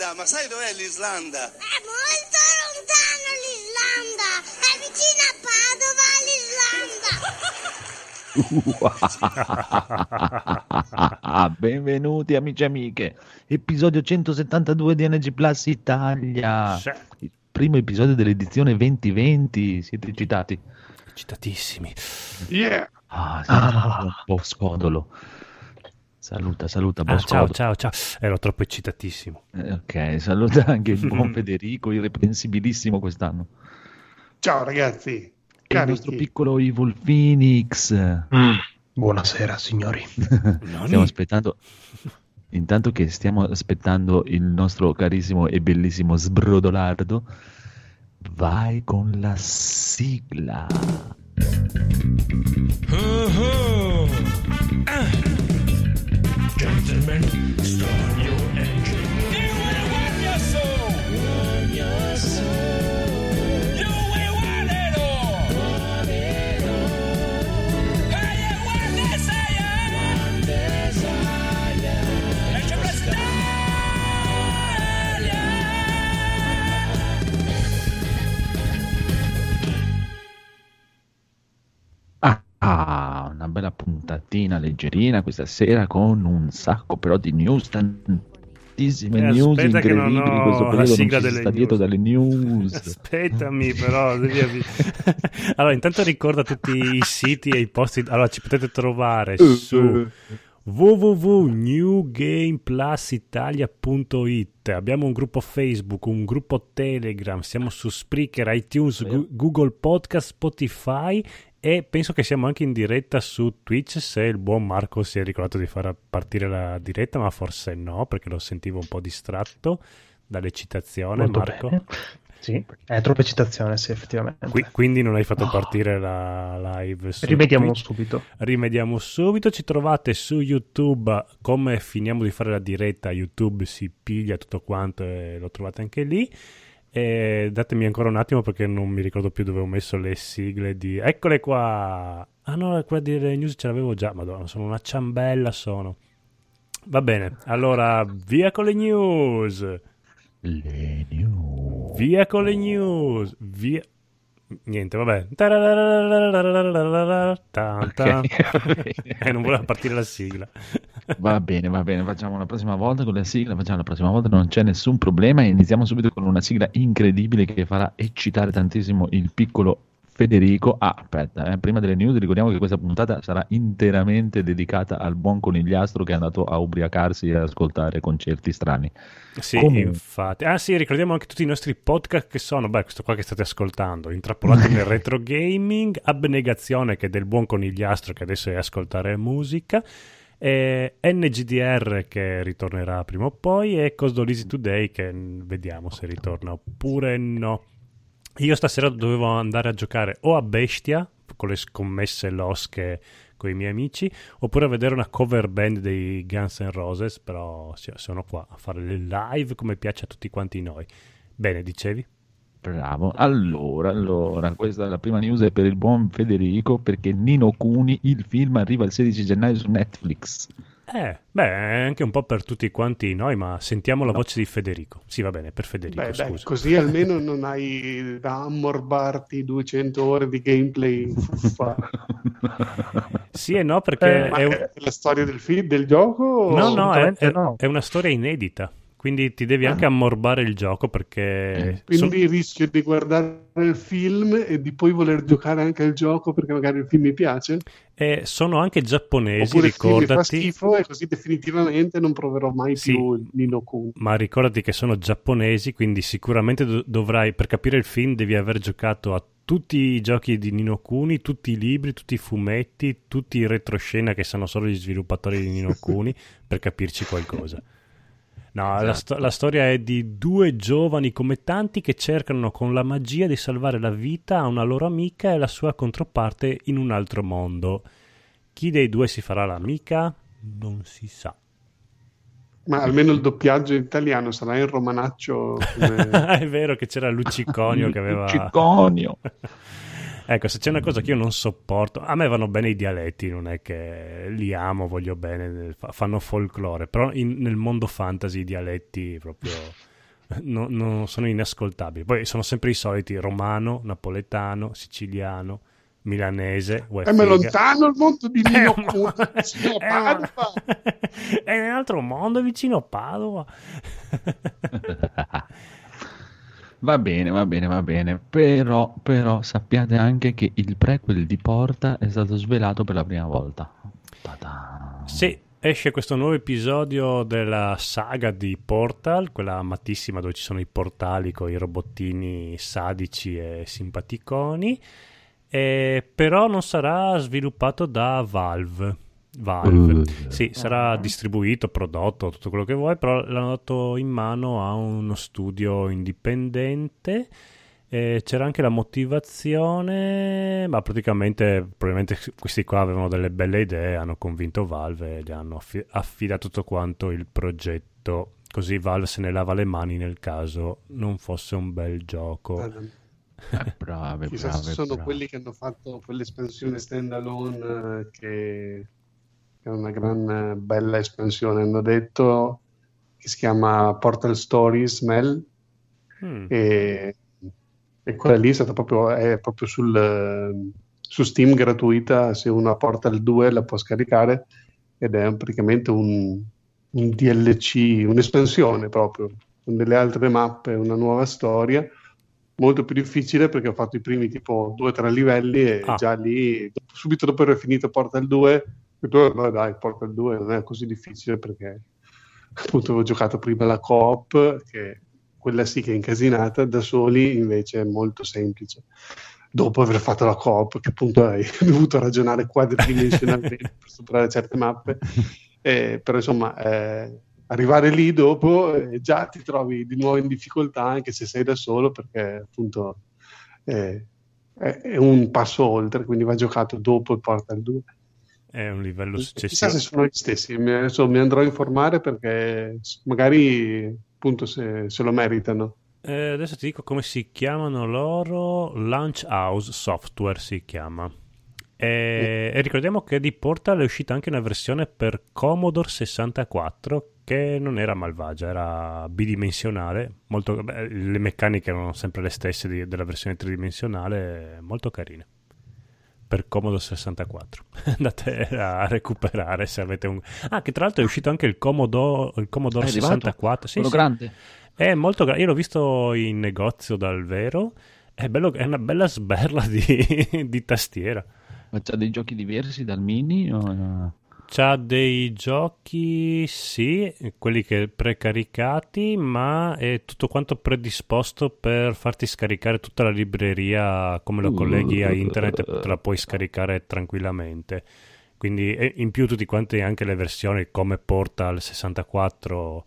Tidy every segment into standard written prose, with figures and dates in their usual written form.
l'Islanda, ma sai dov'è l'Islanda? È molto lontano l'Islanda, è vicino a Padova l'Islanda. Benvenuti amici e amiche, episodio 172 di NG Plus Italia, il primo episodio dell'edizione 2020, siete citati? Citatissimi. Yeah. Un po' scodolo. Saluta ciao, ero troppo eccitatissimo. Ok, saluta anche il buon Federico, irreprensibilissimo quest'anno. Ciao ragazzi. E il nostro piccolo Evil Phoenix. Buonasera signori. Stiamo aspettando, intanto che stiamo aspettando il nostro carissimo e bellissimo Sbrodolardo, vai con la sigla. Gentlemen, start your engine. You will warm your soul. Warm your soul. You will want it all. Want it all. Hey, you want desire. Want desire. And you must Una bella puntatina leggerina questa sera con un sacco però di news, tantissime news incredibili in questo periodo, non ci si sta dietro dalle news. Aspettami però, allora intanto ricorda tutti i siti e i posti, allora ci potete trovare su www.newgameplusitalia.it, abbiamo un gruppo Facebook, un gruppo Telegram, siamo su Spreaker, iTunes, Google Podcast, Spotify e penso che siamo anche in diretta su Twitch, se il buon Marco si è ricordato di far partire la diretta, ma forse no, perché lo sentivo un po' distratto dall'eccitazione. Molto Marco. Bene. Sì, è troppa eccitazione, sì, effettivamente. Quindi non hai fatto partire la live su Rimediamo Twitch. Rimediamo subito. Ci trovate su YouTube, come finiamo di fare la diretta, YouTube si piglia tutto quanto e lo trovate anche lì. E datemi ancora un attimo perché non mi ricordo più dove ho messo le sigle di... Eccole qua! Ah no, quella delle news ce l'avevo già. Madonna, sono una ciambella, sono. Va bene, allora via con le news! Le news. Via con le news! Via... Niente, vabbè. Non voleva partire la sigla. Va bene, facciamo la prossima volta con la sigla, non c'è nessun problema e iniziamo subito con una sigla incredibile che farà eccitare tantissimo il piccolo Federico. Aspetta, prima delle news ricordiamo che questa puntata sarà interamente dedicata al buon conigliastro che è andato a ubriacarsi e ascoltare concerti strani. Sì, infatti. Sì, ricordiamo anche tutti i nostri podcast che sono, questo qua che state ascoltando, Intrappolati nel retro gaming, Abnegazione che è del buon conigliastro che adesso è ascoltare musica, NGDR che ritornerà prima o poi e Cosdolisi Today che vediamo se ritorna oppure no. Io stasera dovevo andare a giocare o a Bestia con le scommesse losche con i miei amici oppure a vedere una cover band dei Guns N' Roses, però sono qua a fare le live come piace a tutti quanti noi. Bene, dicevi? Bravo, allora questa è la prima news, è per il buon Federico perché Ni no Kuni, il film, arriva il 16 gennaio su Netflix. Anche un po' per tutti quanti noi, ma sentiamo la voce di Federico. Sì, va bene, per Federico, scusa. Così almeno non hai da ammorbarti 200 ore di gameplay fuffa. Sì e no, perché è la storia del gioco? No, è una storia inedita. Quindi ti devi anche ammorbare il gioco perché... Quindi rischio di guardare il film e di poi voler giocare anche al gioco perché magari il film mi piace? Sono anche giapponesi, oppure ricordati. Il film mi fa schifo e così definitivamente non proverò mai più il Ni no Kuni. Ma ricordati che sono giapponesi, quindi sicuramente dovrai, per capire il film, devi aver giocato a tutti i giochi di Ni no Kuni, tutti i libri, tutti i fumetti, tutti i retroscena che sanno solo gli sviluppatori di Ni no Kuni per capirci qualcosa. No, esatto. La storia è di due giovani come tanti che cercano con la magia di salvare la vita a una loro amica e la sua controparte in un altro mondo. Chi dei due si farà l'amica? Non si sa. Ma almeno il doppiaggio in italiano sarà in romanaccio. È vero che c'era Lucciconio che aveva... Lucciconio! Ecco, se c'è una cosa che io non sopporto, a me vanno bene i dialetti, non è che li amo, voglio bene, fanno folklore, però nel mondo fantasy i dialetti proprio non sono inascoltabili. Poi sono sempre i soliti: romano, napoletano, siciliano, milanese. È lontano il mondo di Nino Kuni, vicino a Padova. È un altro mondo vicino a Padova. Va bene. Però sappiate anche che il prequel di Portal è stato svelato per la prima volta. Ta-da. Sì, esce questo nuovo episodio della saga di Portal, quella amatissima dove ci sono i portali con i robottini sadici e simpaticoni, però non sarà sviluppato da Valve. Sì, sarà distribuito, prodotto, tutto quello che vuoi, però l'hanno dato in mano a uno studio indipendente. C'era anche la motivazione, ma probabilmente questi qua avevano delle belle idee, hanno convinto Valve e gli hanno affidato tutto quanto il progetto, così Valve se ne lava le mani nel caso non fosse un bel gioco. Brave. Chissà se sono quelli che hanno fatto quell'espansione standalone che è una gran bella espansione, hanno detto, che si chiama Portal Stories Mel, e quella lì è stata proprio su Steam gratuita. Se uno ha Portal 2 la può scaricare, ed è praticamente un DLC, un'espansione proprio, con delle altre mappe, una nuova storia, molto più difficile perché ho fatto i primi tipo 2 o 3 livelli e già lì, subito dopo aver finito Portal 2, no, dai, Portal 2 non è così difficile, perché appunto avevo giocato prima la co-op, che quella sì che è incasinata, da soli invece è molto semplice. Dopo aver fatto la co-op, che appunto hai dovuto ragionare quadridimensionalmente per superare certe mappe, però insomma arrivare lì dopo già ti trovi di nuovo in difficoltà, anche se sei da solo, perché appunto è un passo oltre, quindi va giocato dopo il Portal 2. È un livello successivo. Chissà se sono gli stessi, adesso mi andrò a informare, perché magari appunto se lo meritano. Adesso ti dico come si chiamano loro. Launch House Software si chiama. E ricordiamo che di Portal è uscita anche una versione per Commodore 64 che non era malvagia, era bidimensionale, le meccaniche erano sempre le stesse della versione tridimensionale, molto carine. Per Commodore 64 andate a recuperare se avete un... che tra l'altro è uscito anche il Commodore 64, sì, quello sì. grande, è molto io l'ho visto in negozio dal vero, è una bella sberla di tastiera. ma c'ha dei giochi diversi dal mini o no? C'ha dei giochi, sì, quelli che precaricati, ma è tutto quanto predisposto per farti scaricare tutta la libreria, come lo colleghi a internet, te la puoi scaricare tranquillamente. Quindi in più tutti quanti anche le versioni come Portal 64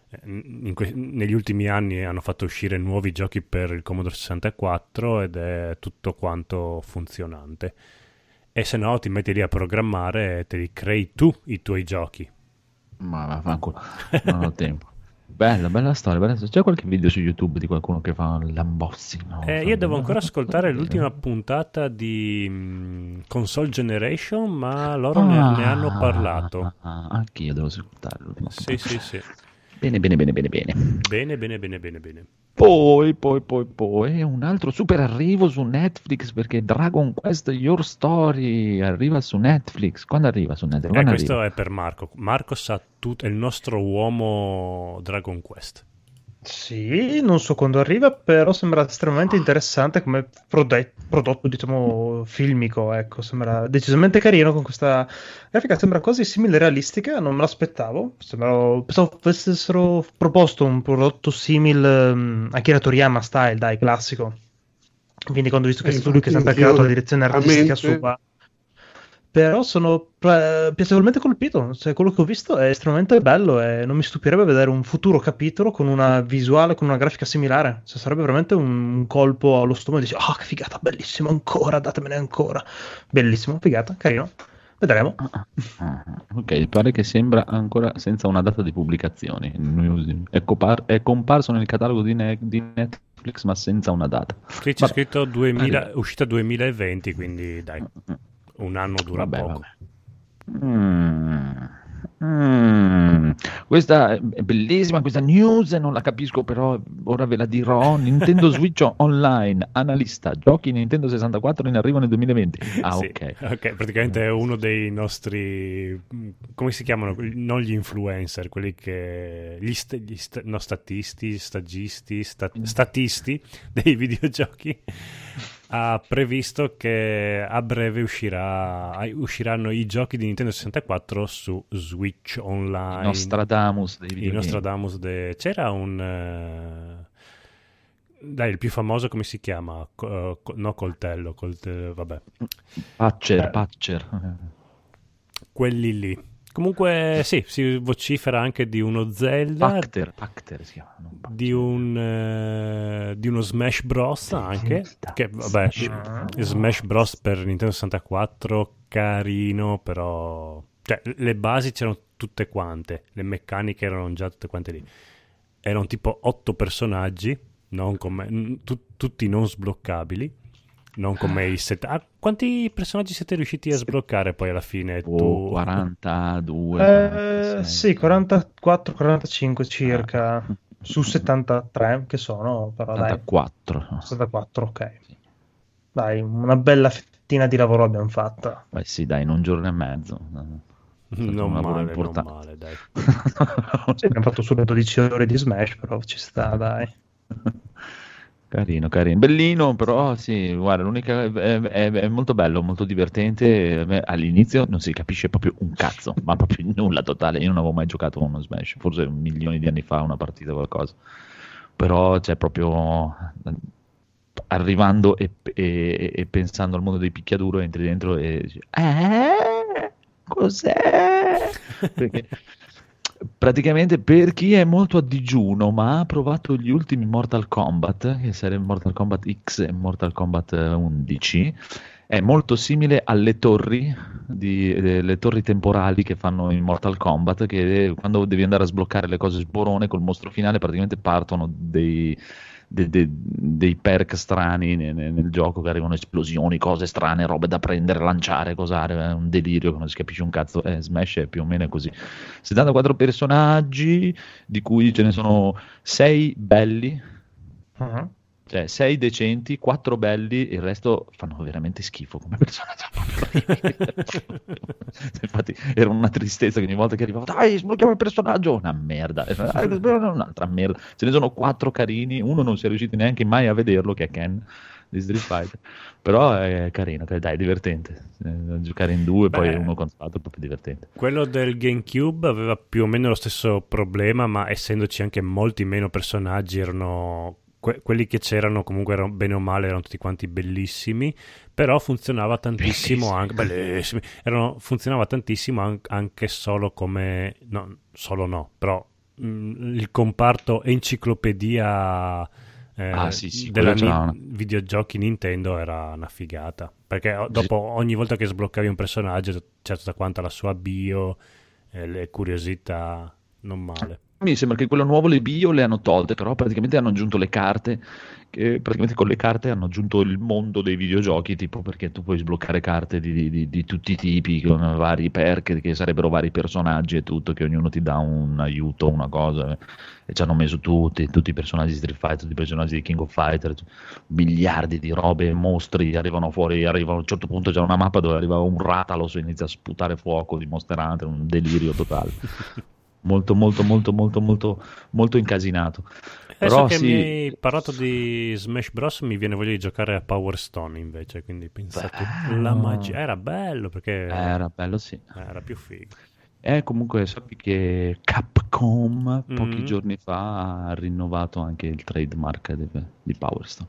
negli ultimi anni hanno fatto uscire nuovi giochi per il Commodore 64 ed è tutto quanto funzionante. E se no ti metti lì a programmare e te li crei tu i tuoi giochi. Ma vaffanculo, non ho tempo. Bella storia. C'è qualche video su YouTube di qualcuno che fa l'unboxing? No? Io devo ancora ascoltare l'ultima puntata di Console Generation, ma loro ne hanno parlato. Anch'io devo ascoltare l'ultima puntata. Sì. Bene. Bene. Poi un altro super arrivo su Netflix, perché Dragon Quest Your Story arriva su Netflix. Quando arriva su Netflix? Questo è per Marco. Marco sa tutto, è il nostro uomo Dragon Quest. Sì, non so quando arriva, però sembra estremamente interessante come prodotto, diciamo, filmico, ecco, sembra decisamente carino con questa grafica, sembra quasi simile realistica, non me l'aspettavo, pensavo avessero proposto un prodotto simile Akira Toriyama style, dai, classico, quindi quando ho visto che è stato lui che ha sempre creato la direzione artistica sua, però sono piacevolmente colpito, cioè, quello che ho visto è estremamente bello e non mi stupirebbe vedere un futuro capitolo con una visuale, con una grafica similare, cioè, sarebbe veramente un colpo allo stomaco e dici che figata, bellissimo, ancora, datemene ancora, bellissimo, figata, carino, vedremo. Ok, pare che sembra ancora senza una data di pubblicazione, è comparso nel catalogo di Netflix ma senza una data. Qui c'è scritto uscita 2020, quindi dai, un anno dura poco. Questa è bellissima, questa news, non la capisco, però ora ve la dirò. Nintendo Switch Online, analista, giochi Nintendo 64 in arrivo nel 2020. Ah, Sì, ok. praticamente è uno dei nostri, come si chiamano? Non gli influencer, quelli che no, statisti dei videogiochi. Ha previsto che a breve usciranno i giochi di Nintendo 64 su Switch Online. I Nostradamus dei videogame. C'era dai, il più famoso come si chiama? No, coltello, vabbè. Patcher. Quelli lì. Comunque sì, si vocifera anche di uno Zelda, Pacter si chiama, non Patcher. di uno Smash Bros anche, che vabbè, Smash Bros per Nintendo 64 carino, però cioè le basi c'erano tutte quante, le meccaniche erano già tutte quante lì. Erano tipo 8 personaggi, non come tutti non sbloccabili. Non come i 7. Quanti personaggi siete riusciti a sbloccare poi alla fine? Tu? 42. Sì, 44-45 circa. Su 73 che sono, però 74. dai. 74, ok. Dai, una bella fettina di lavoro abbiamo fatta. Beh sì, dai, in un giorno e mezzo. Non male, dai. Sì, abbiamo fatto solo 12 ore di Smash, però ci sta, dai. Carino. Bellino, però sì, guarda, è molto bello, molto divertente. All'inizio non si capisce proprio un cazzo, ma proprio nulla totale. Io non avevo mai giocato a uno Smash, forse milioni di anni fa una partita o qualcosa. Però c'è proprio arrivando e pensando al mondo dei picchiaduro, entri dentro e dici, cos'è? Perché praticamente per chi è molto a digiuno ma ha provato gli ultimi Mortal Kombat, che sarebbe Mortal Kombat X e Mortal Kombat 11, è molto simile alle torri le torri temporali che fanno in Mortal Kombat, che quando devi andare a sbloccare le cose sborone col mostro finale praticamente partono dei perk strani nel gioco, che arrivano esplosioni, cose strane, robe da prendere, lanciare, cosare, è un delirio che non si capisce un cazzo. Smash è più o meno così. 74 personaggi, di cui ce ne sono 6 belli, cioè 6 decenti, 4 belli, il resto fanno veramente schifo come personaggi. Infatti era una tristezza che ogni volta che arrivavo, dai, sblocchiamo il personaggio, una merda, un'altra merda. Ce ne sono 4 carini, uno non si è riusciti neanche mai a vederlo, che è Ken di Street Fighter, però è carino, dai, divertente. Giocare in due, poi uno contro l'altro è proprio divertente. Quello del GameCube aveva più o meno lo stesso problema, ma essendoci anche molti meno personaggi, erano quelli che c'erano comunque erano bene o male, erano tutti quanti bellissimi, però funzionava tantissimo anche bellissimi, funzionava tantissimo anche solo come però il comparto enciclopedia della videogiochi Nintendo era una figata, perché dopo ogni volta che sbloccavi un personaggio c'è tutta quanta la sua bio, le curiosità, non male. Mi sembra che quello nuovo le bio le hanno tolte, però praticamente hanno aggiunto le carte, che praticamente con le carte hanno aggiunto il mondo dei videogiochi, tipo, perché tu puoi sbloccare carte di tutti i tipi, con vari perk, che sarebbero vari personaggi e tutto, che ognuno ti dà un aiuto, una cosa, e ci hanno messo tutti i personaggi di Street Fighter, tutti i personaggi di King of Fighter, miliardi di robe, mostri arrivano fuori, a un certo punto c'è una mappa dove arriva un Ratalos e inizia a sputare fuoco di Monster Hunter, un delirio totale. Molto incasinato. Adesso però che sì, mi hai parlato di Smash Bros mi viene voglia di giocare a Power Stone invece, quindi pensate, la magia era bello, perché era bello, sì, era più figo. Comunque sappi che Capcom pochi giorni fa ha rinnovato anche il trademark di Power Stone.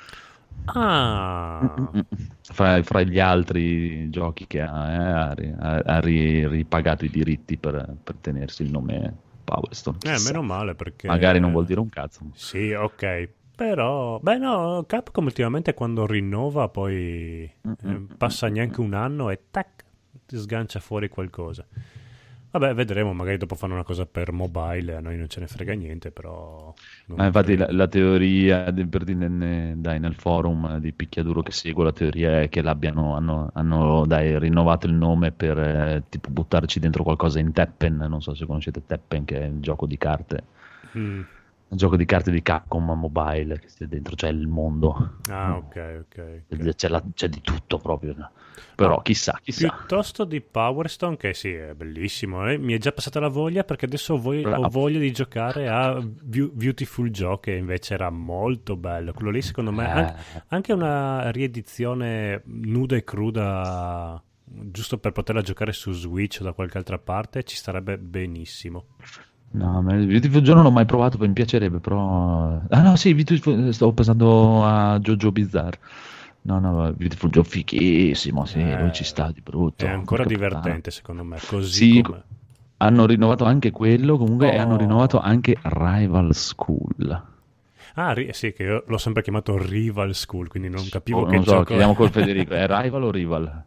Fra gli altri giochi che ha ripagato i diritti per tenersi il nome Power Stone. Meno male, perché magari non vuol dire un cazzo. Sì, ok, però no, Capcom ultimamente quando rinnova poi passa neanche un anno e tac, ti sgancia fuori qualcosa. Vabbè, vedremo, magari dopo fanno una cosa per mobile, a noi non ce ne frega niente, però... Ma infatti la teoria dai, nel forum di Picchiaduro che seguo, la teoria è che hanno dai, rinnovato il nome per tipo buttarci dentro qualcosa in Teppen, non so se conoscete Teppen, che è il gioco di carte. Un gioco di carte di Capcom a mobile, che dentro c'è il mondo. Ah, ok. C'è di tutto proprio. Però chissà. Piuttosto di Power Stone, che sì, è bellissimo. Mi è già passata la voglia, perché adesso ho voglia di giocare a Beautiful Joe, che invece era molto bello. Quello lì, secondo me, anche una riedizione nuda e cruda, giusto per poterla giocare su Switch o da qualche altra parte, ci starebbe benissimo. No, ma il Beautiful Joe non l'ho mai provato, mi piacerebbe, però... Ah no, sì, stavo pensando a JoJo Bizarre. No, Beautiful Joe fighissimo, sì, lui ci sta di brutto. È ancora Porca divertente, puttana. secondo me, così Sì, come... hanno rinnovato anche quello, comunque, e hanno rinnovato anche Rival School. Ah, sì, che io l'ho sempre chiamato Rival School, quindi non capivo che Non so, gioco... chiediamo col Federico, è Rival o Rival?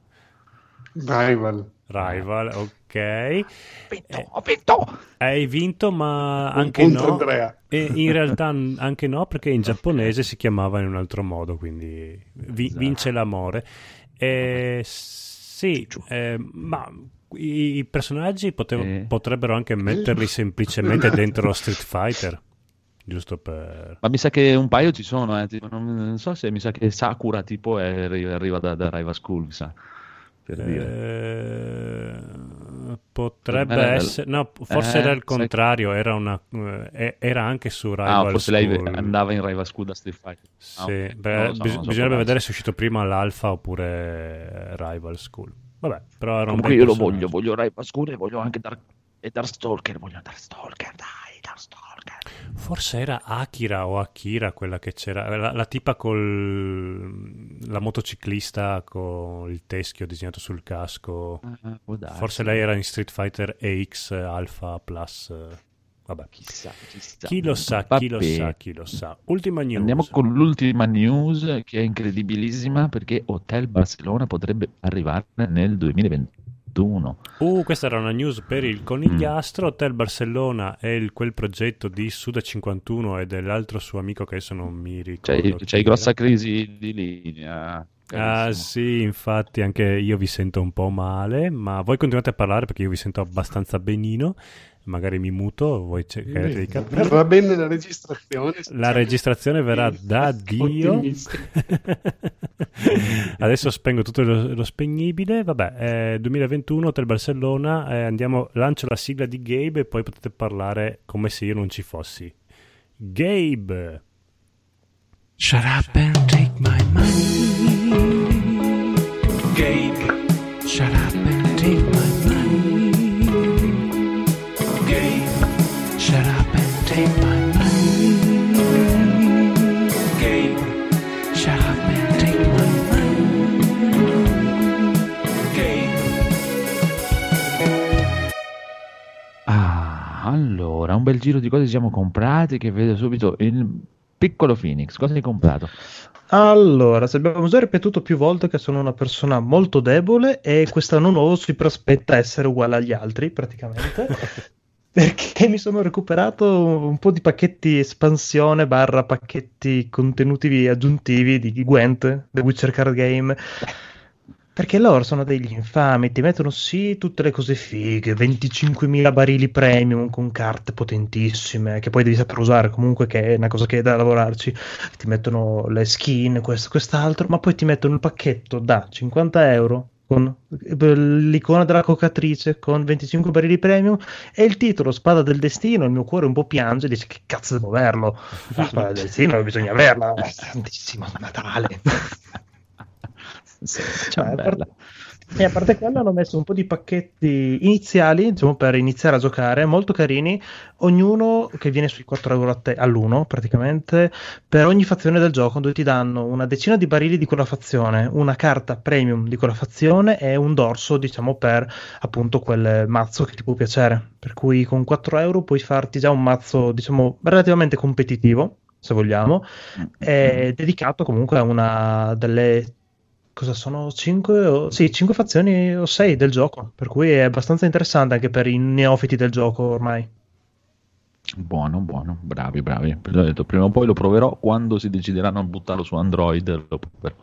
Rival, ok. Ho vinto! Hai vinto, ma anche punto, no. Andrea. E in realtà anche no, perché in giapponese si chiamava in un altro modo, quindi vince l'amore. Sì, ma i personaggi potrebbero anche metterli semplicemente dentro Street Fighter, giusto per... Ma mi sa che un paio ci sono, tipo, non so se mi sa che Sakura tipo arriva da Rival School, mi sa. Per dire. Potrebbe essere, no, forse era il contrario, era anche su Rival forse School. lei andava in Rival School da Street Fighter. Sì, vedere bisognerebbe vedere se è uscito prima l'Alpha oppure Rival School. Vabbè, però era comunque io lo voglio Rival School e voglio anche Darkstalker, dai, Darkstalker. Forse era Akira o Akira quella che c'era, la tipa la motociclista con il teschio disegnato sul casco. Forse lei era in Street Fighter EX Alpha Plus. Vabbè, Chissà. Chi lo sa. Ultima news. Andiamo con l'ultima news, che è incredibilissima, perché Hotel Barcelona potrebbe arrivare nel 2021. Questa era una news per il conigliastro. Hotel Barcellona è quel progetto di Suda51 e dell'altro suo amico che adesso non mi ricordo. C'hai grossa crisi di linea. Ah sì, infatti anche io vi sento un po' male, ma voi continuate a parlare perché io vi sento abbastanza benino. Magari mi muto, voi cercate di capire. Va bene la registrazione. La registrazione verrà da Dio. Adesso spengo tutto lo spegnibile. Vabbè, 2021 Hotel Barcellona. Lancio la sigla di Gabe e poi potete parlare come se io non ci fossi. Gabe. Shut up and take my money. Gabe. Shut up and take my money. Gabe. Shut up and take my money. Gabe. Shut up and take my money. Gabe. Allora, un bel giro di cose ci siamo comprati, che vedo subito il piccolo Phoenix. Cosa hai comprato? Allora, se abbiamo già ripetuto più volte che sono una persona molto debole e quest'anno nuovo si prospetta essere uguale agli altri, praticamente, perché mi sono recuperato un po' di pacchetti espansione / pacchetti contenuti aggiuntivi di Gwent, The Witcher Card Game, perché loro sono degli infami, ti mettono sì tutte le cose fighe, 25.000 barili premium con carte potentissime, che poi devi saper usare comunque, che è una cosa che è da lavorarci, ti mettono le skin, questo, quest'altro, ma poi ti mettono il pacchetto da 50 euro con l'icona della cocatrice con 25 barili premium e il titolo Spada del Destino. Il mio cuore un po' piange e dice: che cazzo devo averlo? La Spada del Destino bisogna averla, è tantissimo Natale. E a parte quello hanno messo un po' di pacchetti iniziali, diciamo, per iniziare a giocare, molto carini, ognuno che viene sui 4 euro all'uno praticamente, per ogni fazione del gioco, dove ti danno una decina di barili di quella fazione, una carta premium di quella fazione e un dorso, diciamo, per appunto quel mazzo che ti può piacere, per cui con 4 euro puoi farti già un mazzo, diciamo, relativamente competitivo, se vogliamo, dedicato comunque a una delle cosa sono? 5 5 fazioni o 6 del gioco, per cui è abbastanza interessante anche per i neofiti del gioco ormai. Buono, buono, bravi, bravi. Ho detto, prima o poi lo proverò, quando si decideranno a buttarlo su Android lo proverò.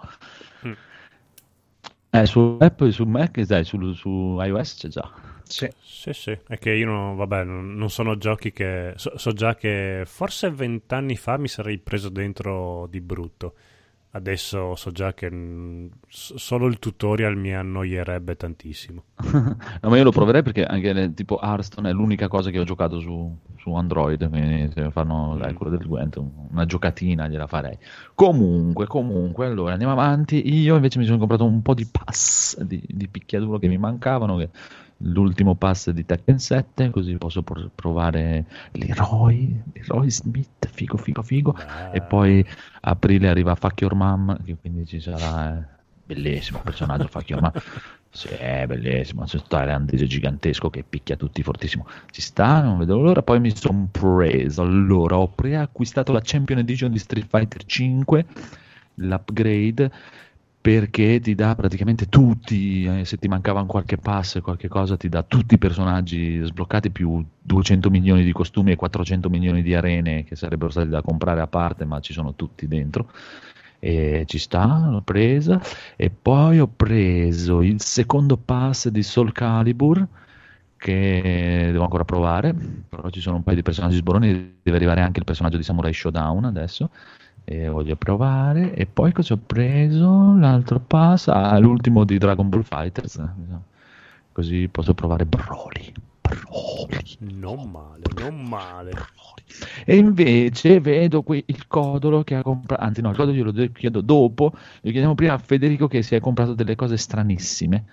Su Apple e su Mac, dai, su iOS c'è già. Sì. Sì, è che io non sono giochi che... So già che forse 20 anni fa mi sarei preso dentro di brutto. Adesso so già che solo il tutorial mi annoierebbe tantissimo. No, ma io lo proverei perché anche tipo Hearthstone è l'unica cosa che ho giocato su Android, quindi se fanno quello del Gwent, una giocatina gliela farei. Comunque, allora andiamo avanti. Io invece mi sono comprato un po' di pass di picchiaduro che mi mancavano, che l'ultimo pass di Tekken 7, così posso provare Leroy Smith, figo. E poi a aprile arriva Fuck Your Mom, che quindi ci sarà bellissimo personaggio Fuck Your Mom. Sì, è bellissimo, c'è un thailandese gigantesco che picchia tutti fortissimo. Ci sta, non vedo l'ora. Poi mi sono preso, allora ho preacquistato la Champion Edition di Street Fighter 5, l'upgrade, perché ti dà praticamente tutti, se ti mancava qualche pass, qualche cosa, ti dà tutti i personaggi sbloccati, più 200 milioni di costumi e 400 milioni di arene che sarebbero stati da comprare a parte, ma ci sono tutti dentro. E ci sta, l'ho presa. E poi ho preso il secondo pass di Soul Calibur, che devo ancora provare, però ci sono un paio di personaggi sboroni, deve arrivare anche il personaggio di Samurai Showdown adesso, e voglio provare. E poi cosa ho preso? L'altro pass, l'ultimo di Dragon Ball Fighters, così posso provare Broly. Non male. E invece vedo qui il Codolo che ha comprato, anzi no, il Codolo glielo chiedo dopo, gli chiediamo prima a Federico che si è comprato delle cose stranissime.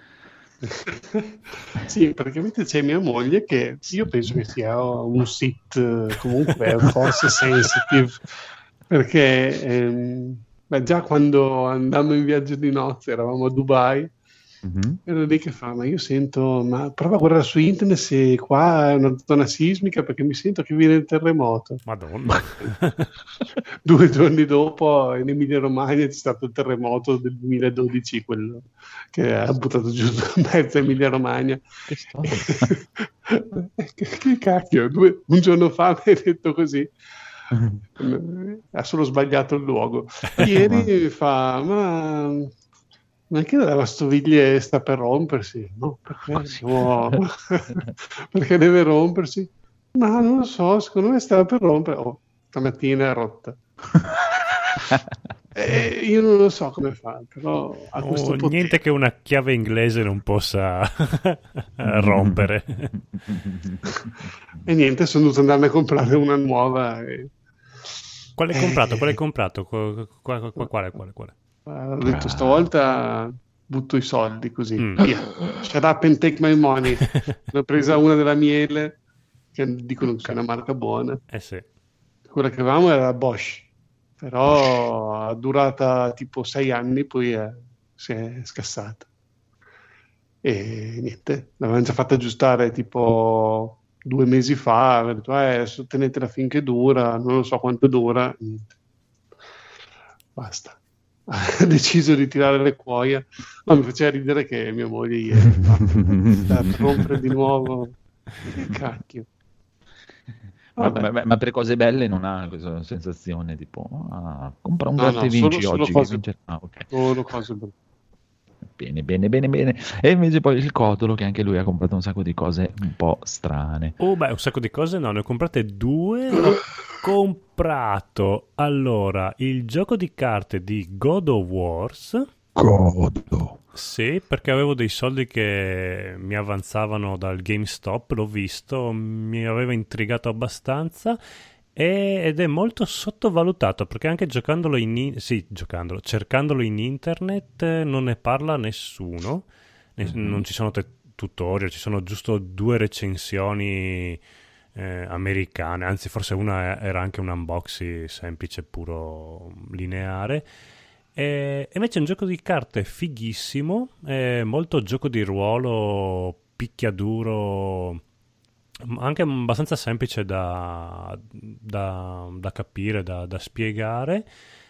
Sì, praticamente c'è mia moglie che io penso che sia un sit comunque forse sensitive, perché già quando andammo in viaggio di nozze eravamo a Dubai. Ero lì che fa, ma io sento, ma prova a guardare su internet se qua è una zona sismica, perché mi sento che viene il terremoto. Madonna. 2 giorni dopo in Emilia Romagna c'è stato il terremoto del 2012, quello che ha buttato giù mezza Emilia Romagna. Che storia. Che cacchio, un giorno fa mi hai detto così. Ha solo sbagliato il luogo. Ieri mi fa, ma anche la lavastoviglie sta per rompersi? No, perché deve rompersi? Ma non lo so, secondo me stava per rompere. Stamattina è rotta. Io non lo so come fa, però a questo punto niente che una chiave inglese non possa rompere. E niente, sono dovuto andarne a comprare una nuova. Quale hai comprato? Quale? Ho detto stavolta butto i soldi così, via. Shut up and take my money. Ne ho presa una della Miele, che dicono che sia una marca buona. Sì. Quella che avevamo era Bosch, però è durata tipo 6 anni, poi si è scassata. E niente, l'avevamo già fatta aggiustare tipo 2 mesi fa, ho detto adesso tenetela finché dura, non lo so quanto dura, niente. Basta. Ha deciso di tirare le cuoia, ma mi faceva ridere che mia moglie ieri sta per rompere di nuovo. Che cacchio. Ma per cose belle non ha questa sensazione tipo compra un No, gratta e vinci solo oggi cose- che vince. Ok. Solo cose brutte. Bene. E invece poi il Codolo, che anche lui ha comprato un sacco di cose un po' strane. Un sacco di cose, no, ne ho comprate 2. Ho comprato allora il gioco di carte di God of Wars. Godo. Sì, perché avevo dei soldi che mi avanzavano dal GameStop, l'ho visto, mi aveva intrigato abbastanza ed è molto sottovalutato, perché anche cercandolo in internet non ne parla nessuno, non ci sono tutorial, ci sono giusto 2 recensioni americane, anzi forse una era anche un unboxing semplice, puro lineare. E invece è un gioco di carte fighissimo, è molto gioco di ruolo, picchiaduro, anche abbastanza semplice da capire, da spiegare.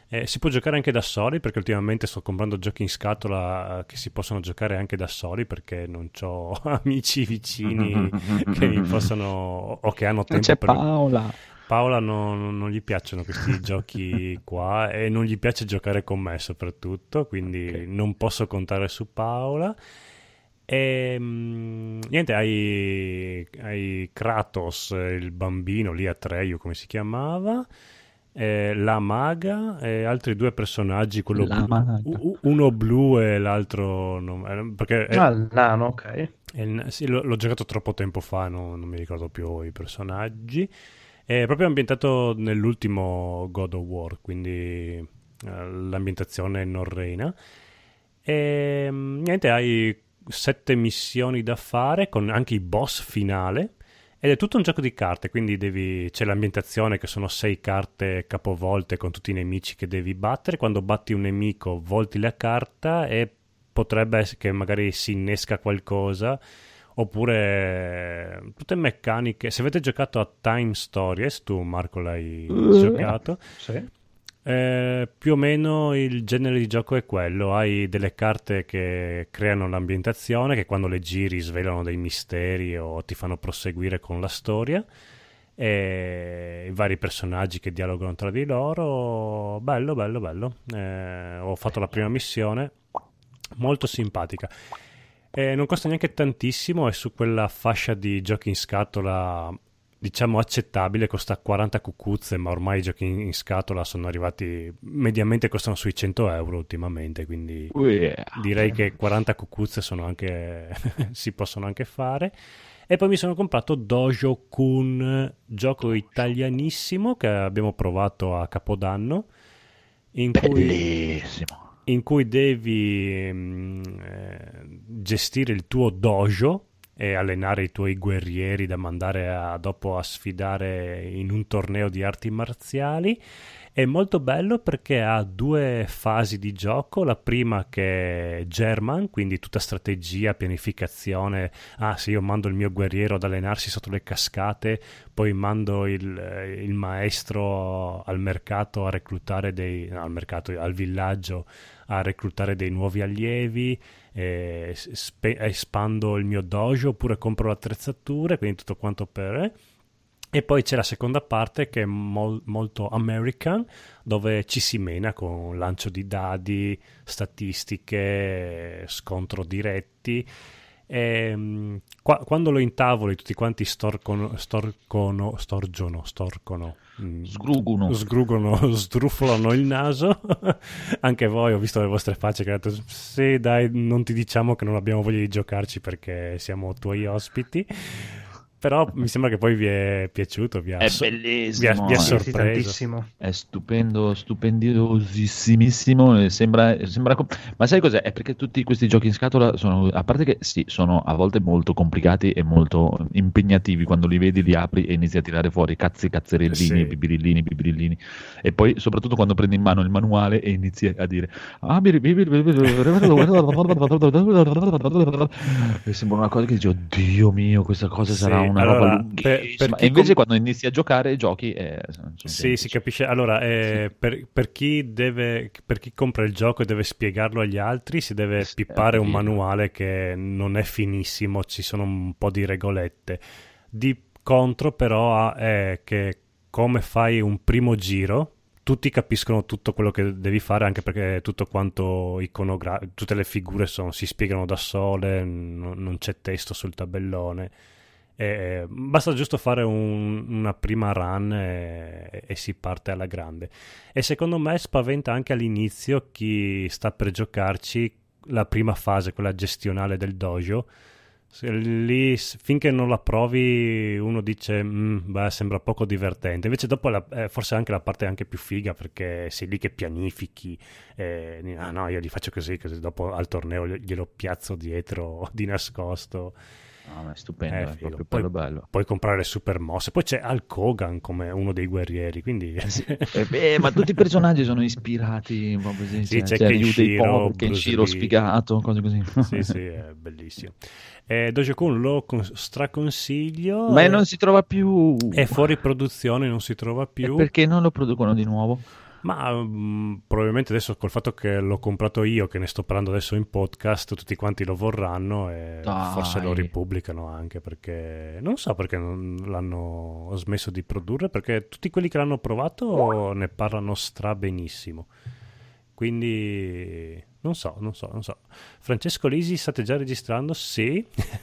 Si può giocare anche da soli, perché ultimamente sto comprando giochi in scatola che si possono giocare anche da soli, perché non ho amici vicini che mi possono o che hanno tempo C'è per... Paola. Paola non gli piacciono questi giochi qua e non gli piace giocare con me soprattutto, quindi non posso contare su Paola. E niente, hai Kratos, il bambino lì, Atreyu come si chiamava, la maga e altri due personaggi, quello La maga. uno blu e l'altro perché il nano, ok. sì, l'ho giocato troppo tempo fa, non mi ricordo più i personaggi. È proprio ambientato nell'ultimo God of War, quindi l'ambientazione è norrena. E niente, hai 7 missioni da fare con anche i boss finale. Ed è tutto un gioco di carte, quindi c'è l'ambientazione che sono 6 carte capovolte con tutti i nemici che devi battere. Quando batti un nemico volti la carta e potrebbe essere che magari si innesca qualcosa. Oppure tutte meccaniche. Se avete giocato a Time Stories, tu Marco l'hai giocato, Sì. più o meno il genere di gioco è quello. Hai delle carte che creano l'ambientazione, che quando le giri svelano dei misteri o ti fanno proseguire con la storia, e i vari personaggi che dialogano tra di loro. Bello. Ho fatto la prima missione, molto simpatica. Non costa neanche tantissimo, è su quella fascia di giochi in scatola diciamo accettabile, costa 40 cucuzze, ma ormai i giochi in scatola sono arrivati, mediamente costano sui 100 euro ultimamente, quindi direi che 40 cucuzze sono anche si possono anche fare. E poi mi sono comprato Dojo Kun, gioco italianissimo che abbiamo provato a Capodanno, in cui devi gestire il tuo dojo e allenare i tuoi guerrieri da mandare dopo a sfidare in un torneo di arti marziali. È molto bello perché ha 2 fasi di gioco, la prima che è German, quindi tutta strategia, pianificazione. Se io mando il mio guerriero ad allenarsi sotto le cascate, poi mando il maestro al mercato a reclutare al villaggio a reclutare dei nuovi allievi, espando il mio dojo oppure compro le attrezzature, quindi tutto quanto per... E poi c'è la seconda parte che è molto American, dove ci si mena con lancio di dadi, statistiche, scontro diretti. Quando lo intavoli tutti quanti sgrugano, sdrufolano il naso. Anche voi, ho visto le vostre facce che avete detto sì dai, non ti diciamo che non abbiamo voglia di giocarci perché siamo tuoi ospiti. Però mi sembra che poi vi è piaciuto, è bellissimo, vi ha sorpreso. Tantissimo. È stupendo, stupendiosissimissimo. Ma sai cos'è? È perché tutti questi giochi in scatola sono, a parte che sì, sono a volte molto complicati e molto impegnativi. Quando li vedi, li apri e inizi a tirare fuori cazzerellini, sì. bibilillini. E poi, soprattutto, quando prendi in mano il manuale e inizi a dire e sembra una cosa che dici, oddio mio, questa cosa sarà una roba lunghissima. E invece quando inizi a giocare i giochi sì, si capisce. Allora, per chi compra il gioco e deve spiegarlo agli altri, si deve pippare un manuale che non è finissimo, ci sono un po' di regolette. Di contro però è che come fai un primo giro tutti capiscono tutto quello che devi fare, anche perché tutto quanto tutte le figure si spiegano da sole, non c'è testo sul tabellone. Basta giusto fare una prima run e si parte alla grande. E secondo me spaventa anche all'inizio chi sta per giocarci la prima fase, quella gestionale del dojo. Lì finché non la provi uno dice sembra poco divertente, invece dopo forse anche la parte anche più figa, perché sei lì che pianifichi, no, io li faccio così dopo al torneo glielo piazzo dietro di nascosto. No, ma è stupendo, è proprio bello. Puoi comprare le super mosse, poi c'è Hulk Hogan come uno dei guerrieri, quindi ma tutti i personaggi sono ispirati proprio, sì, c'è Kenshiro sfigato, cose così. sì, è bellissimo. Dojo Kun lo straconsiglio, ma non si trova più, è fuori produzione, non si trova più. perché non lo producono di nuovo? Ma probabilmente adesso col fatto che l'ho comprato io, che ne sto parlando adesso in podcast, tutti quanti lo vorranno e Dai. forse lo ripubblicano anche, perché non so perché non l'hanno smesso di produrre, perché tutti quelli che l'hanno provato ne parlano benissimo. Quindi non so. Francesco Lisi, state già registrando? Sì.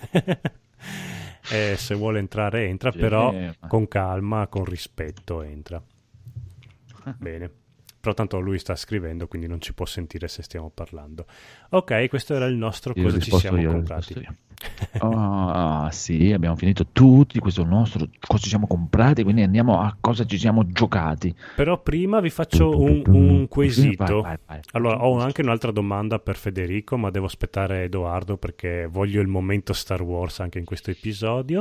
Se vuole entrare entra, però con calma, con rispetto entra. Bene. Però tanto lui sta scrivendo, quindi non ci può sentire se stiamo parlando. Ok, questo era il nostro Io ho cosa ci risposto siamo io, ho comprati. risposto io. Sì, abbiamo finito tutti, questo è il nostro, cosa ci siamo comprati, quindi andiamo a cosa ci siamo giocati. Però prima vi faccio un quesito. Vai. Allora, ho anche un'altra domanda per Federico, ma devo aspettare Edoardo perché voglio il momento Star Wars anche in questo episodio.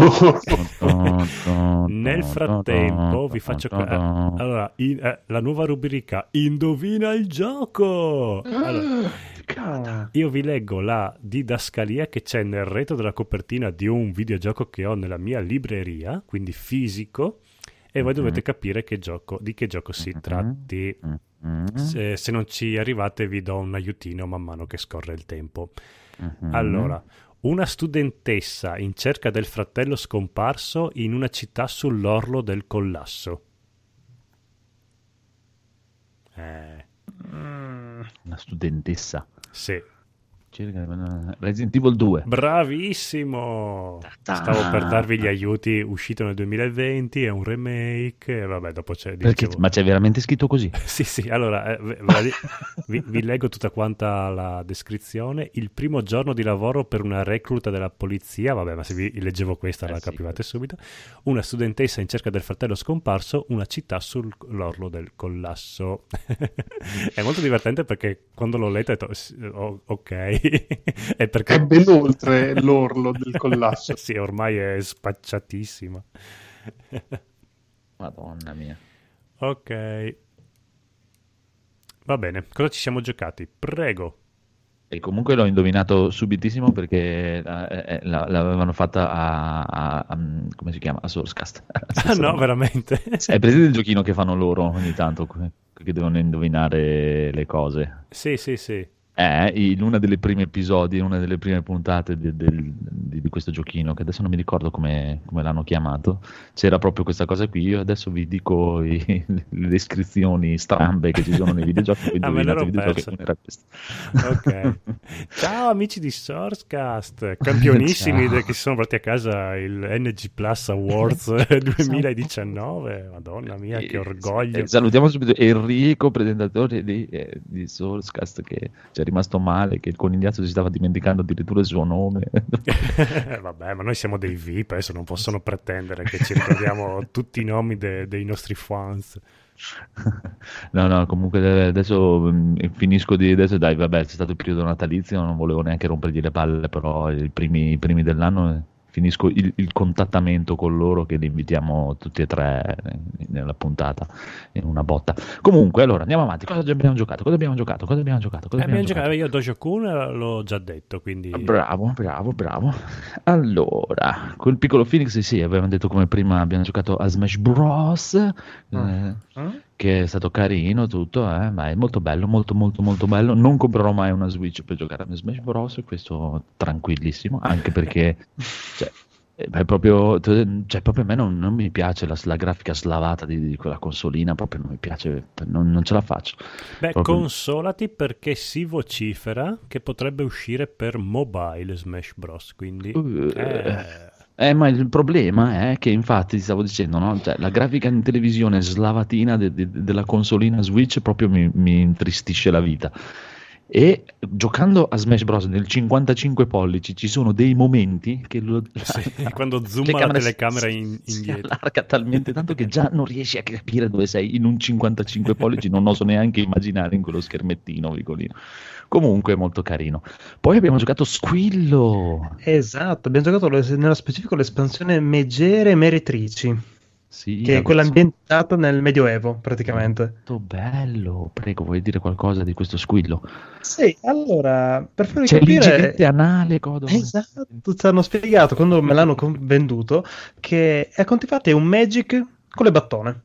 Nel frattempo vi faccio allora, la nuova rubrica Indovina il gioco. Allora, io vi leggo la didascalia che c'è nel retro della copertina di un videogioco che ho nella mia libreria, quindi fisico, e voi dovete capire di che gioco si tratti. Se non ci arrivate vi do un aiutino man mano che scorre il tempo. Allora, una studentessa in cerca del fratello scomparso in una città sull'orlo del collasso. Una studentessa. Sì. Resident Evil 2. Bravissimo! Stavo per darvi gli aiuti. Uscito nel 2020, è un remake. E vabbè, dopo c'è. Ma c'è veramente scritto così? Sì. Allora, vi leggo tutta quanta la descrizione. Il primo giorno di lavoro per una recluta della polizia. Vabbè, ma se vi leggevo questa la capivate subito. Una studentessa in cerca del fratello scomparso. Una città sull'orlo del collasso. È molto divertente perché quando l'ho letto ho detto, ok. È perché è ben oltre l'orlo del collasso. Sì, ormai è spacciatissima. Madonna mia. Ok, va bene, cosa ci siamo giocati? Prego. E comunque l'ho indovinato subitissimo perché l'avevano fatta come si chiama? A Sourcecast. No, veramente? È presente il giochino che fanno loro ogni tanto, che devono indovinare le cose? Sì. In una delle prime episodi, in una delle prime puntate di questo giochino, che adesso non mi ricordo come l'hanno chiamato, c'era proprio questa cosa qui. Io adesso vi dico le descrizioni strambe che ci sono nei videogiochi. Me l'ero persa. Era questo. Ok. Ciao amici di Sourcecast, campionissimi che si sono portati a casa il NG Plus Awards 2019. Madonna mia, che orgoglio. Salutiamo subito Enrico, presentatore di Sourcecast, che ci è rimasto male, che il conigliazzo si stava dimenticando addirittura il suo nome. Vabbè, ma noi siamo dei VIP, adesso non possono pretendere che ci ricordiamo tutti i nomi dei nostri fans. No, comunque adesso finisco adesso dai, vabbè, c'è stato il periodo natalizio, non volevo neanche rompergli le palle, però i primi dell'anno finisco il contattamento con loro, che li invitiamo tutti e tre nella puntata in una botta. Comunque, allora andiamo avanti. Cosa abbiamo giocato? Abbiamo giocato. Io Dojo-kun l'ho già detto, quindi bravo. Allora, col piccolo Phoenix, sì, avevamo detto come prima, abbiamo giocato a Smash Bros. Che è stato carino tutto, ma è molto bello, molto bello. Non comprerò mai una Switch per giocare a Smash Bros, questo tranquillissimo, anche perché proprio a me non mi piace la grafica slavata di quella consolina, proprio non mi piace, non ce la faccio. Beh, proprio... consolati, perché si vocifera che potrebbe uscire per mobile Smash Bros, quindi ma il problema è che, infatti, ti stavo dicendo, no? Cioè, la grafica in televisione slavatina della consolina Switch proprio mi intristisce la vita. E giocando a Smash Bros. Nel 55 pollici ci sono dei momenti che quando zooma la telecamera indietro si allarga talmente tanto che già non riesci a capire dove sei in un 55 pollici, non oso neanche immaginare in quello schermettino piccolino. Comunque molto carino. Poi abbiamo giocato Squillo. Esatto, abbiamo giocato nello specifico l'espansione Megere Meretrici. Sì, che è quella ambientata nel Medioevo, praticamente. Molto bello. Prego, vuoi dire qualcosa di questo Squillo? Sì, allora, per farvi c'è capire... l'incidente anale, Esatto, ci hanno spiegato quando me l'hanno venduto che a conti fatti è un Magic con le battone.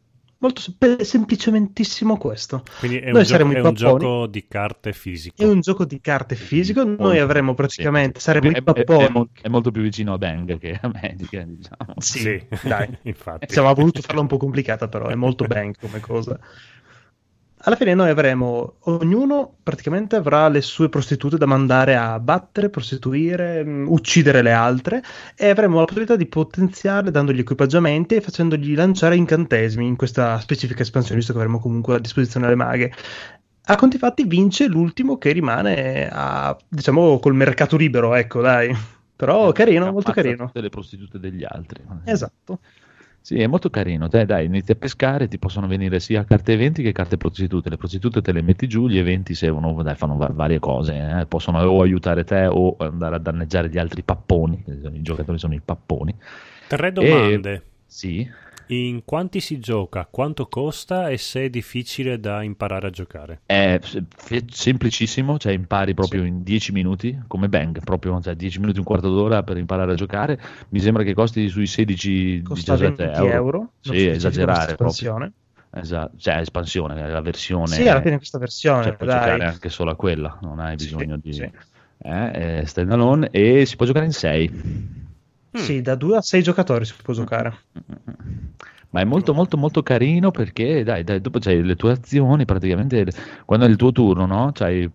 semplicementissimo questo. Quindi è Noi saremo i è un papponi. gioco di carte fisico. È un gioco di carte fisico, noi avremo praticamente, Sì. saremo i papponi. È molto più vicino a Bang che a Magic, diciamo. Sì, dai. Infatti. Siamo voluto farla un po' complicata, però è molto Bang come cosa. Alla fine noi avremo, ognuno praticamente avrà le sue prostitute da mandare a battere, prostituire, uccidere le altre, e avremo la possibilità di potenziarle dandogli equipaggiamenti e facendogli lanciare incantesimi in questa specifica espansione, visto che avremo comunque a disposizione le maghe. A conti fatti vince l'ultimo che rimane a, diciamo, col mercato libero, ecco, dai. Però carino, molto Ammazza carino. tutte le prostitute degli altri. Esatto. Sì, è molto carino. Te, dai, inizi a pescare, ti possono venire sia carte eventi che carte prostitute. Le prostitute te le metti giù, gli eventi servono, dai, fanno varie cose. Possono o aiutare te o andare a danneggiare gli altri papponi. I giocatori sono i papponi. 3 domande. Sì. In quanti si gioca, quanto costa e se è difficile da imparare a giocare? È semplicissimo, cioè impari proprio in 10 minuti, come Bang, proprio, cioè 10 minuti, un quarto d'ora per imparare a giocare. Mi sembra che costi sui 16-17 Costa 20 euro. Sì, esagerare proprio. Espansione. Esatto, cioè espansione, la versione. Sì, alla fine questa versione, Cioè, puoi dai. giocare anche solo a quella, non hai Sì, bisogno di sì. standalone, e si può giocare in 6. Sì, da 2 a 6 giocatori si può giocare. Ma è molto molto molto carino perché dai, dopo c'hai le tue azioni, praticamente quando è il tuo turno, no?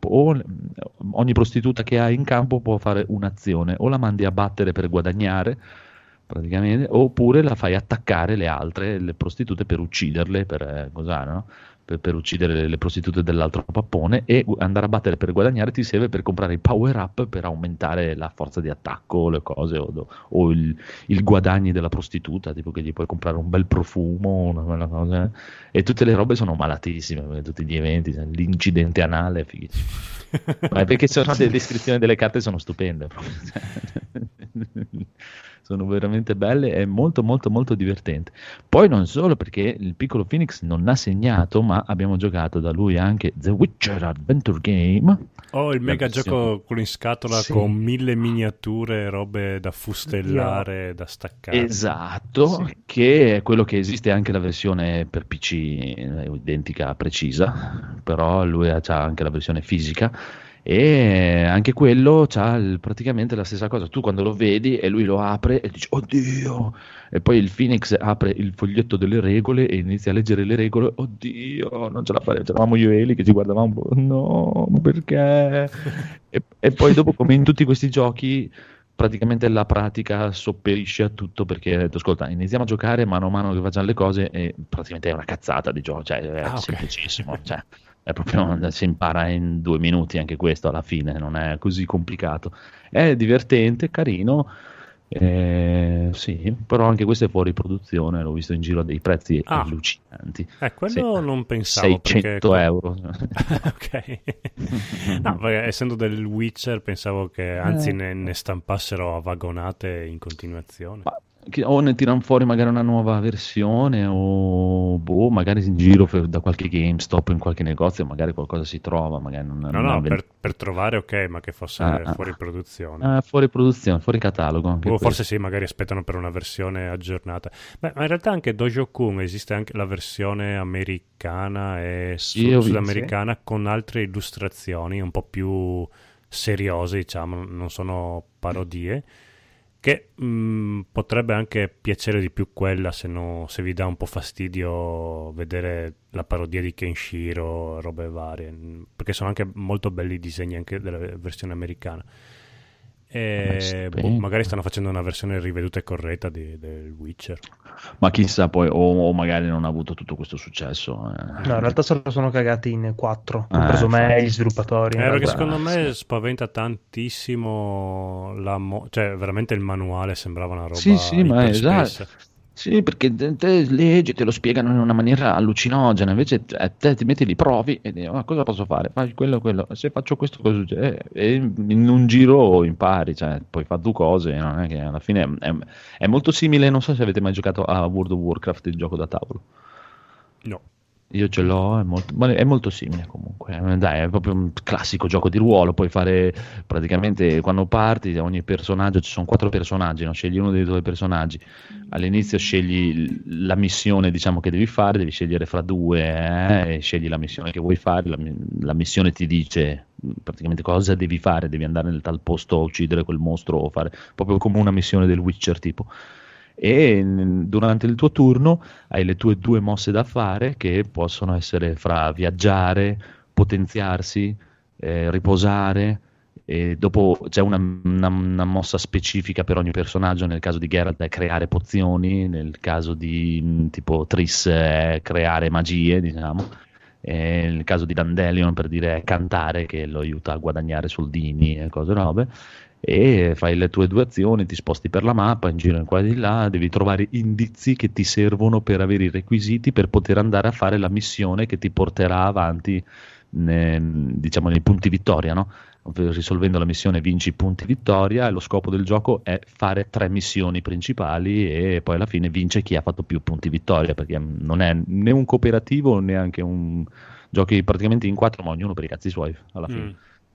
Ogni prostituta che hai in campo può fare un'azione, o la mandi a battere per guadagnare praticamente, oppure la fai attaccare le altre, le prostitute, per ucciderle, per cos'hanno, no? Per uccidere le prostitute dell'altro pappone, e andare a battere per guadagnare ti serve per comprare i power up per aumentare la forza di attacco, le cose, o il guadagni della prostituta, tipo che gli puoi comprare un bel profumo, una cosa, e tutte le robe sono malatissime, tutti gli eventi, l'incidente anale, fighissimo. Ma è perché le descrizioni delle carte sono stupende proprio. Sono veramente belle, è molto molto molto divertente. Poi non solo, perché il piccolo Phoenix non ha segnato, ma abbiamo giocato da lui anche The Witcher Adventure Game. Oh, il mega versione- gioco quello in scatola Sì. con 1000 miniature, robe da fustellare, da staccare. Esatto, Sì. che è quello che esiste anche la versione per PC, identica, precisa, però lui ha anche la versione fisica, e anche quello c'ha praticamente la stessa cosa. Tu quando lo vedi e lui lo apre e dici oddio, e poi il Phoenix apre il foglietto delle regole e inizia a leggere le regole, oddio, non ce la faremo. C'eravamo io e Eli che ci guardavamo, no, perché? E poi dopo, come in tutti questi giochi, praticamente la pratica sopperisce a tutto, perché ha detto ascolta, iniziamo a giocare mano a mano che facciamo le cose, e praticamente è una cazzata di gioco, cioè è Ah, ok. semplicissimo, cioè è proprio, si impara in 2 minuti anche questo alla fine, non è così complicato, è divertente, carino, sì, però anche questo è fuori produzione, l'ho visto in giro a dei prezzi Ah. allucinanti. Quello Sì. non pensavo 600 perché... euro. Ok. No, perché essendo del Witcher pensavo che anzi ne stampassero a vagonate in continuazione. Ma o ne tirano fuori magari una nuova versione, o magari in giro da qualche GameStop, in qualche negozio magari qualcosa si trova, magari No, per trovare ok, ma che fosse fuori produzione. fuori produzione, fuori catalogo anche O questo. forse sì, magari aspettano per una versione aggiornata. Beh, ma in realtà anche Dojo-kun esiste anche la versione americana e Sì, ho visto, sudamericana con altre illustrazioni un po' più seriose, diciamo, non sono parodie, che potrebbe anche piacere di più quella se vi dà un po' fastidio vedere la parodia di Kenshiro, robe varie, perché sono anche molto belli i disegni anche della versione americana. E stupendo. magari stanno facendo una versione riveduta e corretta del Witcher. Ma chissà poi, o magari non ha avuto tutto questo successo. No, in realtà se lo sono cagati in 4, compreso me infatti. e gli sviluppatori. in Perché realtà. secondo me spaventa tantissimo cioè veramente il manuale sembrava una roba Sì, ma iperspessa. esatto. Sì, perché te leggi, te lo spiegano in una maniera allucinogena, invece te ti metti lì, provi e dici, ma cosa posso fare? Fai quello, se faccio questo cosa succede? E in un giro impari, cioè poi fai 2 cose, non è che alla fine è molto simile, non so se avete mai giocato a World of Warcraft, il gioco da tavolo. No. Io ce l'ho, è molto simile comunque. Dai, è proprio un classico gioco di ruolo. Puoi fare praticamente quando parti, ogni personaggio, ci sono 4 personaggi, no? Scegli uno dei 2 personaggi. All'inizio scegli la missione, diciamo, che devi fare, devi scegliere fra 2, e scegli la missione che vuoi fare. La missione ti dice praticamente cosa devi fare, devi andare nel tal posto a uccidere quel mostro o fare proprio come una missione del Witcher tipo. E durante il tuo turno hai le tue 2 mosse da fare, che possono essere fra viaggiare, potenziarsi, riposare, e dopo c'è una mossa specifica per ogni personaggio. Nel caso di Geralt è creare pozioni, nel caso di tipo Triss è creare magie, diciamo, e nel caso di Dandelion, per dire, è cantare, che lo aiuta a guadagnare soldini e cose robe. E fai le tue 2 azioni, ti sposti per la mappa in giro in qua e di là, devi trovare indizi che ti servono per avere i requisiti per poter andare a fare la missione che ti porterà avanti, diciamo, nei punti vittoria, no? Risolvendo la missione vinci i punti vittoria, e lo scopo del gioco è fare 3 missioni principali e poi alla fine vince chi ha fatto più punti vittoria, perché non è né un cooperativo né anche un giochi praticamente in 4, ma ognuno per i cazzi suoi alla fine.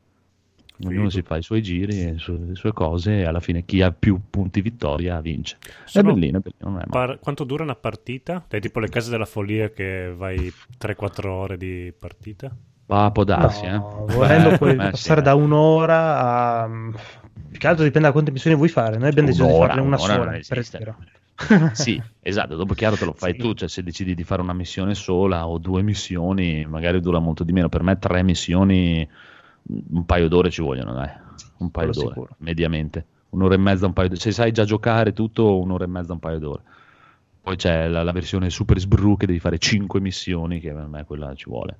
Ognuno si fa i suoi giri e le sue cose, e alla fine chi ha più punti vittoria vince. È bellino, non è male. Quanto dura una partita? È tipo le case della follia che vai 3-4 ore di partita? Può darsi, volendo puoi passare da 1 ora a... Più che altro dipende da quante missioni vuoi fare. Noi abbiamo deciso di farne una sola, per esempio. Sì, esatto, dopo chiaro te lo fai tu, cioè se decidi di fare una missione sola o 2 missioni magari dura molto di meno. Per me 3 missioni, un paio d'ore ci vogliono, dai, un paio d'ore, sicuro. Mediamente 1 ora e mezza, un paio d'ore. Se sai già giocare tutto, 1 ora e mezza, un paio d'ore. Poi c'è la versione Super Sbru che devi fare 5 missioni, che per me quella ci vuole.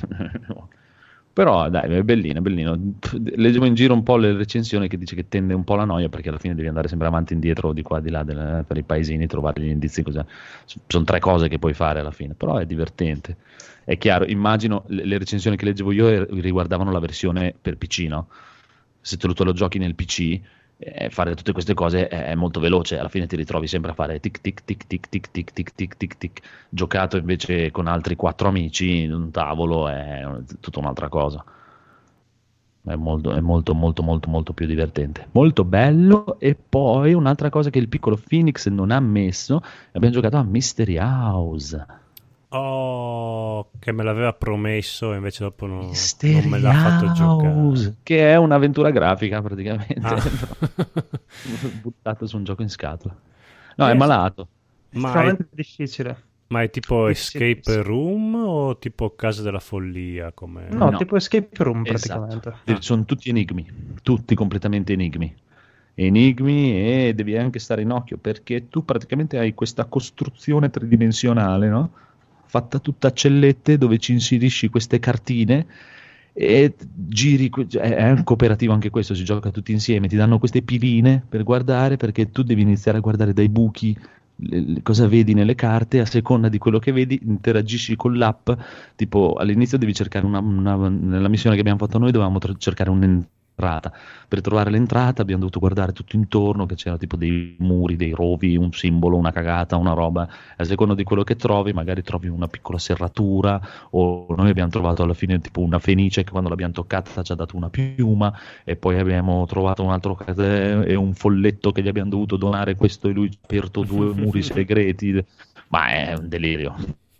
Però dai, è bellino, è bellino. Leggevo in giro un po' le recensioni che dice che tende un po' la noia, perché alla fine devi andare sempre avanti e indietro, di qua di là, per i paesini, trovare gli indizi, così. Sono 3 cose che puoi fare alla fine, però è divertente. È chiaro, immagino, le recensioni che leggevo io riguardavano la versione per PC, no? Se tu lo giochi nel PC, fare tutte queste cose è molto veloce, alla fine ti ritrovi sempre a fare tic tic tic tic tic tic tic tic tic tic. Giocato invece con altri 4 amici in un tavolo è tutta un'altra cosa. È molto più divertente, molto bello. E poi un'altra cosa che il piccolo Phoenix non ha messo, abbiamo giocato a Mystery House. Oh, che me l'aveva promesso e invece dopo non me l'ha fatto giocare. Che è un'avventura grafica praticamente, buttato su un gioco in scatola. No, è malato. Estremamente difficile. Ma è tipo Escape Room o tipo Casa della Follia? Come... No, tipo Escape Room praticamente. Esatto. Sono tutti enigmi, tutti completamente enigmi, e devi anche stare in occhio, perché tu praticamente hai questa costruzione tridimensionale, no? Fatta tutta a cellette, dove ci inserisci queste cartine e giri. È un cooperativo anche questo, si gioca tutti insieme, ti danno queste piline per guardare, perché tu devi iniziare a guardare dai buchi cosa vedi nelle carte, a seconda di quello che vedi interagisci con l'app. Tipo all'inizio devi cercare nella missione che abbiamo fatto noi dovevamo cercare un'entrata. Per trovare l'entrata abbiamo dovuto guardare tutto intorno, che c'era tipo dei muri, dei rovi, un simbolo, una cagata, una roba. A seconda di quello che trovi, magari trovi una piccola serratura, o noi abbiamo trovato alla fine tipo una fenice che quando l'abbiamo toccata ci ha dato una piuma, e poi abbiamo trovato un altro e un folletto che gli abbiamo dovuto donare questo, e lui ha aperto 2 muri segreti. Ma è un delirio.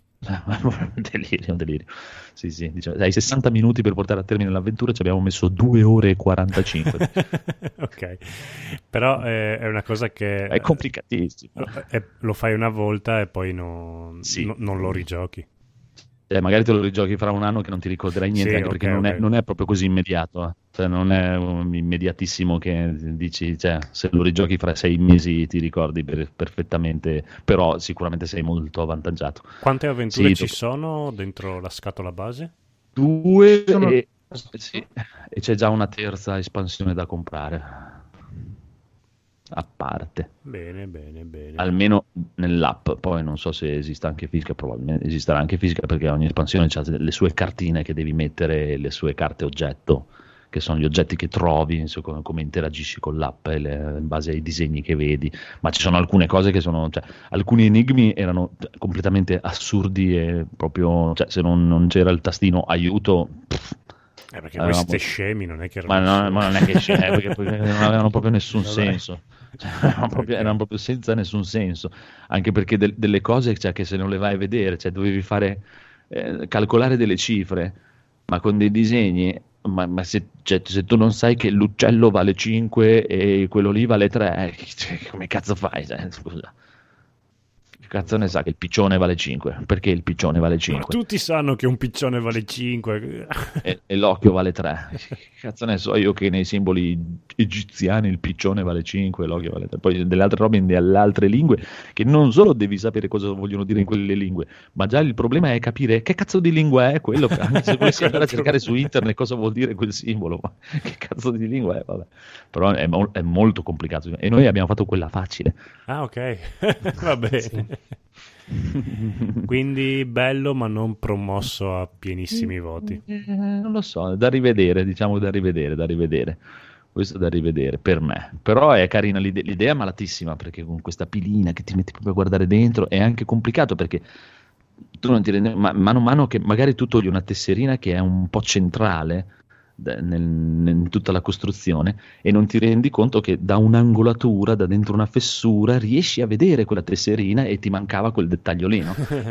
Un delirio. Sì, diciamo, hai 60 minuti per portare a termine l'avventura, ci abbiamo messo 2 ore e 45. Ok, però è una cosa che è complicatissimo. Lo fai una volta e poi non lo rigiochi. Magari te lo rigiochi fra un anno che non ti ricorderai niente, anche perché non è proprio così immediato. Cioè, non è immediatissimo che dici, cioè, se lo rigiochi fra 6 mesi ti ricordi perfettamente, però sicuramente sei molto avvantaggiato. Quante avventure ci sono dentro la scatola base? 2 e c'è già una terza espansione da comprare a parte. Bene. Almeno nell'app, poi non so se esista anche fisica, probabilmente esisterà anche fisica, perché ogni espansione ha le sue cartine che devi mettere, le sue carte oggetto, che sono gli oggetti che trovi, insomma, come interagisci con l'app in base ai disegni che vedi, ma ci sono alcune cose che sono, cioè, alcuni enigmi erano completamente assurdi e proprio, cioè, se non c'era il tastino aiuto, perché voi siete scemi, non è che ma non è che scemi, perché poi non avevano proprio nessun senso. Cioè, erano proprio senza nessun senso, anche perché delle cose, cioè, che se non le vai a vedere, cioè, dovevi fare calcolare delle cifre, ma con dei disegni, ma se tu non sai che l'uccello vale 5 e quello lì vale 3, cioè, come cazzo fai? Cioè, scusa. Che cazzo ne sa che il piccione vale 5? Perché il piccione vale 5? Ma tutti sanno che un piccione vale 5 e l'occhio vale 3. Che cazzo ne so io che nei simboli egiziani il piccione vale 5 e l'occhio vale 3. Poi delle altre robe nelle altre lingue che non solo devi sapere cosa vogliono dire in quelle lingue, ma già il problema è capire che cazzo di lingua è quello, anche se volessi andare a cercare su internet cosa vuol dire quel simbolo, ma che cazzo di lingua è, vabbè. Però è molto complicato e noi abbiamo fatto quella facile. Ah, ok. Va bene. Sì. Quindi bello ma non promosso a pienissimi voti. Non lo so, da rivedere, diciamo da rivedere. Questo è da rivedere per me. Però è carina l'idea, è malatissima, perché con questa pilina che ti metti proprio a guardare dentro è anche complicato, perché tu non ti rendi, mano a mano che magari tu togli una tesserina che è un po' centrale in tutta la costruzione e non ti rendi conto che da un'angolatura, da dentro una fessura, riesci a vedere quella tesserina e ti mancava quel dettaglio lì, no?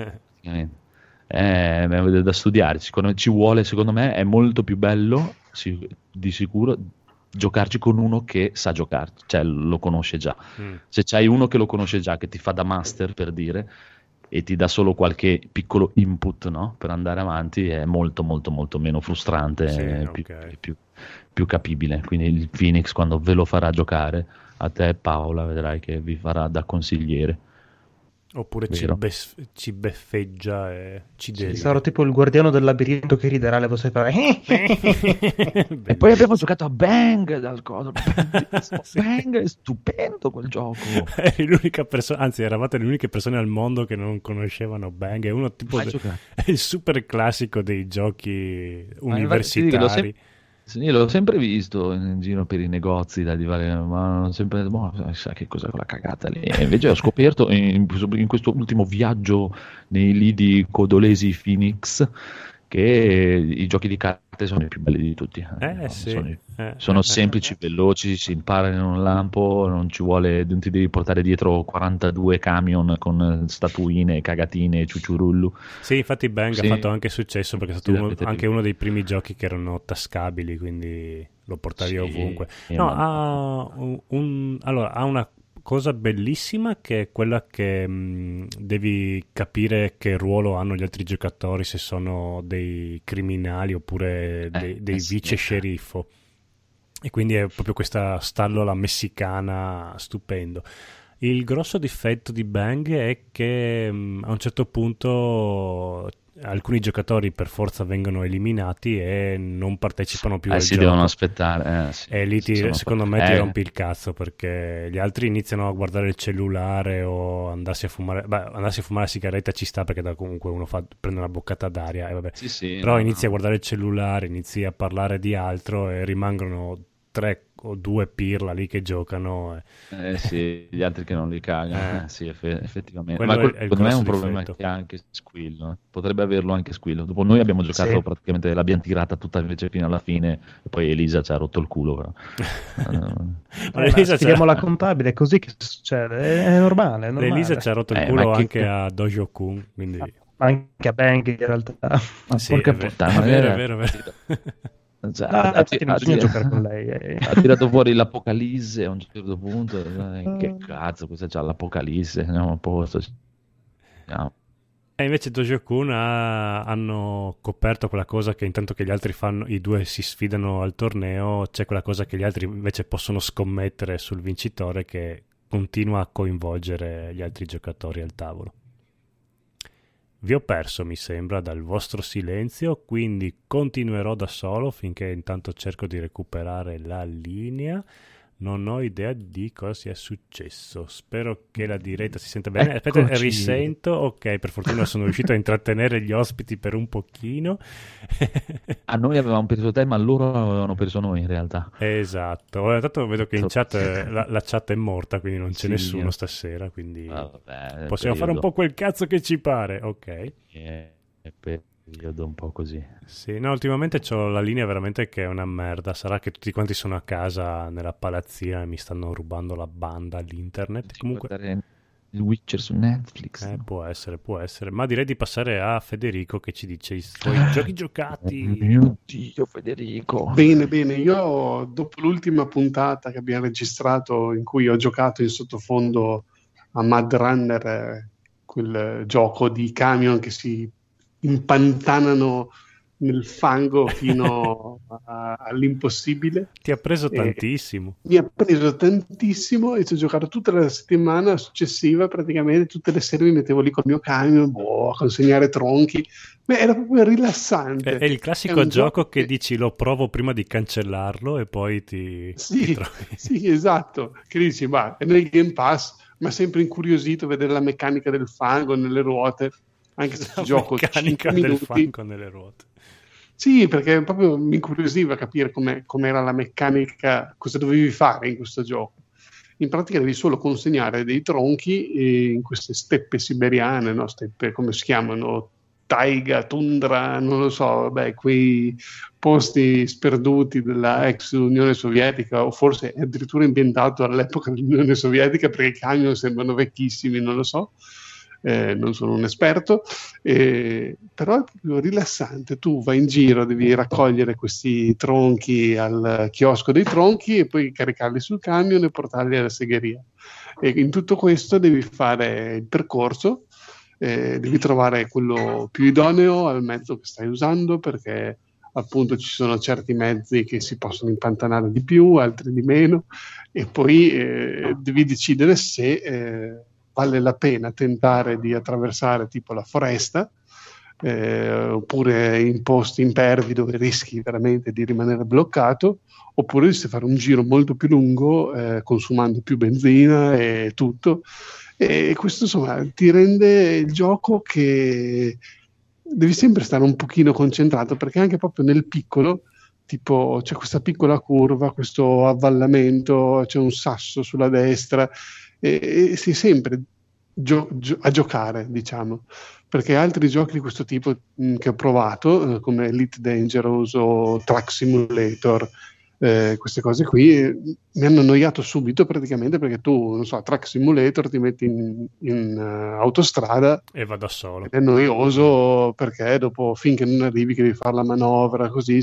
È da studiare, ci vuole, secondo me è molto più bello di sicuro giocarci con uno che sa giocare, cioè lo conosce già. Se c'hai uno che lo conosce già, che ti fa da master, per dire, e ti dà solo qualche piccolo input, no? Per andare avanti, è molto molto molto meno frustrante, sì, è più capibile. Quindi il Phoenix, quando ve lo farà giocare a te, Paola, vedrai che vi farà da consigliere. Oppure ci beffeggia e ci deriva. Sarò tipo il guardiano del labirinto che riderà le vostre parole. E poi abbiamo giocato a Bang dal coso. Bang è stupendo quel gioco. Eri l'unica persona, anzi eravate le uniche persone al mondo che non conoscevano Bang. È uno tipo è il super classico dei giochi universitari. Sì, l'ho sempre visto in giro per i negozi ma non sempre, sa che cos'è quella cagata lì. E invece ho scoperto in questo ultimo viaggio nei lidi codolesi Phoenix che i giochi di carte sono i più belli di tutti. Sono semplici, veloci, si impara in un lampo, non ti devi portare dietro 42 camion con statuine, cagatine, ciuciurullu. Sì, infatti Bang ha fatto anche successo, perché è stato anche uno dei primi giochi che erano tascabili, quindi lo portavi ovunque. Allora, ha una cosa bellissima, che è quella che devi capire che ruolo hanno gli altri giocatori, se sono dei criminali oppure dei vice sceriffo, e quindi è proprio questa stallola messicana stupendo. Il grosso difetto di Bang è che a un certo punto alcuni giocatori per forza vengono eliminati e non partecipano più al si gioco. Devono aspettare. E lì secondo me ti rompi il cazzo, perché gli altri iniziano a guardare il cellulare o andarsi a fumare. Andarsi a fumare la sigaretta ci sta, perché comunque uno prende una boccata d'aria, vabbè. Però inizi a guardare il cellulare, inizi a parlare di altro e rimangono 3 o 2 pirla lì che giocano. Gli altri che non li cagano. Sì, effettivamente. Ma secondo me è un problema che ha anche Squillo. Potrebbe averlo anche Squillo. Dopo noi abbiamo giocato praticamente, l'abbiamo tirata tutta invece fino alla fine, e poi Elisa ci ha rotto il culo. Però. Scriviamo la contabile, è così che succede, è normale. Elisa ci ha rotto il culo anche a Dojo Kun, quindi... anche a Bang in realtà. Porca puttana, è vero. Cioè, bisogna giocare con lei. Ha tirato fuori l'Apocalisse a un certo punto. Che cazzo, questa c'ha l'Apocalisse, andiamo a posto. E invece Dojo Kun hanno coperto quella cosa che intanto che gli altri fanno, i due si sfidano al torneo, c'è quella cosa che gli altri invece possono scommettere sul vincitore, che continua a coinvolgere gli altri giocatori al tavolo. Vi ho perso, mi sembra, dal vostro silenzio, quindi continuerò da solo finché intanto cerco di recuperare la linea. Non ho idea di cosa sia successo. Spero che la diretta si senta bene. Eccoci. Aspetta, risento. Ok, per fortuna sono riuscito a intrattenere gli ospiti per un pochino. A noi avevamo preso te, ma loro avevano preso noi in realtà. Esatto. Ora, tanto vedo che in chat la chat è morta, quindi non c'è Sì, nessuno stasera. Quindi Vabbè, possiamo fare un po' quel cazzo che ci pare. Ok. È periodo un po' così. Sì, no, ultimamente c'ho la linea veramente che è una merda. Sarà che tutti quanti sono a casa nella palazzina e mi stanno rubando la banda all'internet. Comunque, Guardare il Witcher su Netflix. può essere. Ma direi di passare a Federico che ci dice i suoi giochi giocati. Mio Dio, Federico. Bene, io dopo l'ultima puntata che abbiamo registrato in cui ho giocato in sottofondo a Mud Runner, quel gioco di camion che si impantanano nel fango fino all'impossibile. Ti ha preso tantissimo. Mi ha preso tantissimo e ci ho giocato tutta la settimana successiva, praticamente tutte le sere mi mettevo lì col mio camion a consegnare tronchi. Beh, era proprio rilassante. È il classico gioco che dici lo provo prima di cancellarlo e poi ti trovi. Sì, esatto, che dici, ma è nel Game Pass, ma sempre incuriosito vedere la meccanica del fango nelle ruote, anche se gioco 5 del minuti. fango nelle ruote. Sì, perché proprio mi incuriosiva capire com'era la meccanica, cosa dovevi fare in questo gioco. In pratica devi solo consegnare dei tronchi in queste steppe siberiane, no? Steppe, come si chiamano? Taiga, tundra, non lo so, vabbè, quei posti sperduti della ex Unione Sovietica, o forse è addirittura ambientato all'epoca dell'Unione Sovietica, perché i camion sembrano vecchissimi, non lo so. Non sono un esperto, però è proprio rilassante. Tu vai in giro, devi raccogliere questi tronchi al chiosco dei tronchi e poi caricarli sul camion e portarli alla segheria. E in tutto questo devi fare il percorso, devi trovare quello più idoneo al mezzo che stai usando, perché appunto ci sono certi mezzi che si possono impantanare di più, altri di meno, e poi devi decidere se vale la pena tentare di attraversare tipo la foresta, oppure in posti impervi dove rischi veramente di rimanere bloccato, oppure se fare un giro molto più lungo consumando più benzina e tutto. E questo insomma ti rende il gioco che devi sempre stare un pochino concentrato, perché anche proprio nel piccolo, tipo c'è questa piccola curva, questo avvallamento, c'è un sasso sulla destra, e sei sempre a giocare, diciamo, perché altri giochi di questo tipo che ho provato, come Elite Dangerous o Truck Simulator, queste cose qui mi hanno annoiato subito, praticamente, perché tu, non so, a Truck Simulator ti metti in autostrada e va da solo. È noioso, perché dopo, finché non arrivi che devi fare la manovra, così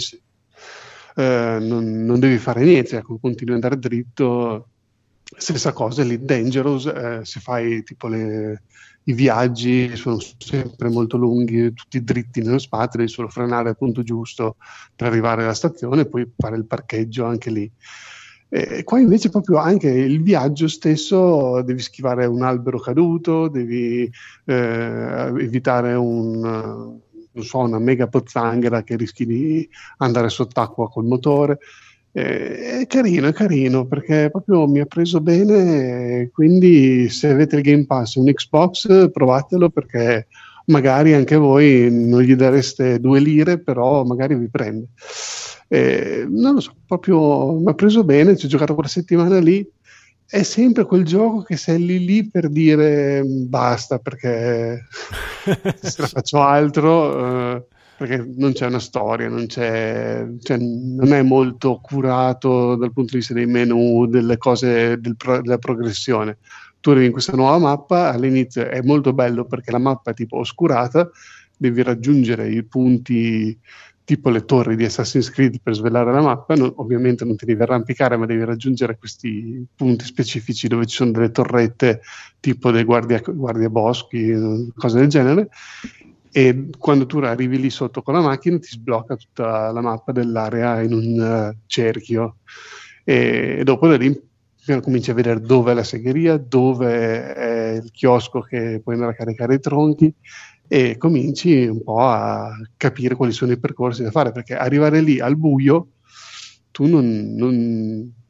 non devi fare niente, continui ad andare dritto. Stessa cosa Elite Dangerous, se fai tipo i viaggi sono sempre molto lunghi, tutti dritti nello spazio, devi solo frenare al punto giusto per arrivare alla stazione e poi fare il parcheggio anche lì. Qua invece proprio anche il viaggio stesso, devi schivare un albero caduto, devi evitare non so, una mega pozzanghera che rischi di andare sott'acqua col motore. È carino, perché proprio mi ha preso bene, quindi se avete il Game Pass e un Xbox provatelo, perché magari anche voi non gli dareste 2 lire, però magari vi prende. Non lo so, proprio mi ha preso bene, ci ho giocato quella settimana lì. È sempre quel gioco che sei lì per dire basta, perché se la faccio altro, perché non c'è una storia, non è molto curato dal punto di vista dei menu, delle cose, della progressione. Tu arrivi in questa nuova mappa, all'inizio è molto bello perché la mappa è tipo oscurata, devi raggiungere i punti tipo le torri di Assassin's Creed per svelare la mappa. Ovviamente non ti devi arrampicare, ma devi raggiungere questi punti specifici dove ci sono delle torrette tipo dei guardiaboschi, cose del genere. E quando tu arrivi lì sotto con la macchina ti sblocca tutta la mappa dell'area in un cerchio, e dopo da lì cominci a vedere dove è la segheria, dove è il chiosco che puoi andare a caricare i tronchi, e cominci un po' a capire quali sono i percorsi da fare, perché arrivare lì al buio tu non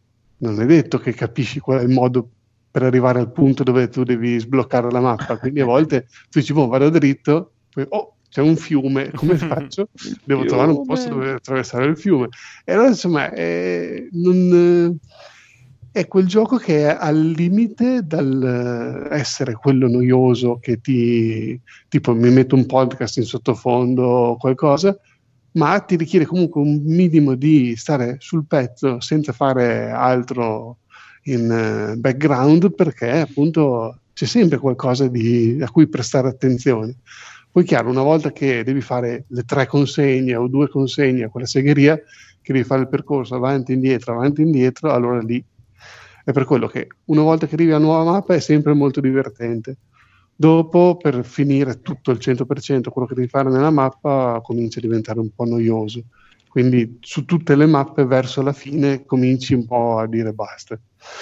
non è detto che capisci qual è il modo per arrivare al punto dove tu devi sbloccare la mappa, quindi a volte tu dici, boh, vado dritto, poi c'è un fiume, come faccio? Devo trovare un posto dove attraversare il fiume. E allora insomma è quel gioco che è al limite dal essere quello noioso che tipo mi metto un podcast in sottofondo o qualcosa, ma ti richiede comunque un minimo di stare sul pezzo senza fare altro in background, perché appunto c'è sempre qualcosa a cui prestare attenzione. Poi chiaro, una volta che devi fare le 3 consegne o 2 consegne a quella segheria, che devi fare il percorso avanti e indietro, allora lì è per quello che una volta che arrivi alla nuova mappa è sempre molto divertente. Dopo, per finire tutto il 100% quello che devi fare nella mappa, comincia a diventare un po' noioso. Quindi su tutte le mappe verso la fine cominci un po' a dire basta.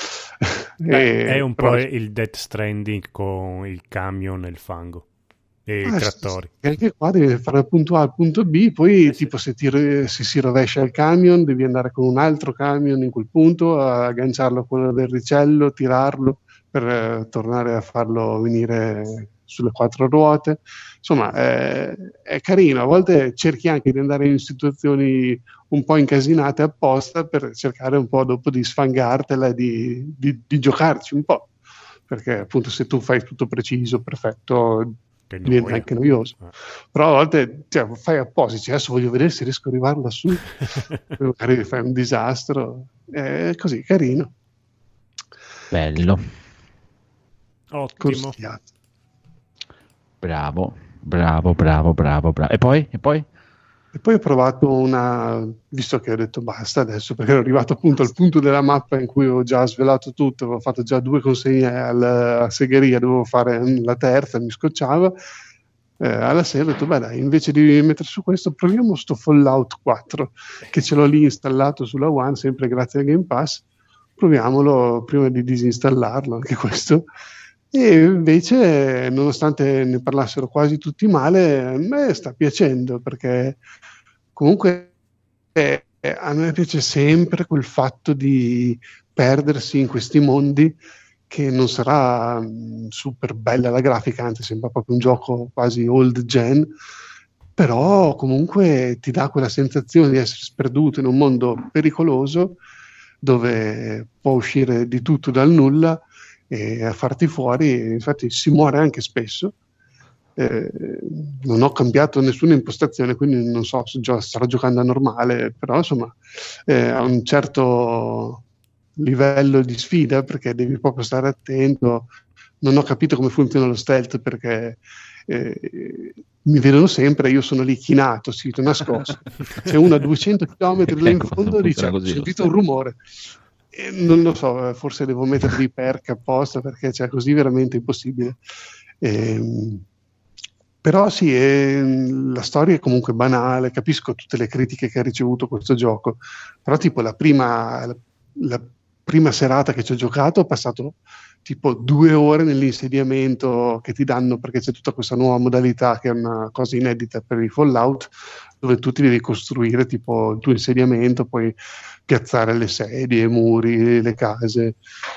È un po' il Death Stranding con il camion e il fango e i trattori. Sì, anche qua devi fare il punto A al punto B, poi tipo se si rovescia il camion devi andare con un altro camion in quel punto, agganciarlo a quello del ricello, tirarlo per tornare a farlo venire sulle 4 ruote. Insomma è carino, a volte cerchi anche di andare in situazioni un po' incasinate apposta per cercare un po' dopo di sfangartela e di giocarci un po', perché appunto se tu fai tutto preciso, perfetto, diventa anche noioso. Però a volte fai apposta, adesso voglio vedere se riesco a arrivare lassù, magari fai un disastro, è così, carino, Bello, Ottimo. consigliato. bravo. E poi? E poi ho provato visto che ho detto basta adesso, perché ero arrivato appunto al punto della mappa in cui ho già svelato tutto, avevo fatto già 2 consegne alla segheria, dovevo fare la terza, mi scocciava. Alla sera ho detto, beh dai, invece di mettere su questo, proviamo sto Fallout 4, che ce l'ho lì installato sulla One, sempre grazie al Game Pass. Proviamolo prima di disinstallarlo, anche questo. E invece, nonostante ne parlassero quasi tutti male, a me sta piacendo, perché comunque a me piace sempre quel fatto di perdersi in questi mondi, che non sarà super bella la grafica, anzi sembra proprio un gioco quasi old gen, però comunque ti dà quella sensazione di essere sperduto in un mondo pericoloso, dove può uscire di tutto dal nulla e a farti fuori. Infatti si muore anche spesso. Non ho cambiato nessuna impostazione, quindi non so se starò giocando a normale, però insomma ha un certo livello di sfida, perché devi proprio stare attento. Non ho capito come funziona lo stealth, perché mi vedono sempre, io sono lì chinato, sito nascosto, c'è uno a 200 km là in fondo e dice, ho sentito un rumore. Non lo so, forse devo mettere dei perk apposta, perché così veramente impossibile. Però sì, la storia è comunque banale, capisco tutte le critiche che ha ricevuto questo gioco, però tipo la prima serata che ci ho giocato ho passato tipo 2 ore nell'insediamento che ti danno, perché c'è tutta questa nuova modalità che è una cosa inedita per i Fallout, dove tu ti devi costruire tipo il tuo insediamento, poi piazzare le sedie, i muri, le case,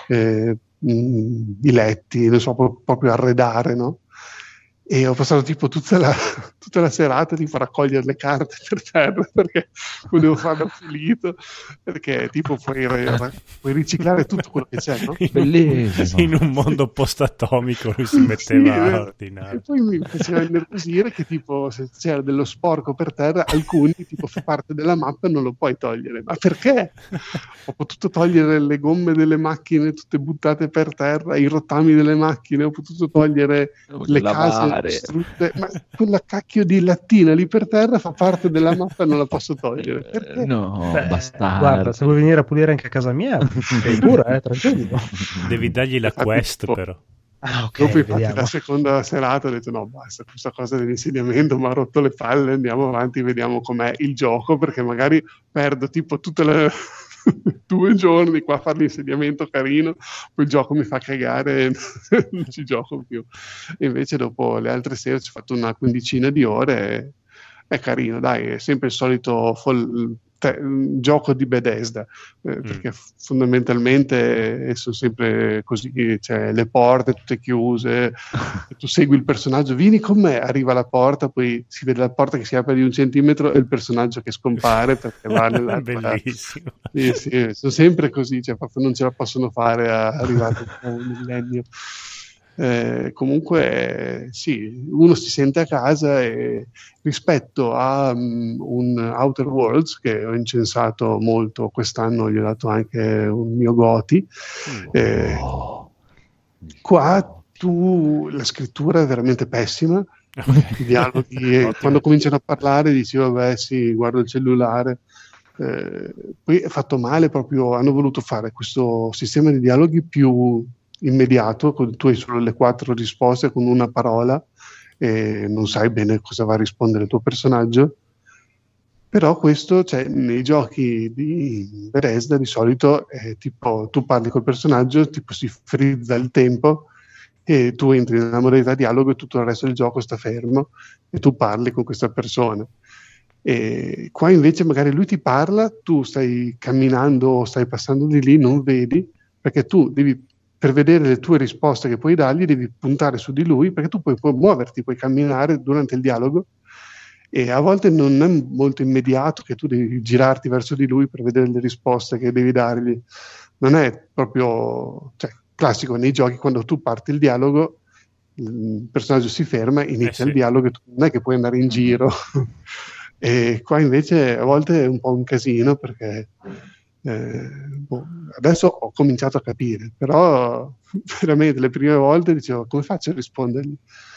i letti, non so, proprio arredare, no? E ho passato tipo tutta la serata tipo a raccogliere le carte per terra, perché volevo farlo pulito, perché tipo puoi riciclare tutto quello che c'è, no? Bellissimo. In un mondo post-atomico lui si metteva a ordinare. E poi mi faceva innervosire che tipo se c'era dello sporco per terra, alcuni tipo fa parte della mappa e non lo puoi togliere. Ma perché? Ho potuto togliere le gomme delle macchine tutte buttate per terra, i rottami delle macchine, ho potuto togliere le case distrutte, ma quella cacchio di lattina lì per terra fa parte della mappa e non la posso togliere. Perché? No, bastardo. Guarda, se vuoi venire a pulire anche a casa mia, sei pure, tranquillo. Devi dargli la quest, però. Ah, ok, Dopo infatti vediamo. la seconda serata ho detto no basta, questa cosa dell'insediamento mi ha rotto le palle, andiamo avanti, vediamo com'è il gioco, perché magari perdo tipo tutte le 2 giorni qua a fare l'insediamento carino, poi il gioco mi fa cagare e non ci gioco più. E invece dopo le altre sere ci ho fatto una 15ina di ore, è carino, dai, è sempre il solito gioco di Bethesda, perché fondamentalmente sono sempre così, cioè le porte tutte chiuse, tu segui il personaggio, vieni con me, arriva alla porta, poi si vede la porta che si apre di 1 centimetro e il personaggio che scompare perché va nella... Bellissimo. Sì, sono sempre così, cioè proprio non ce la possono fare a arrivare a un millennio. Comunque sì, uno si sente a casa, e rispetto a un Outer Worlds che ho incensato molto quest'anno, gli ho dato anche un mio Goti, qua la scrittura è veramente pessima, i dialoghi quando cominciano a parlare dici vabbè sì, guardo il cellulare. Poi è fatto male proprio, hanno voluto fare questo sistema di dialoghi più immediato, tu hai solo le 4 risposte con una parola e non sai bene cosa va a rispondere il tuo personaggio, però questo, cioè, nei giochi di Bethesda di solito è tipo tu parli col personaggio, tipo si frizza il tempo e tu entri nella modalità dialogo e tutto il resto del gioco sta fermo e tu parli con questa persona. E qua invece magari lui ti parla, tu stai camminando o stai passando di lì, non vedi, perché tu devi, per vedere le tue risposte che puoi dargli, devi puntare su di lui, perché tu puoi muoverti, puoi camminare durante il dialogo, e a volte non è molto immediato che tu devi girarti verso di lui per vedere le risposte che devi dargli. Non è proprio, cioè, classico nei giochi, quando tu parti il dialogo, il personaggio si ferma, inizia il dialogo e tu non è che puoi andare in giro. E qua invece a volte è un po' un casino, perché adesso ho cominciato a capire, però veramente le prime volte dicevo come faccio a rispondergli,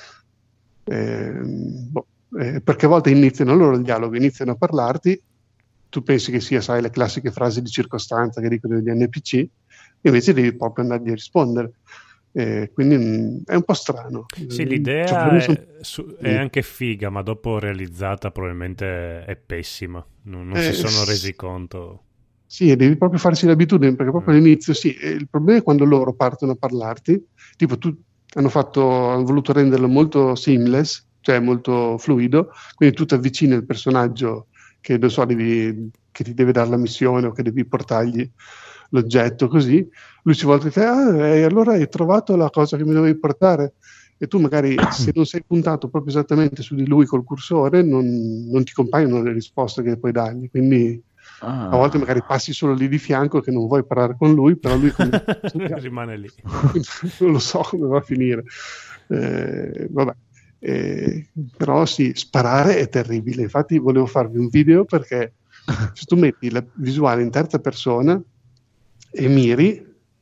perché a volte iniziano loro il dialogo, iniziano a parlarti, tu pensi che sia, sai, le classiche frasi di circostanza che dicono gli NPC, e invece devi proprio andargli a rispondere. Quindi è un po' strano. Sì, l'idea è anche figa, ma dopo realizzata probabilmente è pessima. Non si sono resi conto. Sì, devi proprio farsi l'abitudine, perché proprio all'inizio sì. Il problema è quando loro partono a parlarti, tipo hanno voluto renderlo molto seamless, cioè molto fluido, quindi tu ti avvicini al personaggio che non so, che ti deve dare la missione o che devi portargli l'oggetto, così lui si volta a te, allora hai trovato la cosa che mi dovevi portare, e tu magari se non sei puntato proprio esattamente su di lui col cursore non ti compaiono le risposte che puoi dargli, quindi a volte magari passi solo lì di fianco che non vuoi parlare con lui, però lui rimane lì. Non lo so come va a finire. Vabbè. Però sì, sparare è terribile, infatti volevo farvi un video, perché se tu metti la visuale in terza persona e miri,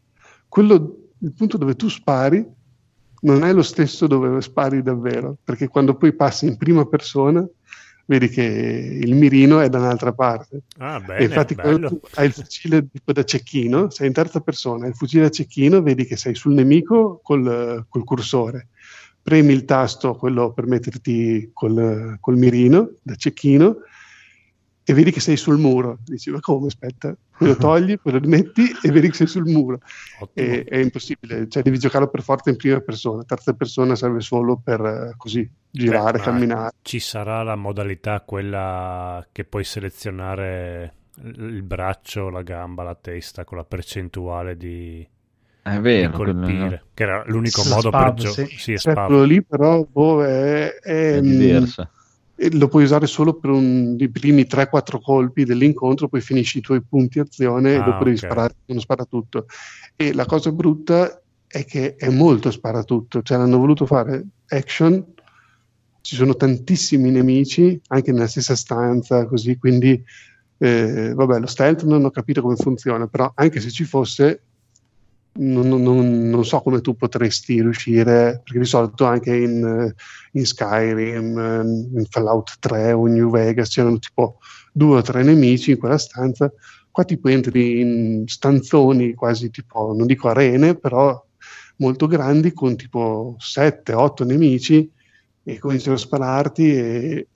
il punto dove tu spari non è lo stesso dove spari davvero, perché quando poi passi in prima persona vedi che il mirino è da un'altra parte. Bene, e infatti quando tu hai il fucile tipo da cecchino, sei in terza persona, il fucile da cecchino, vedi che sei sul nemico col cursore, premi il tasto, quello per metterti col mirino da cecchino, e vedi che sei sul muro. Dici, ma come, aspetta, poi lo togli, poi lo rimetti e vedi che sei sul muro. È impossibile, cioè devi giocarlo per forza in prima persona, terza persona serve solo per così girare, camminare. Ci sarà la modalità quella che puoi selezionare il braccio, la gamba, la testa con la percentuale di... È vero, colpire, che era l'unico modo per giocare. Sì, quello lì però è diverso. Lo puoi usare solo per i primi 3-4 colpi dell'incontro, poi finisci i tuoi punti azione e dopo devi sparare, non spara tutto. E la cosa brutta è che è molto sparatutto, cioè hanno voluto fare action, ci sono tantissimi nemici anche nella stessa stanza, così, quindi vabbè, lo stealth non ho capito come funziona, però anche se ci fosse non so come tu potresti riuscire, perché di solito anche in Skyrim, in Fallout 3 o in New Vegas c'erano tipo 2 o 3 nemici in quella stanza. Qua tipo entri in stanzoni quasi tipo, non dico arene, però molto grandi, con tipo 7-8 nemici, e cominciano a spararti e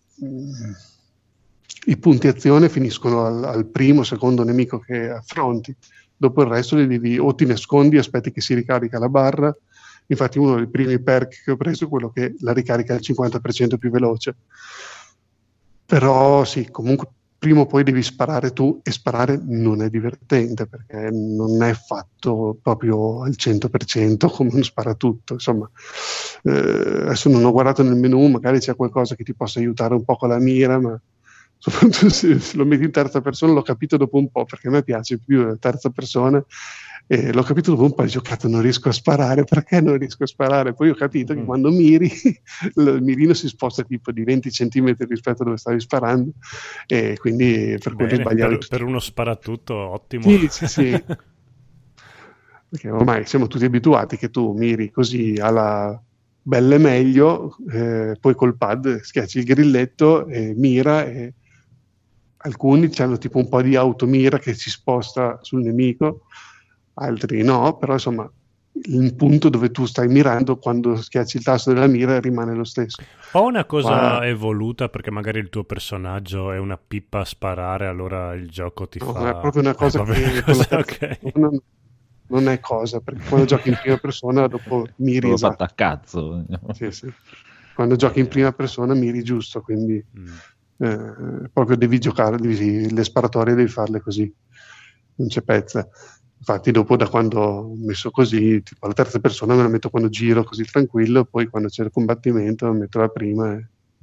i punti azione finiscono al primo, secondo nemico che affronti. Dopo il resto o ti nascondi, aspetti che si ricarica la barra. Infatti uno dei primi perk che ho preso è quello che la ricarica al 50% più veloce. Però sì, comunque prima o poi devi sparare tu, e sparare non è divertente perché non è fatto proprio al 100% come uno spara tutto. Insomma, adesso non ho guardato nel menu, magari c'è qualcosa che ti possa aiutare un po' con la mira, ma soprattutto se lo metti in terza persona, l'ho capito dopo un po', perché a me piace più la terza persona, e l'ho capito dopo un po', ho giocato, non riesco a sparare, perché non riesco a sparare? Poi ho capito che quando miri il mirino si sposta tipo di 20 centimetri rispetto a dove stavi sparando, e quindi per quello sbagliavi per uno sparatutto ottimo. sì. Perché ormai siamo tutti abituati che tu miri così alla bella e meglio, poi col pad schiacci il grilletto e mira, e alcuni hanno tipo un po' di automira che si sposta sul nemico, altri no, però insomma il punto dove tu stai mirando quando schiacci il tasto della mira rimane lo stesso. O una cosa evoluta perché magari il tuo personaggio è una pippa a sparare, allora il gioco ti fa... È proprio una cosa che non è cosa, perché quando giochi in prima persona dopo miri fatto a cazzo. Sì. Quando giochi in prima persona miri giusto, quindi proprio devi giocare, le sparatorie devi farle così, non c'è pezza. Infatti dopo, da quando ho messo così, tipo la terza persona me la metto quando giro così tranquillo, poi quando c'è il combattimento metto la prima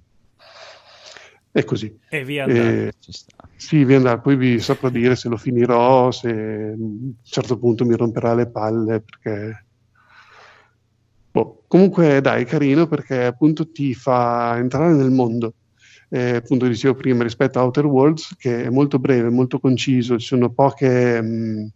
e così. E via andare. Sì, via andare. Poi vi saprò dire se lo finirò, se a un certo punto mi romperà le palle, perché... Comunque dai, è carino perché appunto ti fa entrare nel mondo. Appunto dicevo prima, rispetto a Outer Worlds, che è molto breve, molto conciso, ci sono poche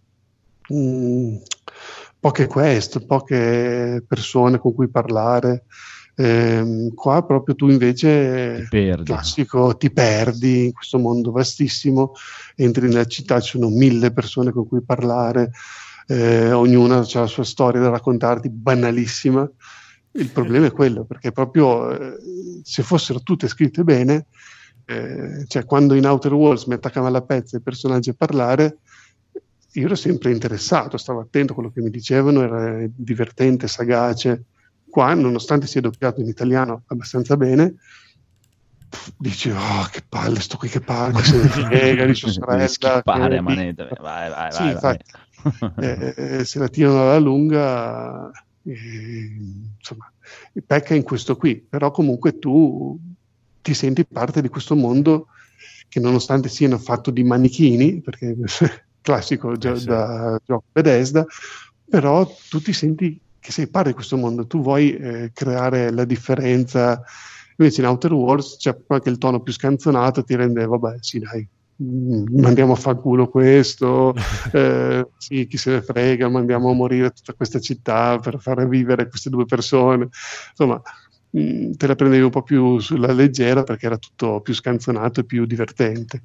quest, poche persone con cui parlare. Qua proprio tu invece classico ti perdi in questo mondo vastissimo, entri nella città, ci sono 1000 persone con cui parlare, ognuna ha la sua storia da raccontarti, banalissima. Il problema è quello, perché proprio se fossero tutte scritte bene, cioè quando in Outer Worlds mi attaccava alla pezza i personaggi a parlare, io ero sempre interessato, stavo attento a quello che mi dicevano, era divertente, sagace. Qua, nonostante sia doppiato in italiano abbastanza bene, dici, che palle, sto qui che parla, se ne frega di sua sorella. Schippare a manetta, vai. Sì, infatti, se la tirano alla lunga, insomma, pecca in questo qui, però comunque tu ti senti parte di questo mondo che, nonostante siano fatto di manichini, perché classico da gioco Bethesda, però tu ti senti che sei parte di questo mondo, tu vuoi creare la differenza. Invece in Outer Worlds c'è anche il tono più scanzonato, ti rende, vabbè, sì dai, mandiamo a far culo questo, sì, chi se ne frega, mandiamo a morire tutta questa città per far vivere queste due persone. Insomma, te la prendevi un po' più sulla leggera perché era tutto più scanzonato e più divertente.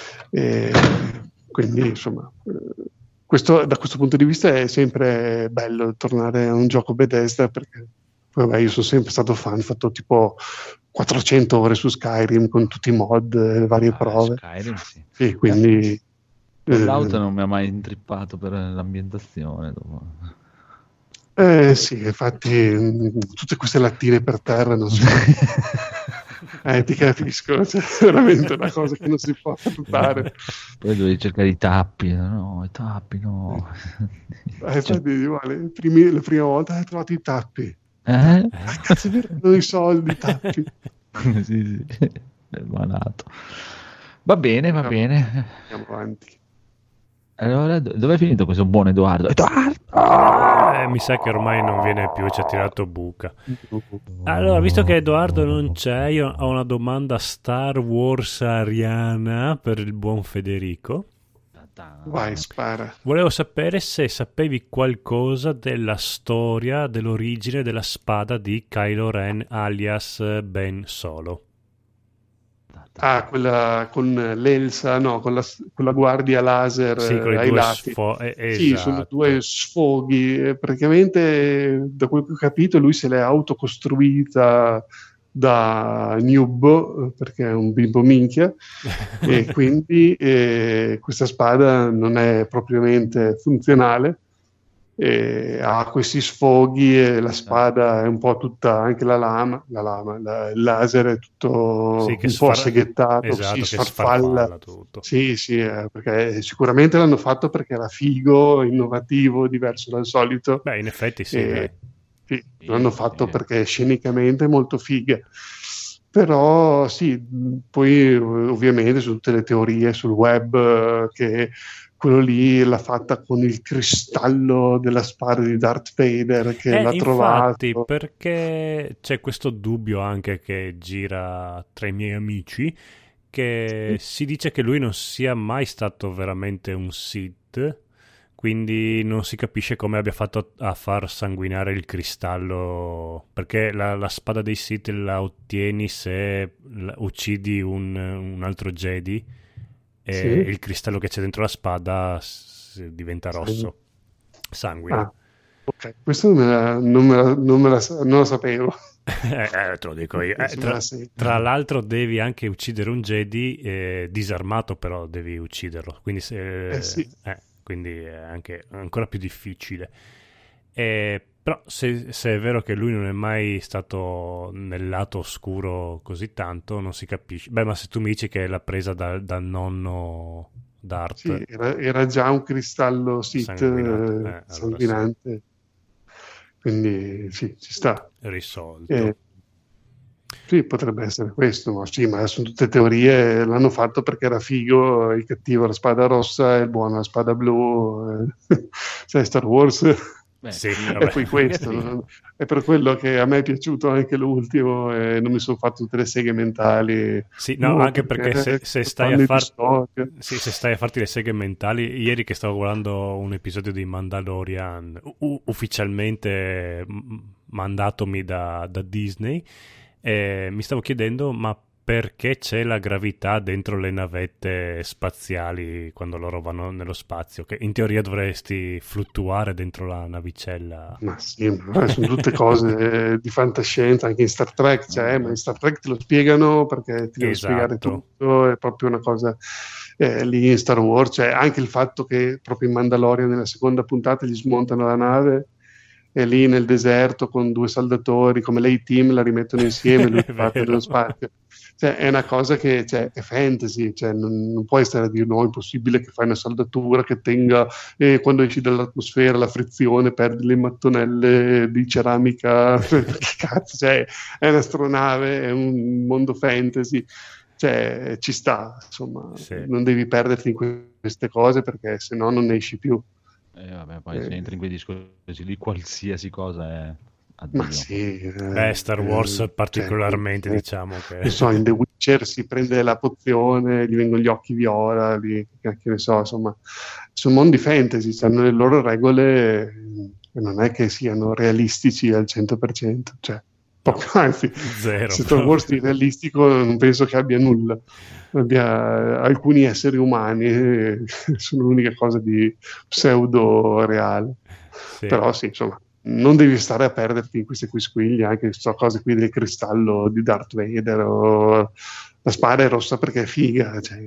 Quindi, insomma, da questo punto di vista è sempre bello tornare a un gioco Bethesda, perché vabbè, io sono sempre stato fan, ho fatto tipo 400 ore su Skyrim con tutti i mod, le varie prove. Skyrim, sì, quindi l'auto non mi ha mai intrippato per l'ambientazione dopo. Sì, infatti tutte queste lattine per terra non so. Ti capisco, cioè, veramente una cosa che non si può fare. Poi dovevi cercare i tappi, i tappi no. Infatti, la prima volta hai trovato i tappi. Cazzo, vedono i soldi, i tappi. sì, è malato. Va bene. Andiamo avanti. Allora, dove è finito questo buon Edoardo? Mi sa che ormai non viene più, ci ha tirato buca. Allora, visto che Edoardo non c'è, io ho una domanda Star Wars ariana per il buon Federico. Vai, spara. Volevo sapere se sapevi qualcosa della storia, dell'origine della spada di Kylo Ren alias Ben Solo. Quella con l'Elsa, no, con la guardia laser, sì, con i due lati. Sì, esatto. sono due sfoghi. Praticamente, da quel che ho capito, lui se l'è autocostruita da noob, perché è un bimbo minchia, e quindi questa spada non è propriamente funzionale, e ha questi sfoghi e la spada è un po' tutta, anche il laser è tutto Sì, un po' seghettato, esatto, si che sfarfalla. sfarfalla tutto. Sì, perché sicuramente l'hanno fatto perché era figo, innovativo, diverso dal solito. Beh, in effetti sì, E- dai. sì, l'hanno fatto perché scenicamente è molto figa. Però sì, poi ovviamente su tutte le teorie sul web che quello lì l'ha fatta con il cristallo della spada di Darth Vader che l'ha Infatti, trovato. perché c'è questo dubbio anche che gira tra i miei amici, che si dice che lui non sia mai stato veramente un Sith, quindi non si capisce come abbia fatto a far sanguinare il cristallo, perché la spada dei Sith la ottieni se uccidi un altro Jedi e Sì. il cristallo che c'è dentro la spada diventa rosso, sanguina. Ah, ok, questo non lo sapevo. Te lo dico io. Questo me la segno. Tra l'altro devi anche uccidere un Jedi, disarmato però devi ucciderlo, quindi, Sì. quindi è anche ancora più difficile. Però se è vero che lui non è mai stato nel lato oscuro così tanto, non si capisce. Beh, ma se tu mi dici che l'ha presa dal nonno Darth, Sì, era già un cristallo Sith sanguinato, allora sanguinante, quindi sì, ci sta. risolto. Sì, potrebbe essere questo, ma sì, ma sono tutte teorie, l'hanno fatto perché era figo, il cattivo la spada rossa e il buono la spada blu, sai, Star Wars. Beh, Sì, E vabbè. poi questo, è per quello che a me è piaciuto anche l'ultimo e non mi sono fatto tutte le seghe mentali. Sì, no, anche perché se stai a se stai a farti le seghe mentali, ieri che stavo guardando un episodio di Mandalorian ufficialmente mandatomi da Disney, mi stavo chiedendo ma perché c'è la gravità dentro le navette spaziali quando loro vanno nello spazio, che in teoria dovresti fluttuare dentro la navicella. Ma sì, ma sono tutte cose di fantascienza, anche in Star Trek c'è, ma in Star Trek te lo spiegano perché ti devono spiegare Esatto. tutto, è proprio una cosa. Lì in Star Wars c'è anche il fatto che proprio in Mandalorian nella seconda puntata gli smontano la nave e lì nel deserto con due saldatori come l'A-Team la rimettono insieme, lui È parte vero. nello spazio. Cioè, è una cosa che è fantasy, cioè, non puoi stare a dire no, è impossibile che fai una saldatura che tenga quando esci dall'atmosfera la frizione, perdi le mattonelle di ceramica, che cazzo, cioè, è un'astronave, è un mondo fantasy, cioè ci sta, insomma, Sì. non devi perderti in queste cose perché se no non ne esci più. Vabbè, poi se entri in quei discorsi lì qualsiasi cosa è addio. Ma sì, Star Wars particolarmente, diciamo che... Non so, in The Witcher si prende la pozione, gli vengono gli occhi viola, che ne so, insomma, sono mondi fantasy, hanno le loro regole e non è che siano realistici al 100%, cioè, proprio, anzi, Zero. se Star Wars è realistico non penso che abbia nulla, abbia alcuni esseri umani, sono l'unica cosa di pseudo reale, Sì. però sì, insomma, non devi stare a perderti in queste quisquiglie, anche queste cose qui del cristallo di Darth Vader o la spada è rossa perché è figa, cioè.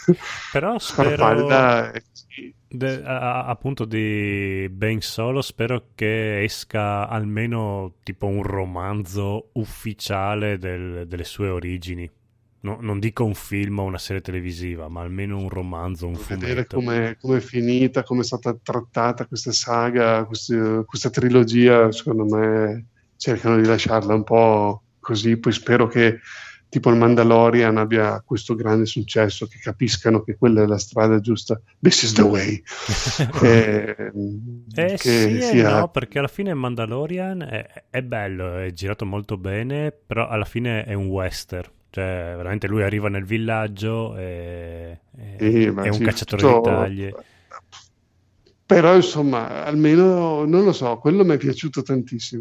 Però Farfalla, sì. appunto di Ben Solo spero che esca almeno tipo un romanzo ufficiale delle sue origini. Non dico un film o una serie televisiva, ma almeno un romanzo, un Vedere fumetto. come è finita, come è stata trattata questa saga, questa trilogia, secondo me cercano di lasciarla un po' così, poi spero che tipo il Mandalorian abbia questo grande successo, che capiscano che quella è la strada giusta, this is the way. Che Sì e sia... no, perché alla fine Mandalorian è bello, è girato molto bene, però alla fine è un western. Cioè, veramente lui arriva nel villaggio e è un sì, cacciatore tutto- di taglie. Però insomma, almeno non lo so, quello mi è piaciuto tantissimo.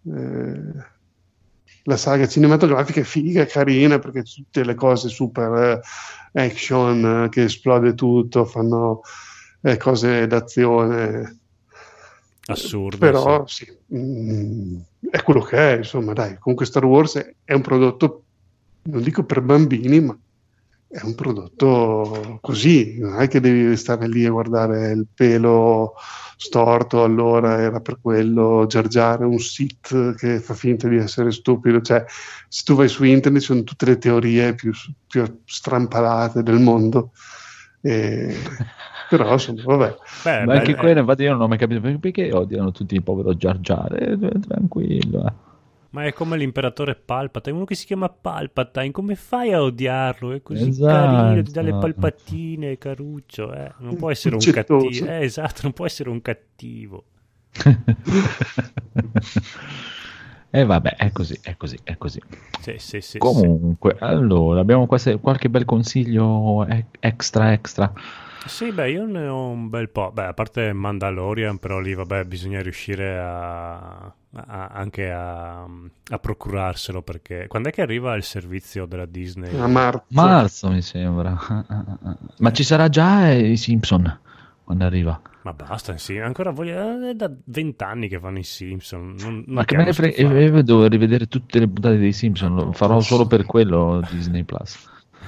La saga cinematografica è figa, è carina perché tutte le cose super action, che esplode tutto, fanno cose d'azione. Assurde, Però sì, è quello che è, insomma, dai, comunque Star Wars è un prodotto, non dico per bambini, ma è un prodotto così, non è che devi stare lì a guardare il pelo storto, allora era per quello. Jar Jar è un Sith che fa finta di essere stupido. Cioè, se tu vai su internet ci sono tutte le teorie più strampalate del mondo. Però insomma, vabbè. Beh, Ma anche quello, infatti, io non ho mai capito perché odiano tutti il povero Jar Jar. Tranquillo. Ma è come l'imperatore Palpatine, uno che si chiama Palpatine, come fai a odiarlo? È così Esatto. carino, ti dà le palpatine, caruccio, Non può essere un Accettoso. cattivo. Esatto, non può essere un cattivo. E vabbè, è così. Sì. Comunque, allora, abbiamo qualche bel consiglio extra. Sì, beh, io ne ho un bel po'. Beh, a parte Mandalorian, però lì, vabbè, bisogna riuscire anche a procurarselo, perché quando è che arriva il servizio della Disney? A marzo. Marzo, mi sembra. Ma ci sarà già i Simpson quando arriva. Ma basta, sì, ancora voglio. È da 20 anni che fanno i Simpson. Ma che me ne frega, io devo rivedere tutte le puntate dei Simpson, lo farò solo per quello Disney Plus.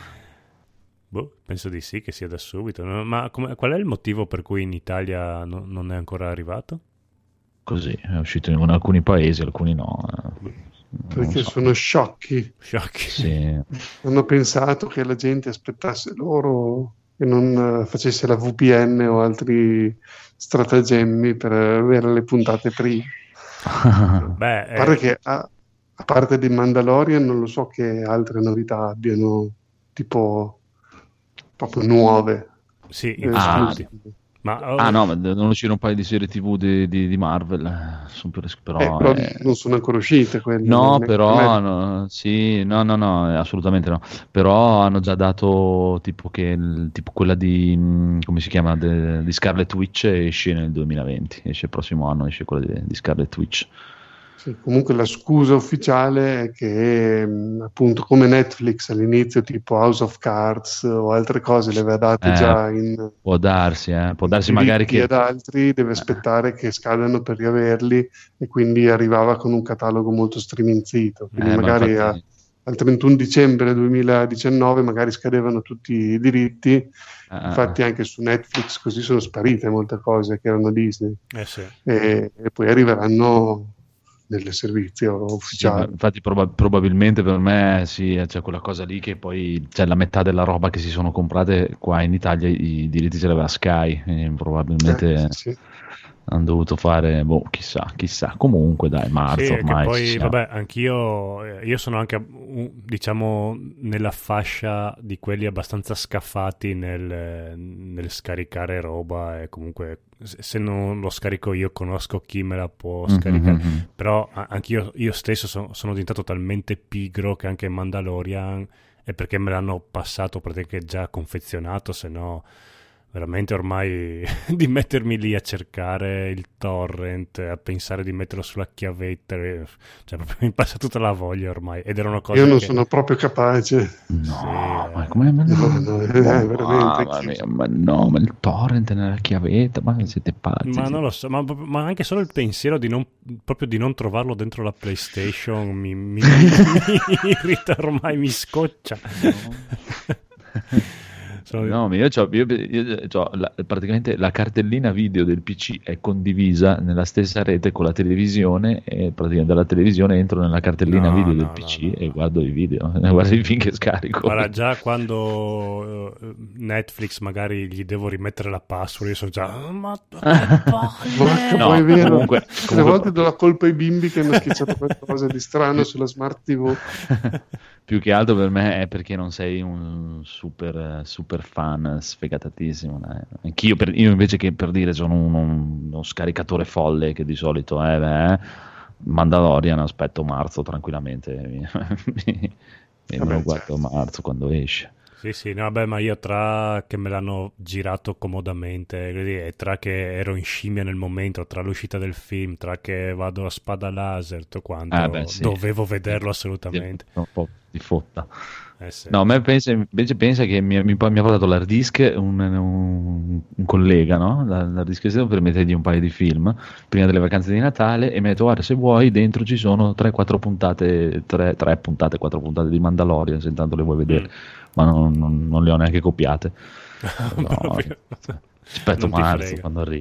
Boh, penso di sì, che sia da subito. No? Ma qual è il motivo per cui in Italia non è ancora arrivato? Così, è uscito in alcuni paesi, alcuni no. Perché Non so. sono sciocchi. Sciocchi. Sì. Hanno pensato che la gente aspettasse loro e non facesse la VPN o altri stratagemmi per avere le puntate prima. Beh, A parte che a parte di Mandalorian non lo so che altre novità abbiano, tipo proprio nuove. sì, esclusive. ma No, ma devono uscire un paio di serie TV di Marvel. Sono però Però non sono ancora uscite quelle. no, Ne- però ne- sì, no, assolutamente no. Però hanno già dato tipo quella di come si chiama di Scarlet Witch esce nel 2020, esce il prossimo anno, esce quella di Scarlet Witch. Sì, comunque la scusa ufficiale è che appunto come Netflix all'inizio tipo House of Cards o altre cose le aveva date già in Può darsi magari diritti che ad altri, deve aspettare che scadano per riaverli e quindi arrivava con un catalogo molto striminzito, quindi ma magari infatti- al 31 dicembre 2019 magari scadevano tutti i diritti, infatti anche su Netflix così sono sparite molte cose che erano Disney sì. e poi arriveranno nel servizio Sì, ufficiale. infatti probabilmente per me sì, c'è quella cosa lì che poi c'è la metà della roba che si sono comprate qua in Italia, i diritti ce l'aveva Sky, e probabilmente Sì. hanno dovuto fare, chissà. Comunque dai, marzo Sì, ormai. che poi, ci siamo. vabbè, anch'io sono anche, diciamo, nella fascia di quelli abbastanza scaffati nel scaricare roba e comunque se non lo scarico io conosco chi me la può scaricare, però anch'io io stesso sono diventato talmente pigro che anche Mandalorian è perché me l'hanno passato praticamente già confezionato, se no veramente ormai di mettermi lì a cercare il torrent, a pensare di metterlo sulla chiavetta, cioè proprio mi passa tutta la voglia ormai, ed erano cose Io non che... sono proprio capace. No, ma come No, veramente. ma il torrent nella chiavetta, ma siete pazzi. Ma non lo so, ma anche solo il pensiero di non trovarlo dentro la PlayStation mi irrita ormai, mi scoccia. No, ma io c'ho praticamente la cartellina video del PC è condivisa nella stessa rete con la televisione e praticamente dalla televisione entro nella cartellina video del PC e guardo i video, guardo i film che scarico. Guarda, già quando Netflix magari gli devo rimettere la password, io sono già ma No, è vero. comunque- Le volte do la colpa ai bimbi che hanno schiacciato qualcosa di strano sulla Smart TV. Più che altro per me è perché non sei un super fan sfegatatissimo. Dai. Anch'io, io invece che per dire sono uno scaricatore folle che di solito Mandalorian aspetto marzo tranquillamente e me lo guardo marzo quando esce. Sì, no, vabbè, ma io tra che me l'hanno girato comodamente, e tra che ero in scimmia nel momento, tra l'uscita del film, tra che vado a spada laser, tutto quanto, Sì. dovevo vederlo assolutamente. Un po' di fotta. Sì. No, a me invece pensa che mi ha portato l'hard disk un collega, no? L'hard disk esterno per mettergli un paio di film prima delle vacanze di Natale e mi ha detto guarda se vuoi dentro ci sono 3-4 puntate, 4 puntate di Mandalorian se intanto le vuoi vedere, ma non le ho neanche copiate. No, aspetto Non ti marzo frega. quando arriva.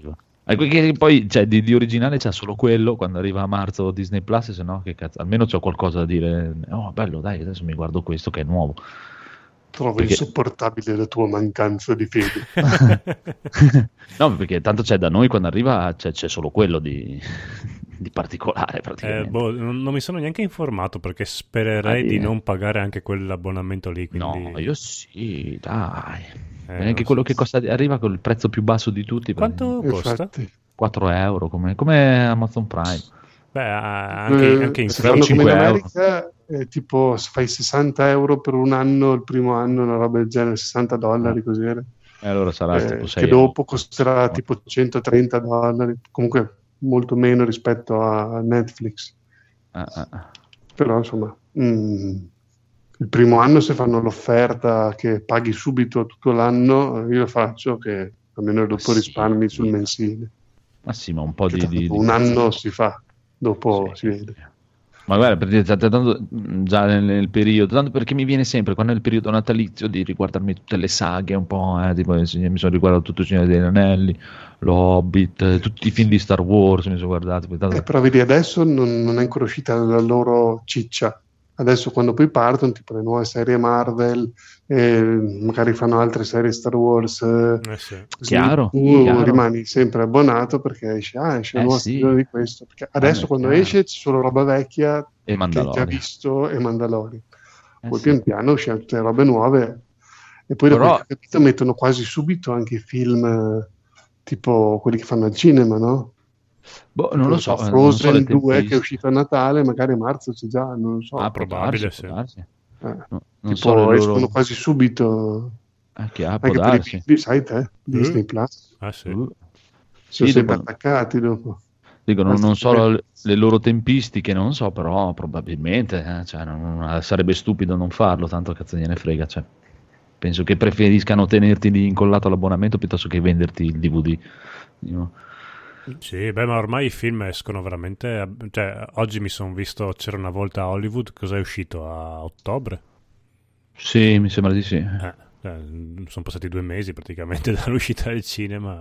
Che poi cioè, di originale c'è solo quello, quando arriva a marzo Disney Plus, se no che cazzo, almeno c'ho qualcosa da dire, oh bello dai, adesso mi guardo questo che è nuovo. Trovo Perché- insopportabile la tua mancanza di fede. No, perché tanto c'è da noi quando arriva c'è solo quello di particolare praticamente. Non mi sono neanche informato perché spererei di non pagare anche quell'abbonamento lì. Quindi... No, io sì, dai. non Anche so. quello che costa, arriva col prezzo più basso di tutti, Quanto costa? Infatti, 4 euro, come Amazon Prime. Beh, anche in se Però fanno Francia. come in 5 America, tipo fai 60 euro per un anno, il primo anno, una roba del genere, $60 così era. E allora sarà tipo 6 Che dopo costerà tipo $130, comunque molto meno rispetto a Netflix. Però insomma, il primo anno se fanno l'offerta che paghi subito tutto l'anno, io lo faccio che almeno dopo Sì. risparmi sul mensile. Ma sì, ma un po' Che di tanto un anno si fa, dopo Sì. si vede. Ma guarda, per dire, tanto, già nel periodo, tanto perché mi viene sempre quando è il periodo natalizio di riguardarmi tutte le saghe un po', tipo mi sono riguardato tutto il Signore degli Anelli, lo Hobbit, tutti i film di Star Wars mi sono guardati. Poi tanto- Però vedi, adesso non è ancora uscita la loro ciccia. Adesso quando poi partono, tipo le nuove serie Marvel, magari fanno altre serie Star Wars, Sì. così Chiaro, tu chiaro. rimani sempre abbonato perché esce la nuova sì. stagione di questo. Perché adesso beh, quando chiaro. esce c'è solo roba vecchia E che hai già Mandalorian. visto e Mandalorian. Poi Sì. pian piano usciranno tutte le robe nuove e poi dopo Però- che ho capito mettono quasi subito anche i film tipo quelli che fanno al cinema, no? Boh, Tipo, non lo so, non so Frozen le 2 che è tempistiche. uscito a Natale, magari a marzo c'è già, non lo so. Ah, può probabile, darsi, sì. può darsi. Eh, No, non tipo so le escono loro... quasi subito può anche per i darsi. bimbi, sai te, Disney Plus, Ah, sì. Uh. sono Sì, sempre dopo- attaccati dopo. Dico, non Basta so sapere. le loro tempistiche, non so, però probabilmente cioè, sarebbe stupido non farlo, tanto cazzo gliene frega. Cioè. Penso che preferiscano tenerti lì incollato all'abbonamento piuttosto che venderti il DVD. No? Sì, beh, ma ormai i film escono veramente. Cioè, oggi mi sono visto C'era una volta a Hollywood. Cos'è uscito? A ottobre? Sì, mi sembra di sì. Sono passati 2 mesi praticamente dall'uscita del cinema.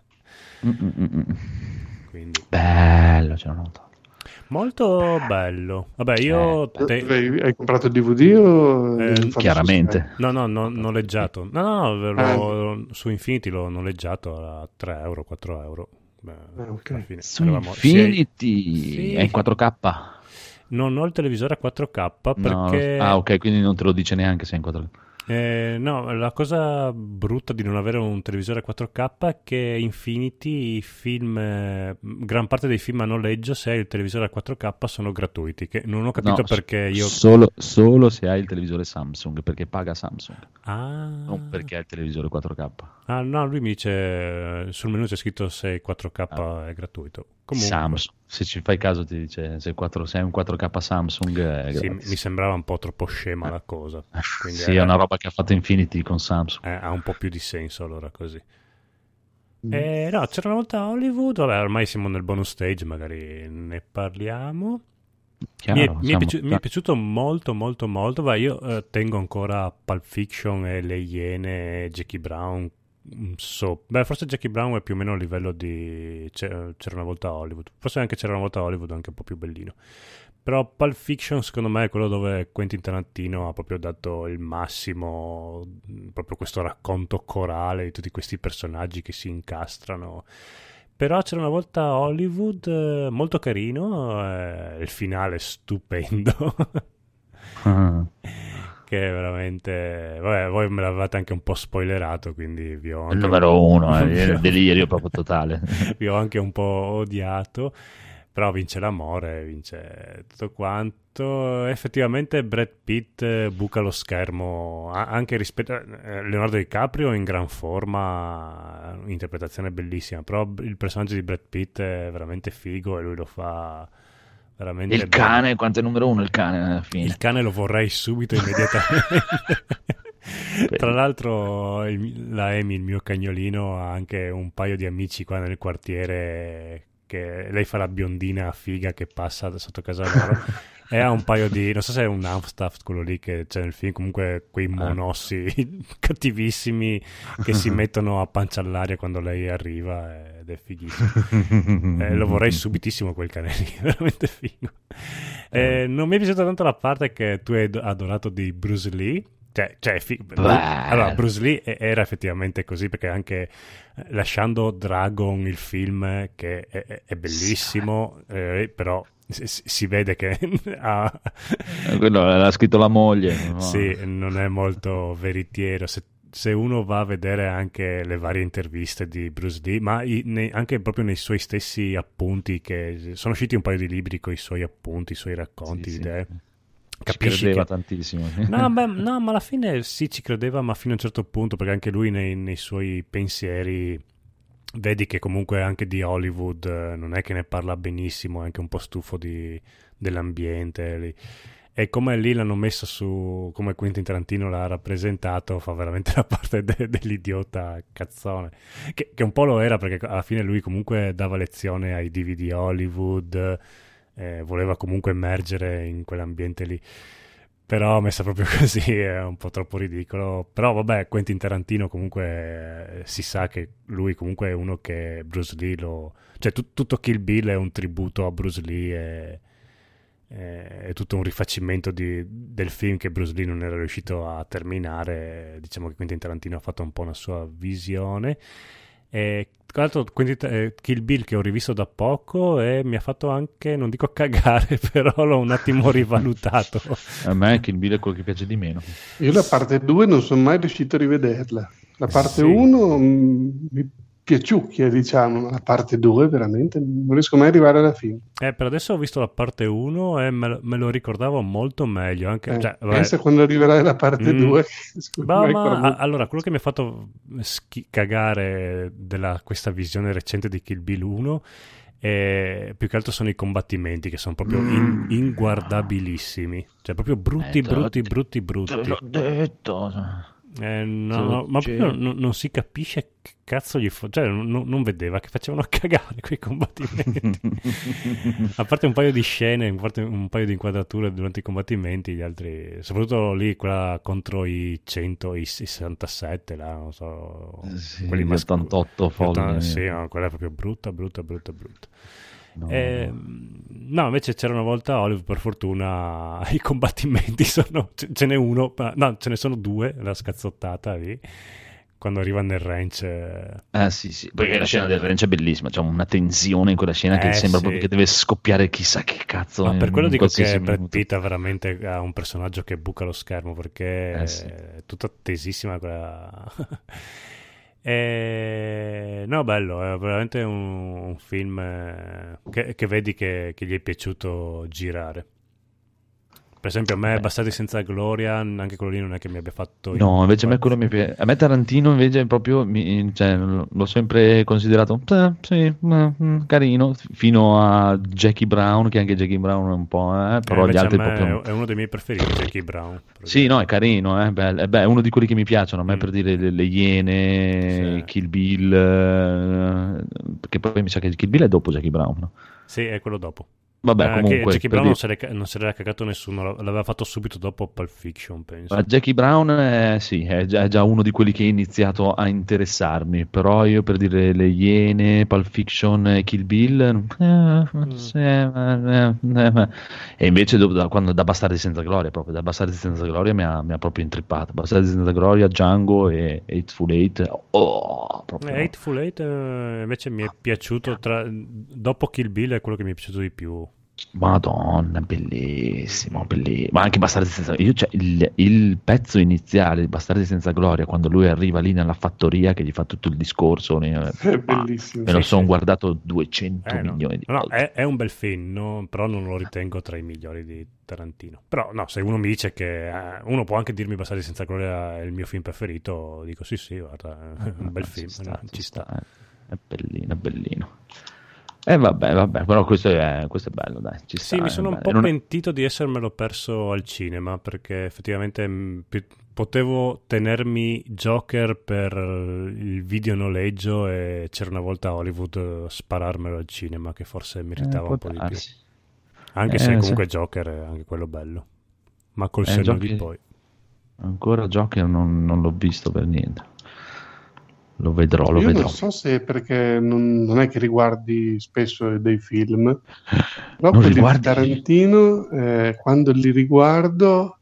Quindi, Bello, c'è una nota. molto bello. Vabbè, io. Hai comprato il DVD o l'hai fatto Chiaramente. No, noleggiato. No, su Infinity l'ho noleggiato a 3 euro, 4 euro. Beh, ok. alla fine Su eravamo- Infinity Sì. è in 4K. Non ho il televisore a 4K No. perché. Ah, ok, quindi non te lo dice neanche se è in 4K. No, la cosa brutta di non avere un televisore a 4K è che Infinity, i film, gran parte dei film a noleggio, se hai il televisore a 4K, sono gratuiti. Che non ho capito No, perché io. Solo se hai il televisore Samsung, perché paga Samsung, Ah. non perché hai il televisore 4K. Ah, no, lui mi dice sul menu c'è scritto se il 4K è gratuito. Comunque, Samsung, se ci fai caso ti dice se hai un 4K Samsung è sì, gratis. mi sembrava un po' troppo scema la cosa. Quindi Sì, è una roba che ha fatto Infinity con Samsung. ha un po' più di senso allora così. No, c'era una volta a Hollywood, vabbè, ormai siamo nel bonus stage, magari ne parliamo. Chiaro, Mi è piaciuto molto, molto, molto. Vai, io tengo ancora Pulp Fiction e Le Iene, Jackie Brown. Beh, forse Jackie Brown è più o meno a livello di C'era una volta a Hollywood. Forse anche C'era una volta a Hollywood, anche un po' più bellino. Però Pulp Fiction secondo me è quello dove Quentin Tarantino ha proprio dato il massimo, proprio questo racconto corale di tutti questi personaggi che si incastrano. Però C'era una volta a Hollywood, molto carino, il finale è stupendo. Che è veramente. Vabbè, voi me l'avevate anche un po' spoilerato, quindi vi ho Il anche numero uno, è il delirio proprio totale. vi ho anche un po' odiato. Però vince l'amore, vince tutto quanto. Effettivamente Brad Pitt buca lo schermo anche rispetto a Leonardo DiCaprio in gran forma, interpretazione bellissima, però il personaggio di Brad Pitt è veramente figo e lui lo fa veramente Il cane, quanto è numero uno il cane alla fine? Il cane lo vorrei subito, immediatamente. Tra l'altro la Amy, il mio cagnolino, ha anche un paio di amici qua nel quartiere, che lei fa la biondina figa che passa sotto casa loro E ha un paio di, non so se è un Amstaff quello lì che c'è nel film, comunque quei monossi cattivissimi che si mettono a pancia all'aria quando lei arriva, ed è fighissimo. Lo vorrei subitissimo quel cane lì, veramente figo. Non mi è piaciuta tanto la parte che tu hai adorato di Bruce Lee. Allora, Bruce Lee era effettivamente così, perché anche lasciando Dragon, il film, che è bellissimo, però si vede che quello l'ha scritto la moglie, no? Sì, non è molto veritiero. Se uno va a vedere anche le varie interviste di Bruce Lee, ma anche proprio nei suoi stessi appunti, che sono usciti un paio di libri con i suoi appunti, i suoi racconti, Sì, idee. sì. Capisci ci credeva che... tantissimo. No, ma alla fine sì, ci credeva, ma fino a un certo punto, perché anche lui nei suoi pensieri vedi che comunque anche di Hollywood non è che ne parla benissimo, è anche un po' stufo dell'ambiente lì. E come lì l'hanno messo su, come Quentin Tarantino l'ha rappresentato, fa veramente la parte dell'idiota cazzone, che un po' lo era, perché alla fine lui comunque dava lezione ai divi di Hollywood, voleva comunque emergere in quell'ambiente lì, però messa proprio così è un po' troppo ridicolo. Però vabbè, Quentin Tarantino comunque si sa che lui comunque è uno che Bruce Lee cioè tutto Kill Bill è un tributo a Bruce Lee, è tutto un rifacimento del film che Bruce Lee non era riuscito a terminare. Diciamo che Quentin Tarantino ha fatto un po' una sua visione. E tra l'altro Kill Bill, che ho rivisto da poco, e mi ha fatto anche, non dico cagare, però l'ho un attimo rivalutato. A me Kill Bill è quello che piace di meno. Io la parte 2 non sono mai riuscito a rivederla. La parte Sì. 1 mi piaciucchia, diciamo, ma la parte 2 veramente non riesco mai ad arrivare alla fine. Per adesso ho visto la parte 1 e me lo ricordavo molto meglio. Anche, cioè, vabbè. Pensa quando arriverai alla parte 2. Allora, quello che mi ha fatto cagare questa visione recente di Kill Bill 1 più che altro sono i combattimenti, che sono proprio inguardabilissimi, cioè proprio brutti. Te l'ho detto. No, ma proprio non si capisce che cazzo cioè non vedeva che facevano cagare quei combattimenti. A parte un paio di scene, un paio di inquadrature durante i combattimenti, gli altri, soprattutto lì quella contro i 100, i 67 là, non so, quelli gli 88 folli. Sì, no, quella è proprio brutta. No, invece c'era una volta a Hollywood, per fortuna i combattimenti ce n'è uno, no, ce ne sono due, la scazzottata lì quando arriva nel ranch. Sì, perché la scena del ranch è bellissima, c'è una tensione in quella scena che sembra proprio che deve scoppiare chissà che cazzo. Ma per quello dico che Brad minuto. Pitt ha veramente un personaggio che buca lo schermo, perché è tutta tesissima quella. No, bello, è veramente un film che vedi che gli è piaciuto girare. Per esempio a me Bastardi senza gloria, anche quello lì non è che mi abbia fatto... No, invece a me quello mi piace. A me Tarantino invece proprio cioè, l'ho sempre considerato carino, fino a Jackie Brown, che anche Jackie Brown è un po', però gli altri proprio... È uno dei miei preferiti, Jackie Brown. Sì, no, è carino, è uno di quelli che mi piacciono, a me per dire le Iene, sì. Kill Bill, perché poi mi sa che Kill Bill è dopo Jackie Brown, no? Sì, è quello dopo. Vabbè, comunque Jackie Brown non se l'era cagato nessuno, l'aveva fatto subito dopo Pulp Fiction, penso. Ma Jackie Brown è già uno di quelli che ha iniziato a interessarmi, però io per dire le Iene, Pulp Fiction e Kill Bill e invece quando da Bastardi senza gloria, proprio da Bastardi senza gloria mi ha proprio intrippato. Bastardi senza gloria, Django e Hateful Eight, proprio. Hateful Eight invece mi è piaciuto, dopo Kill Bill è quello che mi è piaciuto di più. Madonna, bellissimo, bellissimo. Ma anche Bastardi senza gloria, cioè, il pezzo iniziale di Bastardi senza gloria, quando lui arriva lì nella fattoria che gli fa tutto il discorso, è bellissimo. Me lo sono guardato 200 milioni di no, volte. è un bel film, no? Però non lo ritengo tra i migliori di Tarantino. Però no, se uno mi dice che uno può anche dirmi Bastardi senza gloria è il mio film preferito, dico sì, guarda, è un bel film, ci sta. È bellino, è bellino. Vabbè, però questo è bello, dai. Ci sta, mi sono un po' pentito di essermelo perso al cinema, perché effettivamente potevo tenermi Joker per il videonoleggio e c'era una volta a Hollywood spararmelo al cinema, che forse meritava un po' di più. Anche se comunque sì. Joker è anche quello bello, ma col senno di Joker- poi. Ancora Joker non l'ho visto per niente. Lo vedrò. Io non so se perché non è che riguardi spesso dei film, però Non quelli di riguardi? Tarantino, quando li riguardo,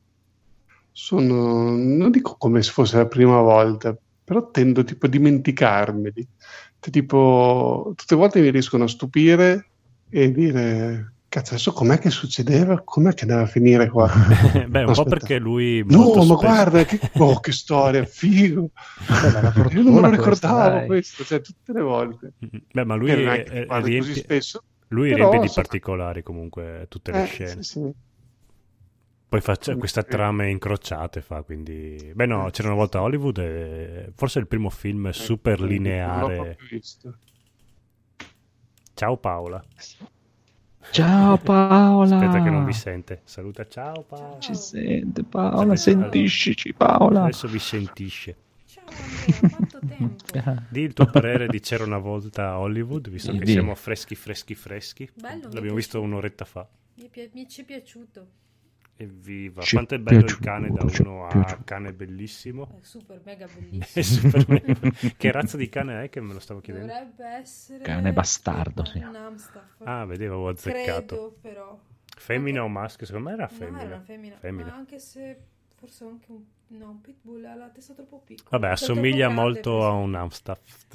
non dico come se fosse la prima volta, però tendo tipo a dimenticarmeli. Cioè, tipo, tutte le volte mi riescono a stupire e dire, cazzo, adesso com'è che succedeva? Com'è che andava a finire qua? Beh, un No, po' aspetta. perché lui No, molto ma spesso... guarda, che storia, figo! Bella, la Io non me fortuna lo questa, ricordavo dai. questo, cioè tutte le volte. Beh, ma lui Che non è che eh, guardi così riempie, spesso, lui però, riempie di insomma, particolari comunque tutte le scene. sì, sì. Poi fa queste trame incrociate, quindi... Beh no, c'era una volta a Hollywood e forse è il primo film super Non l'ho lineare. proprio visto. Ciao Paola. Ciao Paola. Aspetta che non vi sente. Saluta, ciao Paola. Ci sente Paola, Adesso- sentiscici Paola. Adesso vi sentisce. Ciao Andrea, quanto tempo? Di il tuo parere di C'era una volta a Hollywood, visto che Di. siamo freschi. Bello, mi è L'abbiamo visto un'oretta fa. ci è piaciuto. Evviva, Ci quanto è bello il piaciuto, cane da ci uno a piaciuto. cane bellissimo. È super mega È bellissimo. super- Che razza di cane è che me lo stavo chiedendo? Dovrebbe essere Cane bastardo, sì. un Amstaff. Ah, vedevo, avevo azzeccato. Credo però. Femmina o maschio? Secondo me era No, femmina. era una femmina. Femmina. Ma anche se forse anche un pitbull ha la testa troppo piccola. Vabbè, Cioè, assomiglia troppo grande molto per a un Amstaff.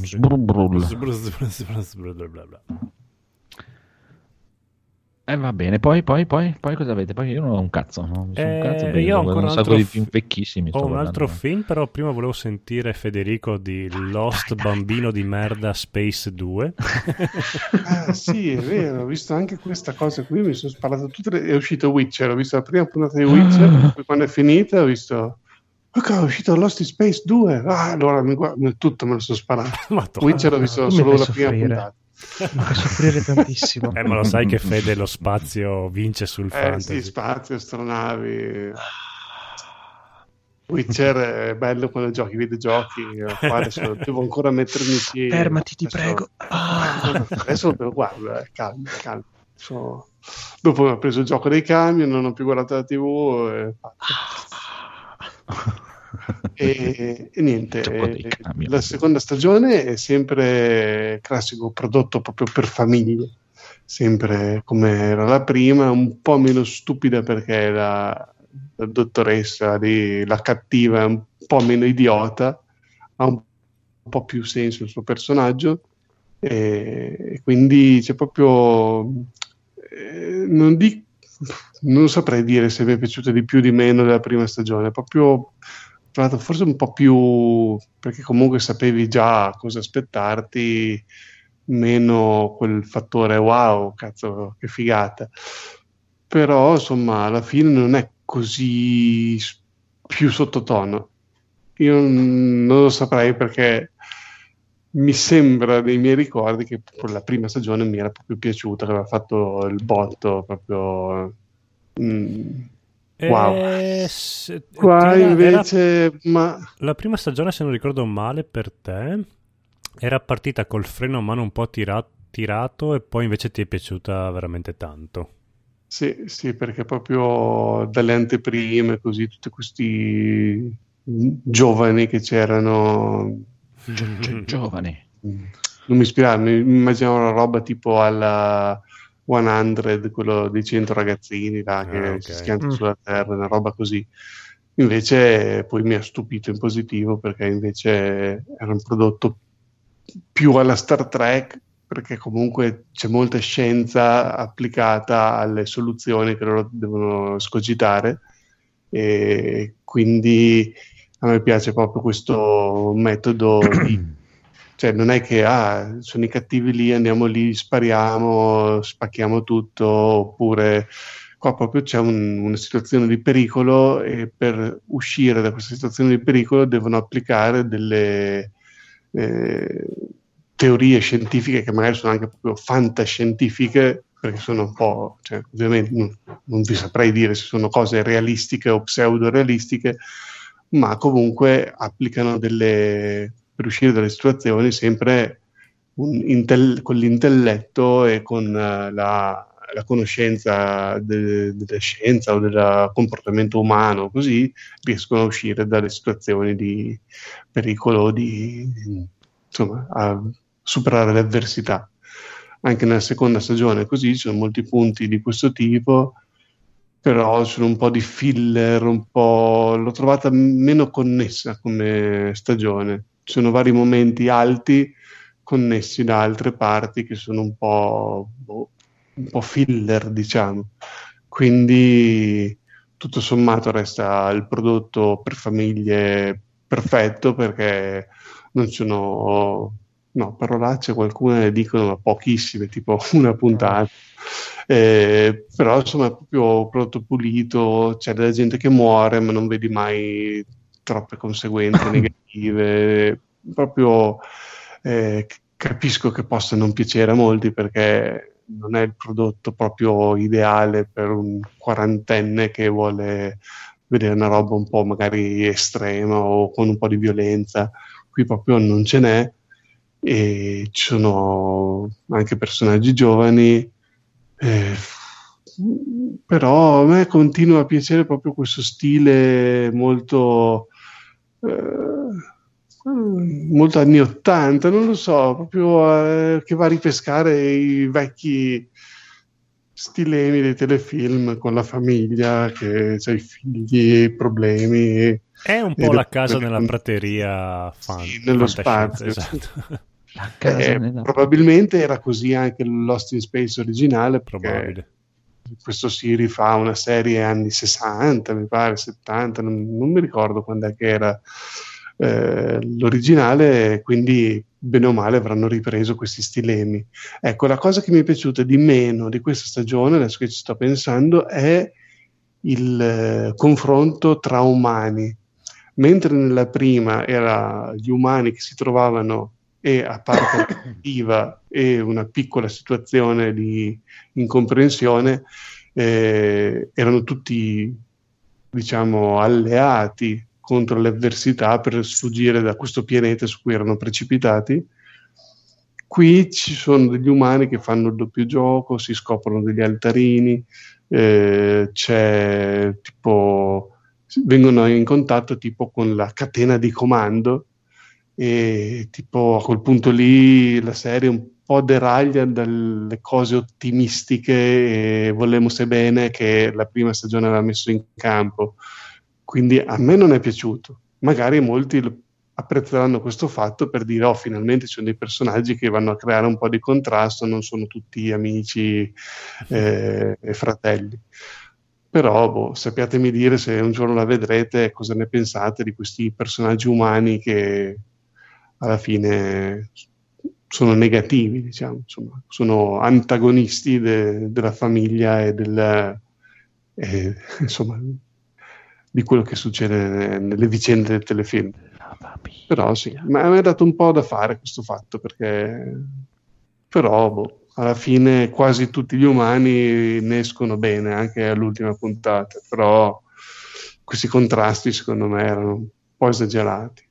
Sbrubrull. Va bene, poi cosa avete? Poi io non ho un cazzo, no? Non so un cazzo, perché io ho guardo ancora un un sacco altro di film vecchissimi. Ho sto un altro guardando. film, però prima volevo sentire Federico di Lost Bambino di merda Space 2. Ah, sì, è vero, ho visto anche questa cosa qui, mi sono sparato è uscito Witcher, ho visto la prima puntata di Witcher, poi quando è finita ho visto, ok, è uscito Lost in Space 2, allora tutto me lo sono sparato. Madonna. Witcher ho visto Tu mi solo fai la prima soffrire. puntata. Mi fa soffrire tantissimo. Ma lo sai che Fede lo spazio vince sul fantasy. Sì, spazio, astronavi. Witcher è bello quando giochi i videogiochi, qua adesso devo ancora mettermi insieme. Fermati, ti Adesso- prego. Adesso me lo guardo, calma. Dopo ho preso il gioco dei camion, non ho più guardato la TV. E niente, Gioco dei camion. la seconda stagione è sempre classico prodotto proprio per famiglie, sempre come era la prima, un po' meno stupida perché la dottoressa la cattiva è un po' meno idiota, ha un po' più senso il suo personaggio e quindi c'è proprio non saprei dire se mi è piaciuta di più o di meno della prima stagione, proprio trovato forse un po' più perché comunque sapevi già cosa aspettarti, meno quel fattore wow, cazzo, che figata. Però insomma alla fine non è così più sottotono. Io non lo saprei perché mi sembra dei miei ricordi che proprio la prima stagione mi era proprio piaciuta, che aveva fatto il botto proprio wow. Qua invece la prima stagione, se non ricordo male per te, era partita col freno a mano un po' tirato e poi invece ti è piaciuta veramente tanto. Sì, perché proprio dalle anteprime, così, tutti questi giovani che c'erano. Giovani. Non mi ispirava, mi immaginavo una roba tipo alla 100, quello dei 100 ragazzini là, che ok. si schiantano sulla terra, una roba così. Invece poi mi ha stupito in positivo perché invece era un prodotto più alla Star Trek, perché comunque c'è molta scienza applicata alle soluzioni che loro devono scogitare e quindi a me piace proprio questo metodo cioè non è che sono i cattivi lì, andiamo lì, spariamo, spacchiamo tutto, oppure qua proprio c'è una situazione di pericolo e per uscire da questa situazione di pericolo devono applicare delle teorie scientifiche che magari sono anche proprio fantascientifiche, perché sono un po', cioè, ovviamente non vi saprei dire se sono cose realistiche o pseudo-realistiche, ma comunque applicano per uscire dalle situazioni sempre con l'intelletto e con la la conoscenza della scienza o del comportamento umano, così riescono a uscire dalle situazioni di pericolo, insomma, a superare le avversità. Anche nella seconda stagione così ci sono molti punti di questo tipo, però sono un po' di filler, l'ho trovata meno connessa come stagione. Ci sono vari momenti alti connessi da altre parti che sono un po' filler, diciamo. Quindi tutto sommato resta il prodotto per famiglie perfetto, perché non sono... No, parolacce qualcune ne dicono, ma pochissime, tipo una puntata. Però insomma è proprio prodotto pulito, c'è della gente che muore, ma non vedi mai troppe conseguenze negative. Proprio capisco che possa non piacere a molti, perché non è il prodotto proprio ideale per un quarantenne che vuole vedere una roba un po' magari estrema o con un po' di violenza. Qui proprio non ce n'è. E ci sono anche personaggi giovani, però a me continua a piacere proprio questo stile molto molto anni 80, non lo so, proprio che va a ripescare i vecchi stilemi dei telefilm con la famiglia che c'ha i figli, i problemi. È un po' la casa nella prateria sì, nello spazio. Esatto. Probabilmente era così anche Lost in Space originale, probabile. Questo si rifà a una serie anni 60, mi pare 70, non mi ricordo quando è che era l'originale, quindi bene o male avranno ripreso questi stilemi. Ecco, la cosa che mi è piaciuta di meno di questa stagione, adesso che ci sto pensando, è il confronto tra umani. Mentre nella prima era gli umani che si trovavano e a parte cattiva e una piccola situazione di incomprensione, erano tutti, diciamo, alleati contro le avversità per sfuggire da questo pianeta su cui erano precipitati. Qui ci sono degli umani che fanno il doppio gioco, si scoprono degli altarini, c'è tipo, vengono in contatto tipo con la catena di comando, e tipo a quel punto lì la serie un po' deraglia dalle cose ottimistiche e volemos bene che la prima stagione aveva messo in campo. Quindi a me non è piaciuto. Magari molti apprezzeranno questo fatto per dire: oh, finalmente ci sono dei personaggi che vanno a creare un po' di contrasto, non sono tutti amici e fratelli. Però sappiatemi dire, se un giorno la vedrete, cosa ne pensate di questi personaggi umani che alla fine sono negativi, diciamo, insomma, sono antagonisti della famiglia e insomma, di quello che succede nelle vicende del telefilm. Però sì, ma mi ha dato un po' da fare questo fatto, perché però alla fine quasi tutti gli umani ne escono bene anche all'ultima puntata, però questi contrasti secondo me erano un po' esagerati.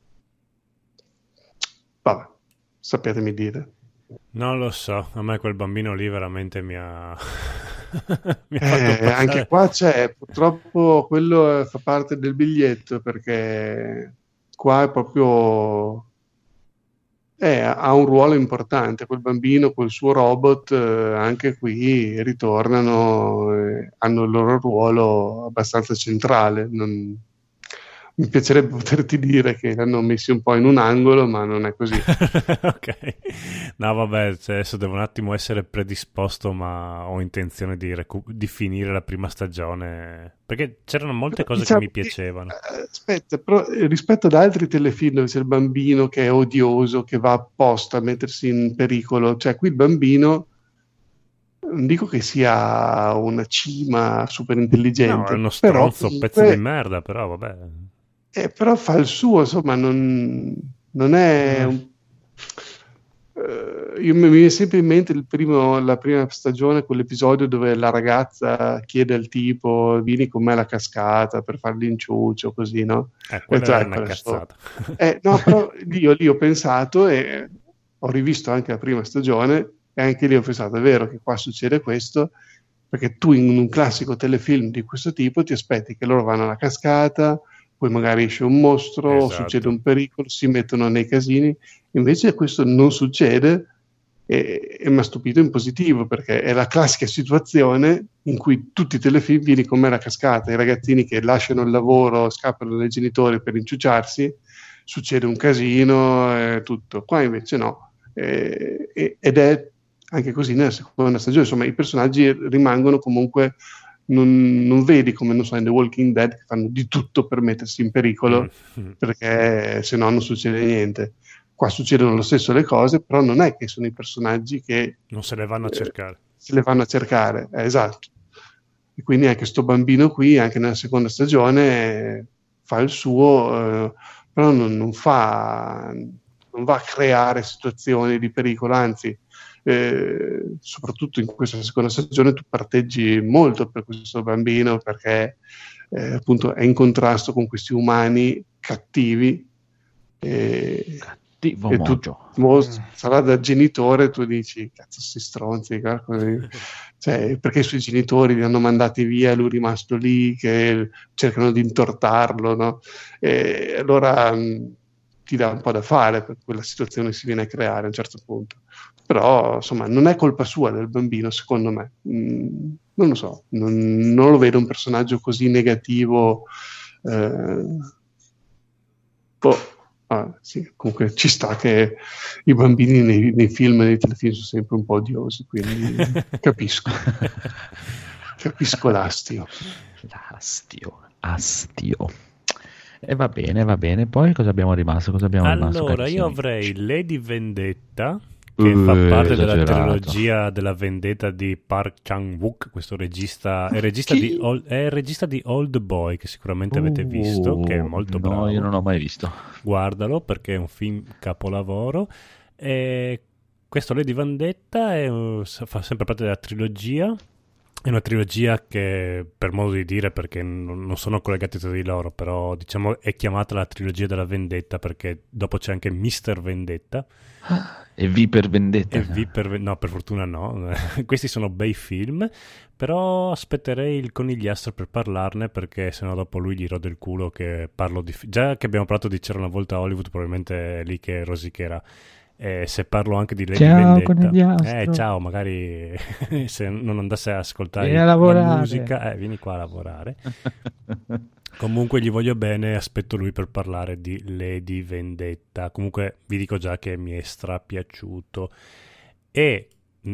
Vabbè, sappiatemi dire. Non lo so, a me quel bambino lì veramente mi ha mi ha fatto passare. Anche qua c'è, purtroppo quello fa parte del biglietto, perché qua è proprio ha un ruolo importante quel bambino, quel suo robot, anche qui ritornano, hanno il loro ruolo abbastanza centrale. Mi piacerebbe poterti dire che l'hanno messi un po' in un angolo, ma non è così. Ok, no vabbè, adesso devo un attimo essere predisposto, ma ho intenzione di finire la prima stagione, perché c'erano molte cose che mi piacevano. Aspetta, però rispetto ad altri telefilm dove c'è il bambino che è odioso, che va apposta a mettersi in pericolo, cioè qui il bambino, non dico che sia una cima super intelligente, no, è uno stronzo, pezzo di merda, però vabbè. Però fa il suo, insomma, non è io mi viene sempre in mente la prima stagione, quell'episodio dove la ragazza chiede al tipo: vieni con me alla cascata per fare l'inciuccio, così, no? Quella è una cazzata. No, però lì ho pensato e ho rivisto anche la prima stagione E anche lì ho pensato, è vero che qua succede questo, perché tu in un classico telefilm di questo tipo ti aspetti che loro vanno alla cascata, poi magari esce un mostro, o Esatto. succede un pericolo, si mettono nei casini, invece questo non succede e mi ha stupito in positivo, perché è la classica situazione in cui tutti i telefilm vieni come la cascata, i ragazzini che lasciano il lavoro, scappano dai genitori per inciuciarsi, succede un casino, tutto. Qua invece no, ed è anche così nella seconda stagione, insomma i personaggi rimangono comunque, non vedi come, non so, in The Walking Dead che fanno di tutto per mettersi in pericolo, perché se no non succede niente. Qua succedono lo stesso le cose, però non è che sono i personaggi che Non se le vanno a cercare. se le vanno a cercare, esatto. E quindi anche sto bambino qui, anche nella seconda stagione, fa il suo, però non va a creare situazioni di pericolo, anzi, soprattutto in questa seconda stagione tu parteggi molto per questo bambino, perché appunto è in contrasto con questi umani cattivi. Cattivo E tu sarà da genitore, tu dici cazzo sti stronzi, cioè, perché i suoi genitori li hanno mandati via, lui è rimasto lì che cercano di intortarlo, no? E allora ti dà un po' da fare, per quella situazione si viene a creare a un certo punto, però insomma non è colpa sua del bambino, secondo me. Non lo so, non lo vedo un personaggio così negativo. Sì, comunque ci sta che i bambini nei film e nei telefilm sono sempre un po' odiosi, quindi capisco l'astio. Astio. E va bene. Poi cosa abbiamo rimasto? Allora, io avrei Lady Vendetta, che fa parte della esagerato. trilogia della vendetta di Park Chan-wook, questo regista, è il regista di Old Boy, che sicuramente avete visto, che è molto bravo. No, io non l'ho mai visto. Guardalo, perché è un film capolavoro. E questo Lady Vendetta fa sempre parte della trilogia. È una trilogia che, per modo di dire, perché non sono collegati tra di loro, però diciamo è chiamata la trilogia della vendetta, perché dopo c'è anche Mr. Vendetta. E V per Vendetta? No, per fortuna no. Questi sono bei film, però aspetterei il Conigliastro per parlarne, perché sennò dopo lui gli rodo il culo che parlo di... Già che abbiamo parlato di C'era una volta a Hollywood, probabilmente è lì che rosicherà. Se parlo anche di Lady Vendetta, ciao, magari se non andasse a ascoltare la musica, vieni qua a lavorare. Comunque gli voglio bene, aspetto lui per parlare di Lady Vendetta. Comunque vi dico già che mi è strapiaciuto. E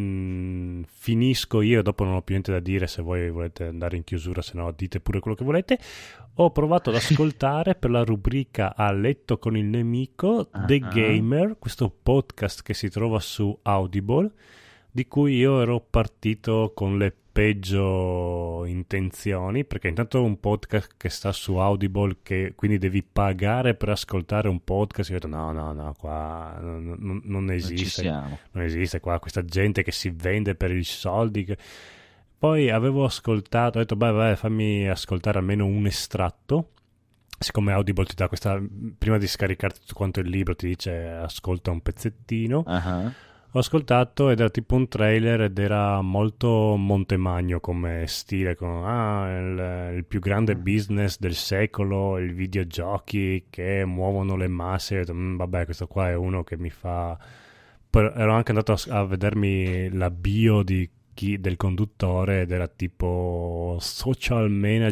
finisco io, dopo non ho più niente da dire, se voi volete andare in chiusura, se no dite pure quello che volete. Ho provato ad ascoltare per la rubrica A letto con il nemico The Gamer, questo podcast che si trova su Audible, di cui io ero partito con le peggio intenzioni, perché intanto è un podcast che sta su Audible, che quindi devi pagare per ascoltare un podcast. Io ho detto no, qua non esiste, non esiste qua questa gente che si vende per i soldi. Poi avevo ascoltato, ho detto beh, fammi ascoltare almeno un estratto, siccome Audible ti dà questa, prima di scaricarti tutto quanto il libro ti dice ascolta un pezzettino. Ho ascoltato ed era tipo un trailer ed era molto Montemagno come stile, con il più grande business del secolo, i videogiochi che muovono le masse. Ho detto, vabbè, questo qua è uno che mi fa... Ero anche andato a vedermi la bio del conduttore ed era tipo social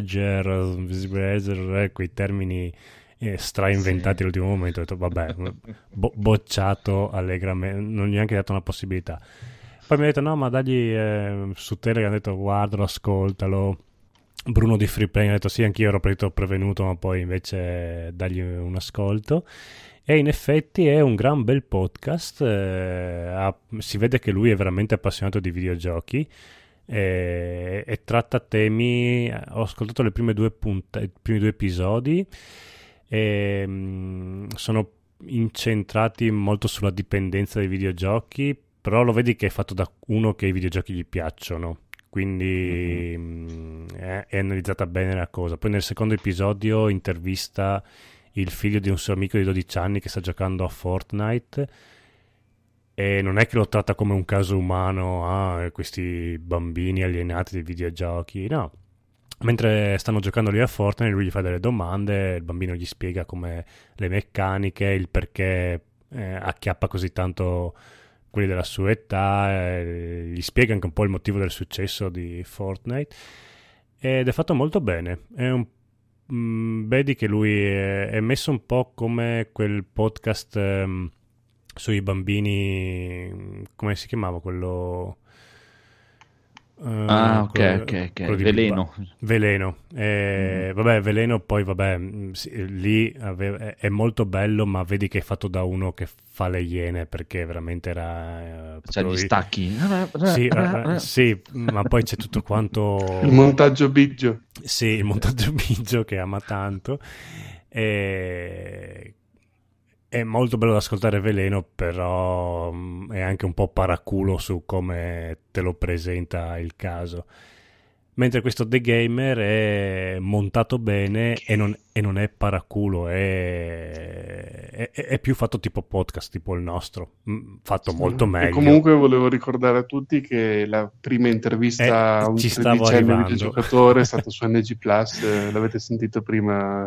manager, quei termini strainventati all'ultimo momento. Ho detto vabbè, bocciato allegramente, non gli ho neanche dato una possibilità. Poi mi ha detto no, ma dagli su Telegram, ha detto guardalo, ascoltalo. Bruno di Freeplay ha detto sì, anch'io ero prevenuto, ma poi invece dagli un ascolto. E in effetti è un gran bel podcast, si vede che lui è veramente appassionato di videogiochi e tratta temi. Ho ascoltato le prime due i primi due episodi e sono incentrati molto sulla dipendenza dai videogiochi, però lo vedi che è fatto da uno che i videogiochi gli piacciono, quindi è analizzata bene la cosa. Poi nel secondo episodio intervista il figlio di un suo amico di 12 anni che sta giocando a Fortnite e non è che lo tratta come un caso umano, questi bambini alienati dei videogiochi, no. Mentre stanno giocando lì a Fortnite, lui gli fa delle domande, il bambino gli spiega come le meccaniche, il perché acchiappa così tanto quelli della sua età, gli spiega anche un po' il motivo del successo di Fortnite, ed è fatto molto bene. Vedi che lui è messo un po' come quel podcast sui bambini, come si chiamava quello? Ok, quello di Veleno. Veleno. Vabbè, Veleno poi lì è molto bello, ma vedi che è fatto da uno che fa le iene, perché veramente era C'è gli stacchi. sì, ma poi c'è tutto quanto Il montaggio biggio. sì, il montaggio bigio che ama tanto. È molto bello da ascoltare Veleno, però è anche un po' paraculo su come te lo presenta il caso. Mentre questo The Gamer è montato bene e non è paraculo, è più fatto tipo podcast, tipo il nostro, fatto molto meglio. E comunque volevo ricordare a tutti che la prima intervista a un ci stavo tredicenne arrivando. videogiocatore è stata su NG Plus, l'avete sentito prima.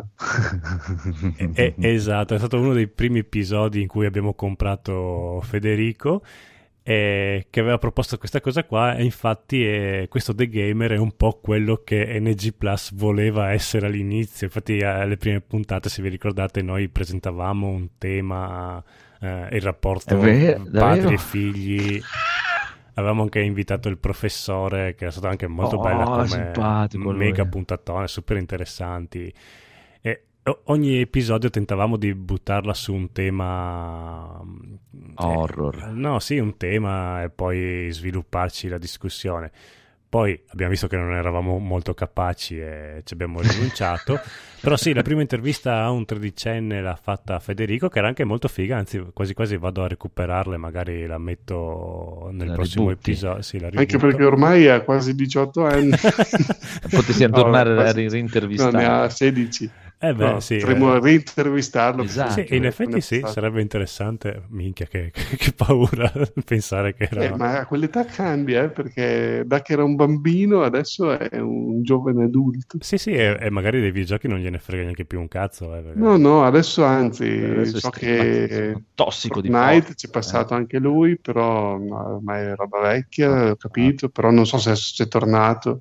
Esatto, è stato uno dei primi episodi in cui abbiamo comprato Federico, che aveva proposto questa cosa qua, e infatti questo The Gamer è un po' quello che NG Plus voleva essere all'inizio. Infatti alle prime puntate, se vi ricordate, noi presentavamo un tema, il rapporto padri e figli. Avevamo anche invitato il professore, che è stato anche molto bella, come simpatico mega lui. puntatone, super interessanti. E ogni episodio tentavamo di buttarla su un tema Horror. no, sì, un tema, e poi svilupparci la discussione. Poi abbiamo visto che non eravamo molto capaci e ci abbiamo rinunciato. Però sì, la prima intervista a un tredicenne l'ha fatta Federico, che era anche molto figa, anzi quasi quasi vado a recuperarla e magari la metto nel La prossimo ributti. episodio. Sì, la Anche ributto. perché ormai ha quasi 18 anni. Potresti No, tornare a quasi- rintervistare. No, ne ha 16. Beh, No, sì, potremmo rintervistarlo. Esatto. sì, in effetti sì, sarebbe interessante. Minchia, che paura pensare che era... Ma a quell'età cambia, perché da che era un bambino adesso è un giovane adulto. Sì, sì, e magari dei videogiochi non gliene frega neanche più un cazzo. Perché- No, adesso anzi, Adesso è so stigmatizzato, che tossico di Fortnite forza. c'è passato anche lui, però no, ormai è roba vecchia, ho capito, però non so se è tornato.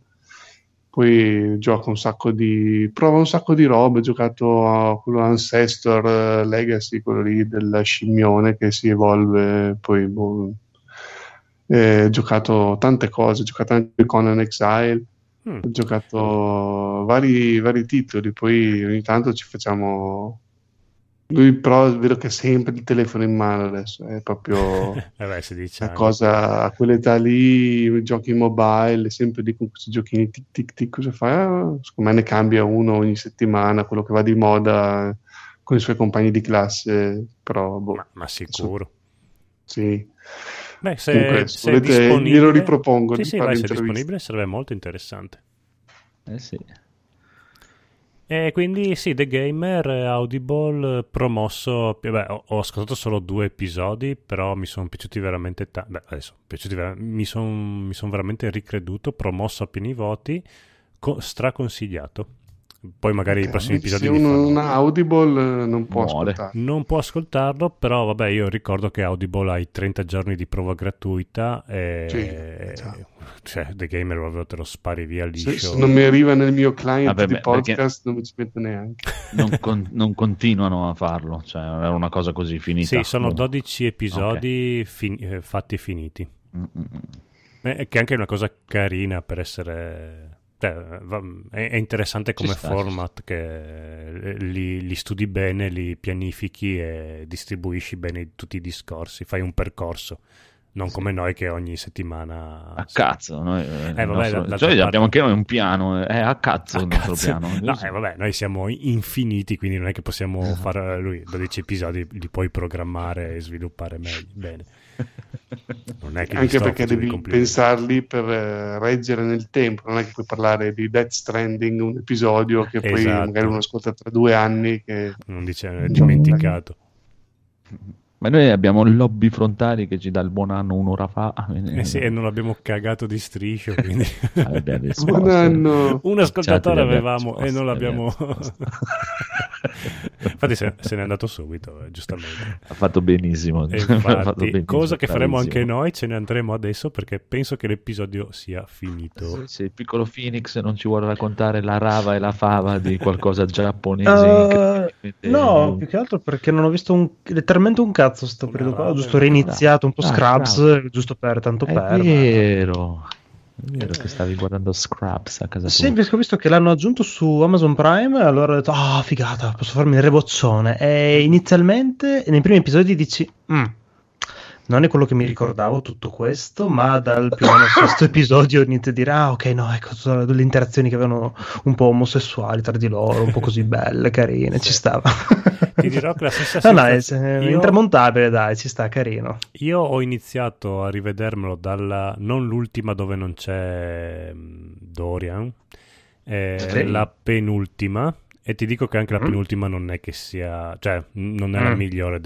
Poi prova un sacco di robe, ho giocato a quello Ancestor Legacy, quello lì del scimmione che si evolve, poi ho giocato tante cose, ho giocato anche Conan Exile, ho giocato vari titoli, poi ogni tanto ci facciamo... Lui però vedo che ha sempre il telefono in mano adesso, è proprio beh, si dice una anche. cosa, a quell'età lì, giochi mobile, sempre lì con questi giochini tic tic tic, cosa fa? Secondo me ne cambia uno ogni settimana, quello che va di moda con i suoi compagni di classe, però boh, Ma sicuro. sì. Beh, Comunque, se è volete, disponibile... glielo ripropongo Sì, di sì, fare vai, se è l'intervista. disponibile sarebbe molto interessante. Sì. E quindi sì, The Gamer, Audible, promosso. Beh, ho ascoltato solo 2 episodi, però mi sono piaciuti veramente tanto. Beh, adesso mi sono veramente ricreduto, promosso a pieni voti, straconsigliato. Poi magari i prossimi episodi Se li uno fanno. non ha Audible non può Muore. ascoltare. Non può ascoltarlo, però vabbè, io ricordo che Audible ha i 30 giorni di prova gratuita e Sì, esatto. cioè, The Gamer proprio te lo spari via liscio. Se non mi arriva nel mio client Vabbè, di beh, podcast non mi ci metto neanche. Non continuano a farlo, cioè era una cosa così finita. Sì, sono Boh. 12 episodi fatti e finiti. Che è anche una cosa carina per essere... è interessante come Ci sta, format, che li studi bene, li pianifichi e distribuisci bene tutti i discorsi, fai un percorso, non come noi che ogni settimana... A cazzo, noi, vabbè, d'altra cioè, parte- abbiamo anche noi un piano, è a cazzo A il nostro cazzo. piano. No, vabbè, noi siamo infiniti, quindi non è che possiamo fare lui 12 episodi, li puoi programmare e sviluppare bene. Non è che gli Anche sto perché facendo i devi complimenti. pensarli per reggere nel tempo, non è che puoi parlare di Death Stranding, un episodio che poi Esatto. magari uno ascolta tra 2 anni che... Non dice, è dimenticato. Ma noi abbiamo il lobby frontali che ci dà il buon anno un'ora fa. Sì, e non l'abbiamo cagato di striscio, quindi Abbiamo risposto. Buon anno. un ascoltatore Chat, avevamo e risposto, non l'abbiamo. abbiamo risposto. Infatti se n'è andato subito, giustamente. Ha fatto benissimo. E Ha fatto infatti, benissimo, cosa che faremo bravissimo. anche noi, ce ne andremo adesso perché penso che l'episodio sia finito. Se il piccolo Phoenix non ci vuole raccontare la rava e la fava di qualcosa giapponese incredibilmente- No, più che altro perché non ho visto letteralmente un cazzo sto Una periodo qua. Ho roba, giusto reiniziato un po' Ah, Scrubs, bravo. giusto per tanto È per. vero. È vero che stavi guardando Scraps a casa Sì, tua. perché ho visto che l'hanno aggiunto su Amazon Prime, allora ho detto, ah, figata, posso farmi il rewatchone. E inizialmente, nei primi episodi dici, non è quello che mi ricordavo tutto questo, ma dal più o meno sesto episodio inizio a dire, ah, ok, no, ecco, tutte le interazioni che avevano un po' omosessuali tra di loro, un po' così belle, carine, ci stava. Ti dirò che la stessa No, no, è sensazione- intramontabile, dai, ci sta, carino. Io ho iniziato a rivedermelo dalla non l'ultima dove non c'è Dorian, Sì. la penultima, e ti dico che anche la Mm. penultima non è che sia, cioè non è la migliore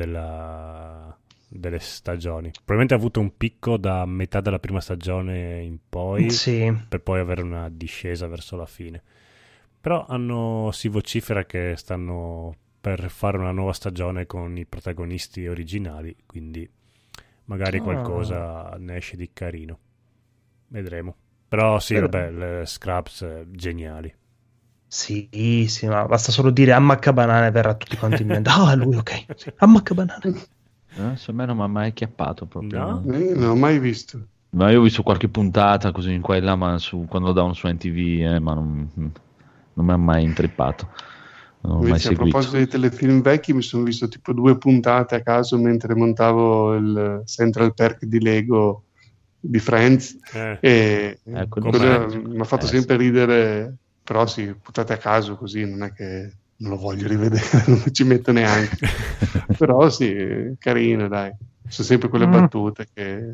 delle stagioni. Probabilmente ha avuto un picco da metà della prima stagione in poi, Sì. per poi avere una discesa verso la fine. Però si vocifera che stanno per fare una nuova stagione con i protagonisti originali, quindi magari qualcosa ne esce di carino. Vedremo. Però sì, vabbè, le Scraps geniali. Sì, sì, ma basta solo dire ammacca banane e verrà tutti quanti in mente. Ah, lui, ok. Sì. Ammacca banane. Su me non mi ha mai acchiappato proprio. No? Non ho mai visto. Ma io ho visto qualche puntata così in qua e là, ma quando lo davano su NTV, ma non mi ha mai intrippato. Non l'ho mai Invece, a seguito. proposito dei telefilm vecchi, mi sono visto tipo 2 puntate a caso mentre montavo il Central Perk di Lego di Friends e Ecco, quello com'è? mi ha fatto sempre ridere, però sì, puntate a caso così, non è che non lo voglio rivedere, non ci metto neanche. Però sì, carino, dai. Sono sempre quelle battute che...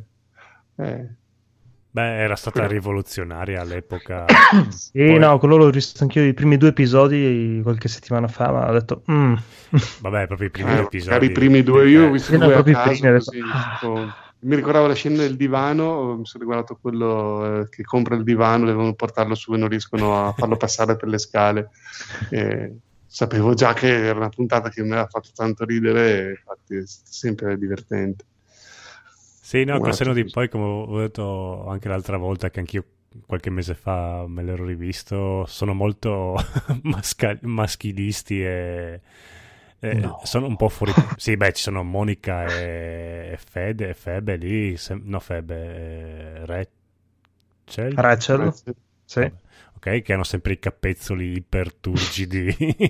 Beh, era stata rivoluzionaria all'epoca. Sì, Poi- no, quello l'ho visto anch'io i primi 2 episodi qualche settimana fa, ma ho detto, Vabbè, proprio i primi 2 episodi. magari i primi 2, io ho visto Sì, no, 2 a proprio i caso, primi, ho detto, così, tipo, mi ricordavo la scena del divano, mi sono riguardato quello che compra il divano, devono portarlo su e non riescono a farlo passare per le scale. Sapevo già che era una puntata che mi aveva fatto tanto ridere, infatti è sempre divertente. Sì, no, col Guarda, senno di sì. poi, come ho detto anche l'altra volta, che anch'io qualche mese fa me l'ero rivisto, sono molto maschilisti e No. sono un po' fuori. Sì, beh, ci sono Monica e Febe lì, no, Febe, Rachel, Rachel, sì. Vabbè, ok, che hanno sempre i capezzoli iperturgidi,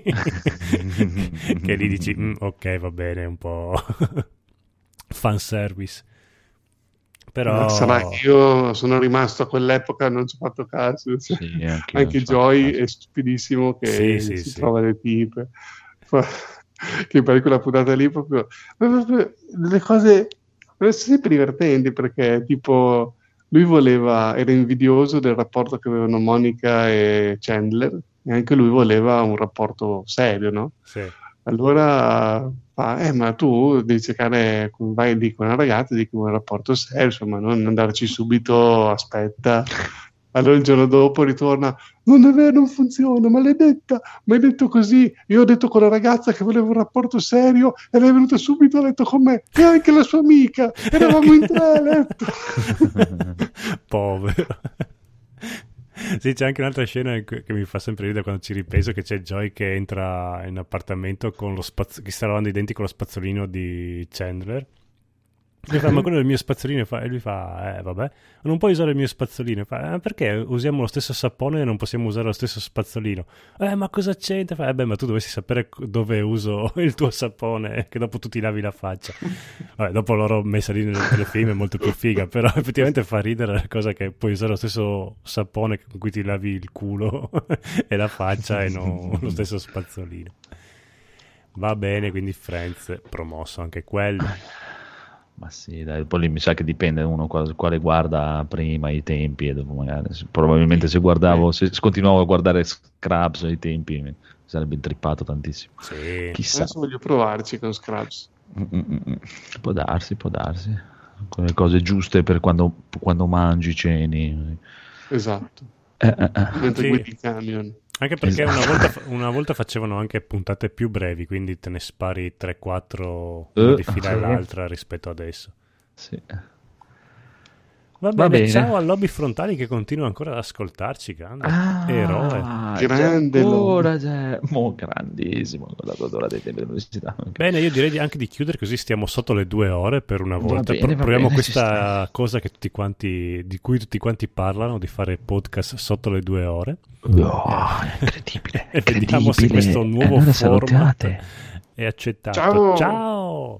che lì dici, ok, va bene, un po' fanservice. Però Sarà che io sono rimasto a quell'epoca, non ci ho fatto caso. Sì, anch'io Anche non ci ho Joy fatto caso. è stupidissimo che Sì, si sì. trova le tipe. Che per quella puntata lì proprio le cose sono sempre divertenti, perché tipo lui era invidioso del rapporto che avevano Monica e Chandler, e anche lui voleva un rapporto serio, no? sì. Allora fa, ma tu devi cercare, vai lì con una ragazza, di un rapporto serio, insomma, non andarci subito, aspetta. Allora il giorno dopo ritorna, non è vero, non funziona, maledetta, mi hai detto così, io ho detto con la ragazza che volevo un rapporto serio e lei è venuta subito a letto con me, e anche la sua amica, eravamo in 3 a letto. Povero. Sì, c'è anche un'altra scena che mi fa sempre ridere quando ci ripenso, che c'è Joy che entra in appartamento con che sta lavando i denti con lo spazzolino di Chandler. Lui fa, ma quello è il mio spazzolino, e lui fa, vabbè, non puoi usare il mio spazzolino. E fa, perché usiamo lo stesso sapone e non possiamo usare lo stesso spazzolino? Ma cosa c'entra? Fa, beh, ma tu dovresti sapere dove uso il tuo sapone, che dopo tu ti lavi la faccia. Vabbè, dopo l'ho messa lì nel telefilm, è molto più figa, però effettivamente fa ridere la cosa che puoi usare lo stesso sapone con cui ti lavi il culo e la faccia e non lo stesso spazzolino. Va bene, quindi Friends promosso anche quello. Ma sì, dai, poi lì mi sa che dipende uno quale guarda prima i tempi, e dopo magari probabilmente se continuavo a guardare Scrubs ai tempi mi sarebbe intrippato tantissimo. Sì. Chissà. Adesso voglio provarci con Scrubs. Può darsi. Con le cose giuste per quando mangi, ceni. Esatto. Mentre Sì. guidi il camion. Anche perché Esatto. una volta facevano anche puntate più brevi, quindi te ne spari 3-4 una di fila sì. all'altra rispetto adesso. Sì. Va Va bene, bene. ciao al Lobby Frontali che continua ancora ad ascoltarci, grande eroe. Grande ancora, grandissimo, con la tua ora dei tempi dell'università. Bene, io direi anche di chiudere così stiamo sotto le 2 ore per una volta. bene, va Proviamo bene, ci questa cosa che di cui tutti quanti parlano, di fare podcast sotto le 2 ore. Incredibile. E vediamo se questo nuovo allora format salutate. è accettato. Ciao. Ciao!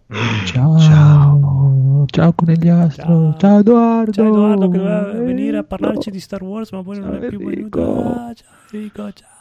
Ciao conigliastro. Ciao Edoardo. Ciao Edoardo che doveva venire a parlarci di Star Wars, ma poi non Ciao, è più Enrico. venuto. Ciao Enrico, ciao.